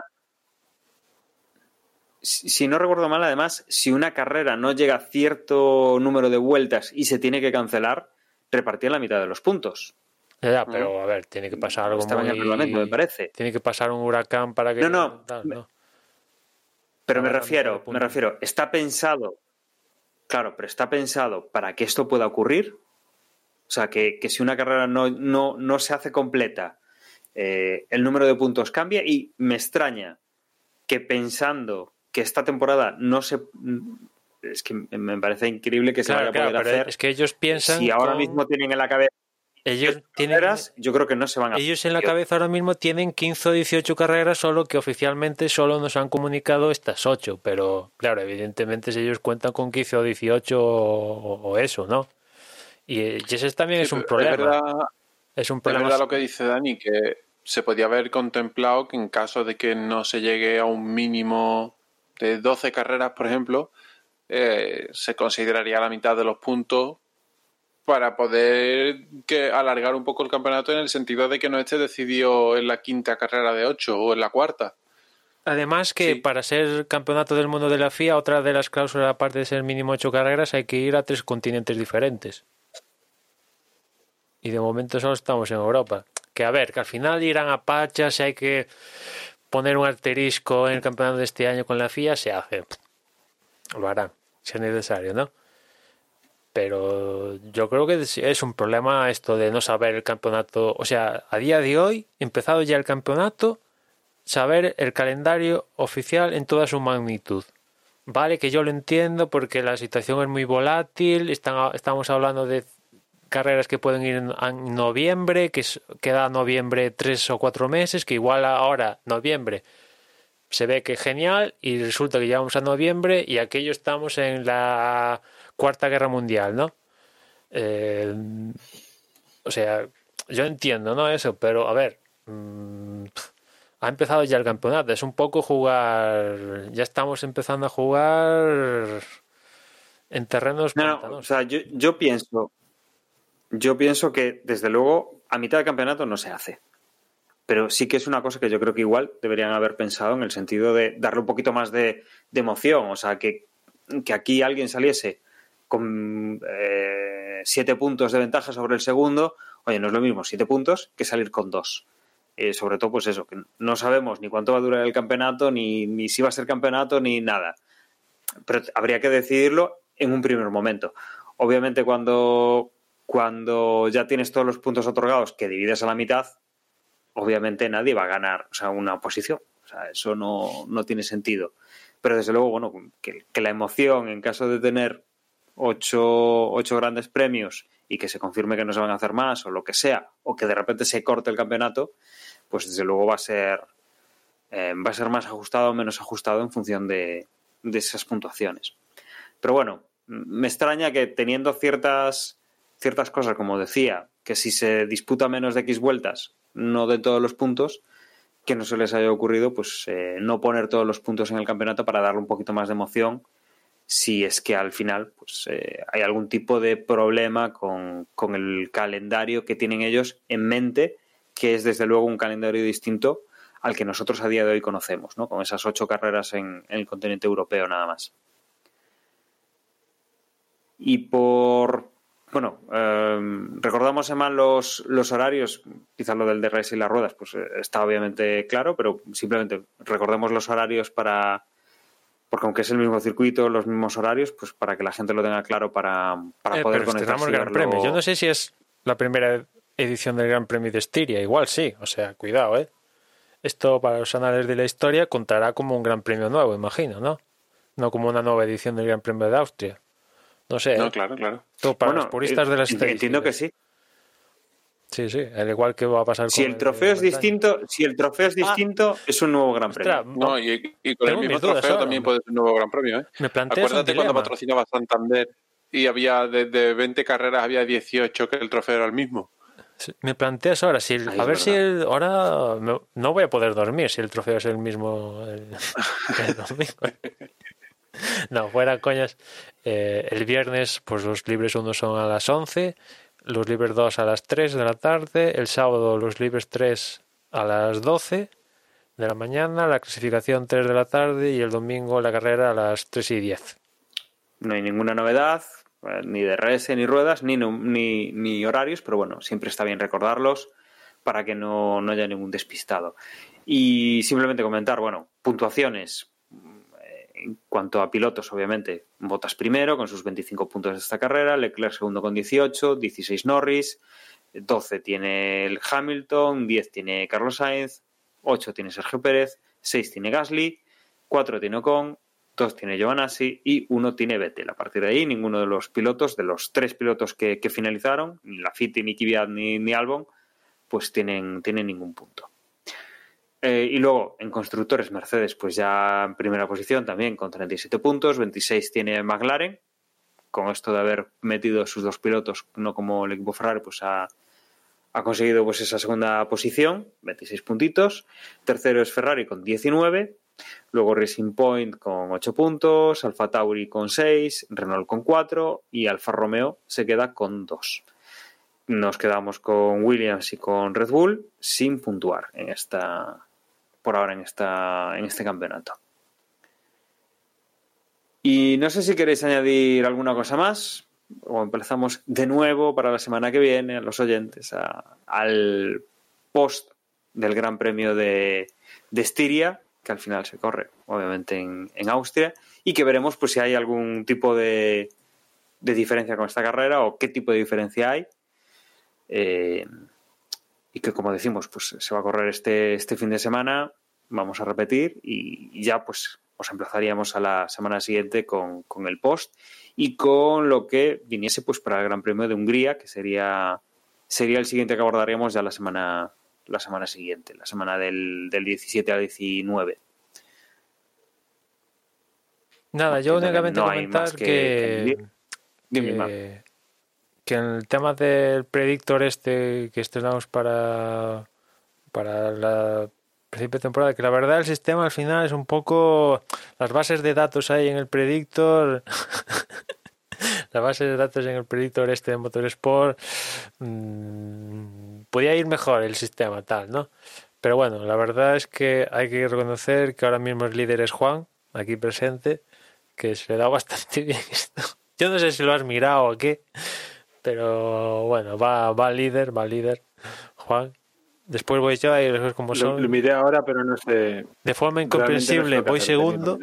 Si no recuerdo mal, además, si una carrera no llega a cierto número de vueltas y se tiene que cancelar, repartir la mitad de los puntos. Ya, pero a ver, tiene que pasar algo Estaba en el reglamento, me parece. Tiene que pasar un huracán para que... No. Pero me refiero, está pensado... Claro, pero está pensado para que esto pueda ocurrir. O sea, que si una carrera no se hace completa, el número de puntos cambia, y me extraña que pensando que esta temporada no se... Es que me parece increíble que se vaya a poder hacer. Es que ellos piensan... Si ahora mismo tienen en la cabeza... Ellos tienen... carreras, yo creo que no se van a... Ellos en la cabeza ahora mismo tienen 15 o 18 carreras, solo que oficialmente solo nos han comunicado estas 8. Pero, claro, evidentemente si ellos cuentan con 15 o 18 o eso, ¿no? Y ese también es un problema. Es un problema. Es verdad lo que dice Dani, que se podía haber contemplado que en caso de que no se llegue a un mínimo de 12 carreras, por ejemplo, se consideraría la mitad de los puntos para poder alargar un poco el campeonato, en el sentido de que no esté decidido en la quinta carrera de 8 o en la cuarta. Además que para ser campeonato del mundo de la FIA, otra de las cláusulas, aparte de ser mínimo 8 carreras, hay que ir a 3 continentes diferentes. Y de momento solo estamos en Europa. Que a ver, que al final irán a pachas, si hay que poner un asterisco en el campeonato de este año con la FIA, se hace. Lo harán, si es necesario, ¿no? Pero yo creo que es un problema esto de no saber el campeonato. O sea, a día de hoy, empezado ya el campeonato, saber el calendario oficial en toda su magnitud. Vale, que yo lo entiendo porque la situación es muy volátil, estamos hablando de carreras que pueden ir en noviembre, que queda noviembre 3 o 4 meses, que igual ahora noviembre se ve que genial y resulta que llegamos a noviembre y aquello estamos en la Cuarta Guerra Mundial, ¿no? O sea, yo entiendo, ¿no? Eso, pero a ver, ha empezado ya el campeonato, es un poco jugar, ya estamos empezando a jugar en terrenos pantanosos. O sea, yo pienso que, desde luego, a mitad del campeonato no se hace. Pero sí que es una cosa que yo creo que igual deberían haber pensado, en el sentido de darle un poquito más de emoción. O sea, que aquí alguien saliese con 7 puntos de ventaja sobre el segundo. Oye, no es lo mismo 7 puntos que salir con 2. Sobre todo, pues eso, que no sabemos ni cuánto va a durar el campeonato, ni si va a ser campeonato, ni nada. Pero habría que decidirlo en un primer momento. Obviamente, cuando ya tienes todos los puntos otorgados, que divides a la mitad, obviamente nadie va a ganar, o sea, una posición. O sea, eso no tiene sentido. Pero desde luego, bueno, que la emoción, en caso de tener 8 grandes premios y que se confirme que no se van a hacer más o lo que sea, o que de repente se corte el campeonato, pues desde luego va a ser más ajustado o menos ajustado en función de de esas puntuaciones. Pero bueno, me extraña que teniendo ciertas cosas, como decía, que si se disputa menos de X vueltas, no de todos los puntos, que no se les haya ocurrido pues no poner todos los puntos en el campeonato para darle un poquito más de emoción, si es que al final pues hay algún tipo de problema con el calendario que tienen ellos en mente, que es desde luego un calendario distinto al que nosotros a día de hoy conocemos, ¿no? Con esas 8 carreras en el continente europeo nada más. Y recordamos además los horarios, quizás lo del DRS y las ruedas, pues está obviamente claro, pero simplemente recordemos los horarios porque aunque es el mismo circuito, los mismos horarios, pues para que la gente lo tenga claro para poder pero conectarse. Gran Premio. Yo no sé si es la primera edición del Gran Premio de Estiria, igual sí, o sea, cuidado, Esto para los anales de la historia contará como un Gran Premio nuevo, imagino, ¿no? No como una nueva edición del Gran Premio de Austria. No sé. No, claro. Todo para los puristas de las estadísticas. Entiendo que sí. Sí, al igual que va a pasar si el trofeo es distinto, es un nuevo Gran Premio. No, y con el mismo trofeo también puede ser un nuevo Gran Premio, Me planteo Acuérdate cuando patrocinaba Santander y había de 20 carreras había 18 que el trofeo era el mismo. Me planteas ahora ahora no voy a poder dormir si el trofeo es el mismo el domingo. No, fuera coñas. El viernes pues los libres 1 son a las 11, los libres 2 a las 3 de la tarde, el sábado los libres 3 a las 12 de la mañana, la clasificación 3 de la tarde y el domingo la carrera a las 3:10. No hay ninguna novedad, ni de DRS ni ruedas, ni horarios, pero bueno, siempre está bien recordarlos para que no haya ningún despistado. Y simplemente comentar, puntuaciones. En cuanto a pilotos, obviamente, Bottas primero con sus 25 puntos de esta carrera, Leclerc segundo con 18, 16 Norris, 12 tiene el Hamilton, 10 tiene Carlos Sainz, 8 tiene Sergio Pérez, 6 tiene Gasly, 4 tiene Ocon, 2 tiene Giovanazzi y 1 tiene Vettel. A partir de ahí, ninguno de los pilotos, de los 3 pilotos que finalizaron, ni Latifi, ni Kvyat, ni Albon, pues tienen ningún punto. Y luego, en constructores, Mercedes, pues ya en primera posición también con 37 puntos, 26 tiene McLaren, con esto de haber metido sus 2 pilotos, no como el equipo Ferrari, pues ha conseguido pues esa segunda posición, 26 puntitos. Tercero es Ferrari con 19, luego Racing Point con 8 puntos, Alfa Tauri con 6, Renault con 4 y Alfa Romeo se queda con 2. Nos quedamos con Williams y con Red Bull sin puntuar por ahora en este campeonato. Y no sé si queréis añadir alguna cosa más o empezamos de nuevo para la semana que viene a los oyentes al post del Gran Premio de Estiria, que al final se corre obviamente en Austria, y que veremos pues si hay algún tipo de diferencia con esta carrera o qué tipo de diferencia hay. Y que, como decimos, pues se va a correr este fin de semana, vamos a repetir y ya pues os emplazaríamos a la semana siguiente con el post y con lo que viniese pues para el Gran Premio de Hungría, que sería el siguiente que abordaríamos ya la semana siguiente, la semana del 17 al 19. Nada, yo únicamente no comentar que en el tema del predictor que estrenamos para la principio de temporada, que la verdad el sistema al final es un poco las bases de datos ahí en el predictor las bases de datos en el predictor de Motorsport podía ir mejor el sistema tal, ¿no? Pero bueno, la verdad es que hay que reconocer que ahora mismo el líder es Juan, aquí presente, que se le da bastante bien esto. Yo no sé si lo has mirado o qué, pero bueno, va líder, Juan. Después voy yo y después como son. Lo miré ahora, pero no sé. De forma incomprensible voy segundo,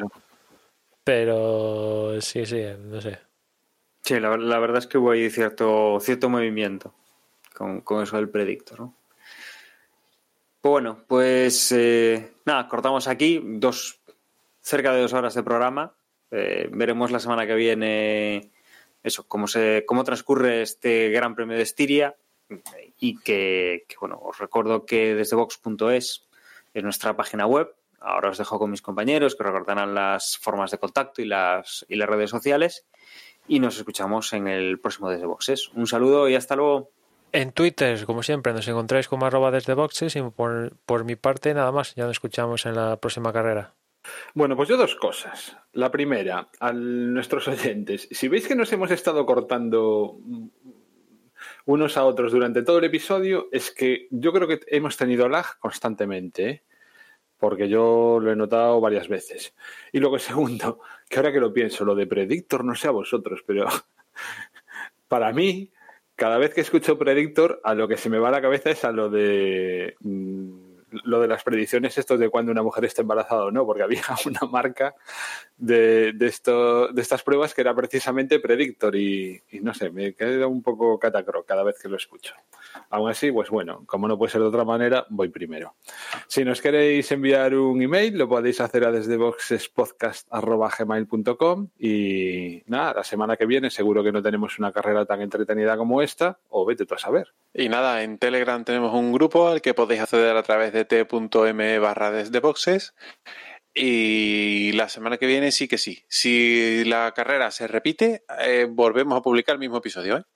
pero sí, no sé. Sí, la verdad es que hubo ahí cierto movimiento con eso del predictor, ¿no? Pues bueno, pues nada, cortamos aquí cerca de 2 horas de programa. Veremos la semana que viene eso, cómo transcurre este Gran Premio de Estiria y que bueno, os recuerdo que desde Vox.es es nuestra página web, ahora os dejo con mis compañeros que recordarán las formas de contacto y las redes sociales. Y nos escuchamos en el próximo Desde Boxes. Un saludo y hasta luego. En Twitter, como siempre, nos encontráis como @desdeboxes y por mi parte nada más. Ya nos escuchamos en la próxima carrera. Bueno, pues yo 2 cosas. La primera, a nuestros oyentes. Si veis que nos hemos estado cortando unos a otros durante todo el episodio, es que yo creo que hemos tenido lag constantemente, ¿eh? Porque yo lo he notado varias veces. Y luego, segundo, que ahora que lo pienso, lo de Predictor, no sé a vosotros, pero para mí, cada vez que escucho Predictor, a lo que se me va a la cabeza es a lo de las predicciones estos de cuando una mujer está embarazada o no, porque había una marca de estas pruebas que era precisamente Predictor y no sé, me queda un poco catacroc cada vez que lo escucho. Aún así, pues bueno, como no puede ser de otra manera, voy primero. Si nos queréis enviar un email, lo podéis hacer a desdeboxespodcast@gmail.com y nada, la semana que viene seguro que no tenemos una carrera tan entretenida como esta, o vete tú a saber. Y nada, en Telegram tenemos un grupo al que podéis acceder a través de t.m/desdeboxes. Y la semana que viene sí que sí. Si la carrera se repite, volvemos a publicar el mismo episodio, ¿eh?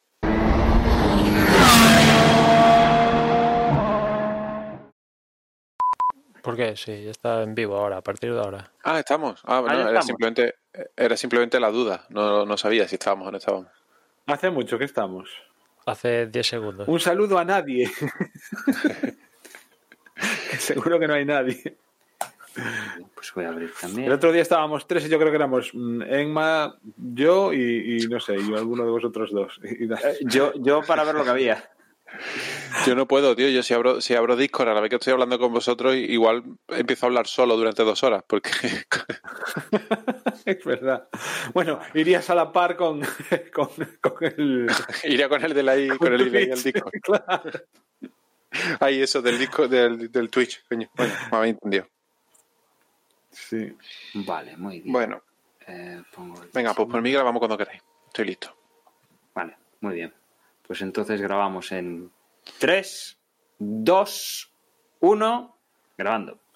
¿Por qué? Sí, ya está en vivo ahora, a partir de ahora. Ah, estamos. Ah, bueno, ya estamos. Era simplemente la duda. No sabía si estábamos o no estábamos. Hace mucho que estamos. Hace 10 segundos. Un saludo a nadie. Que seguro que no hay nadie. Pues voy a abrir también. El otro día estábamos 3 y yo creo que éramos Enma, yo y no sé, y alguno de vosotros 2. Yo para ver lo que había. Yo no puedo, tío. Yo si abro Discord a la vez que estoy hablando con vosotros, igual empiezo a hablar solo durante 2 horas, porque... Es verdad. Bueno, irías a la par con el... Iría con el del ahí, con el delay del Discord. Claro. Ahí eso, del Discord, del Twitch, coño. Bueno, me habéis entendido. Sí. Vale, muy bien. Bueno, venga, pues por mí grabamos cuando queráis. Estoy listo. Vale, muy bien. Pues entonces grabamos en 3, 2, 1, grabando.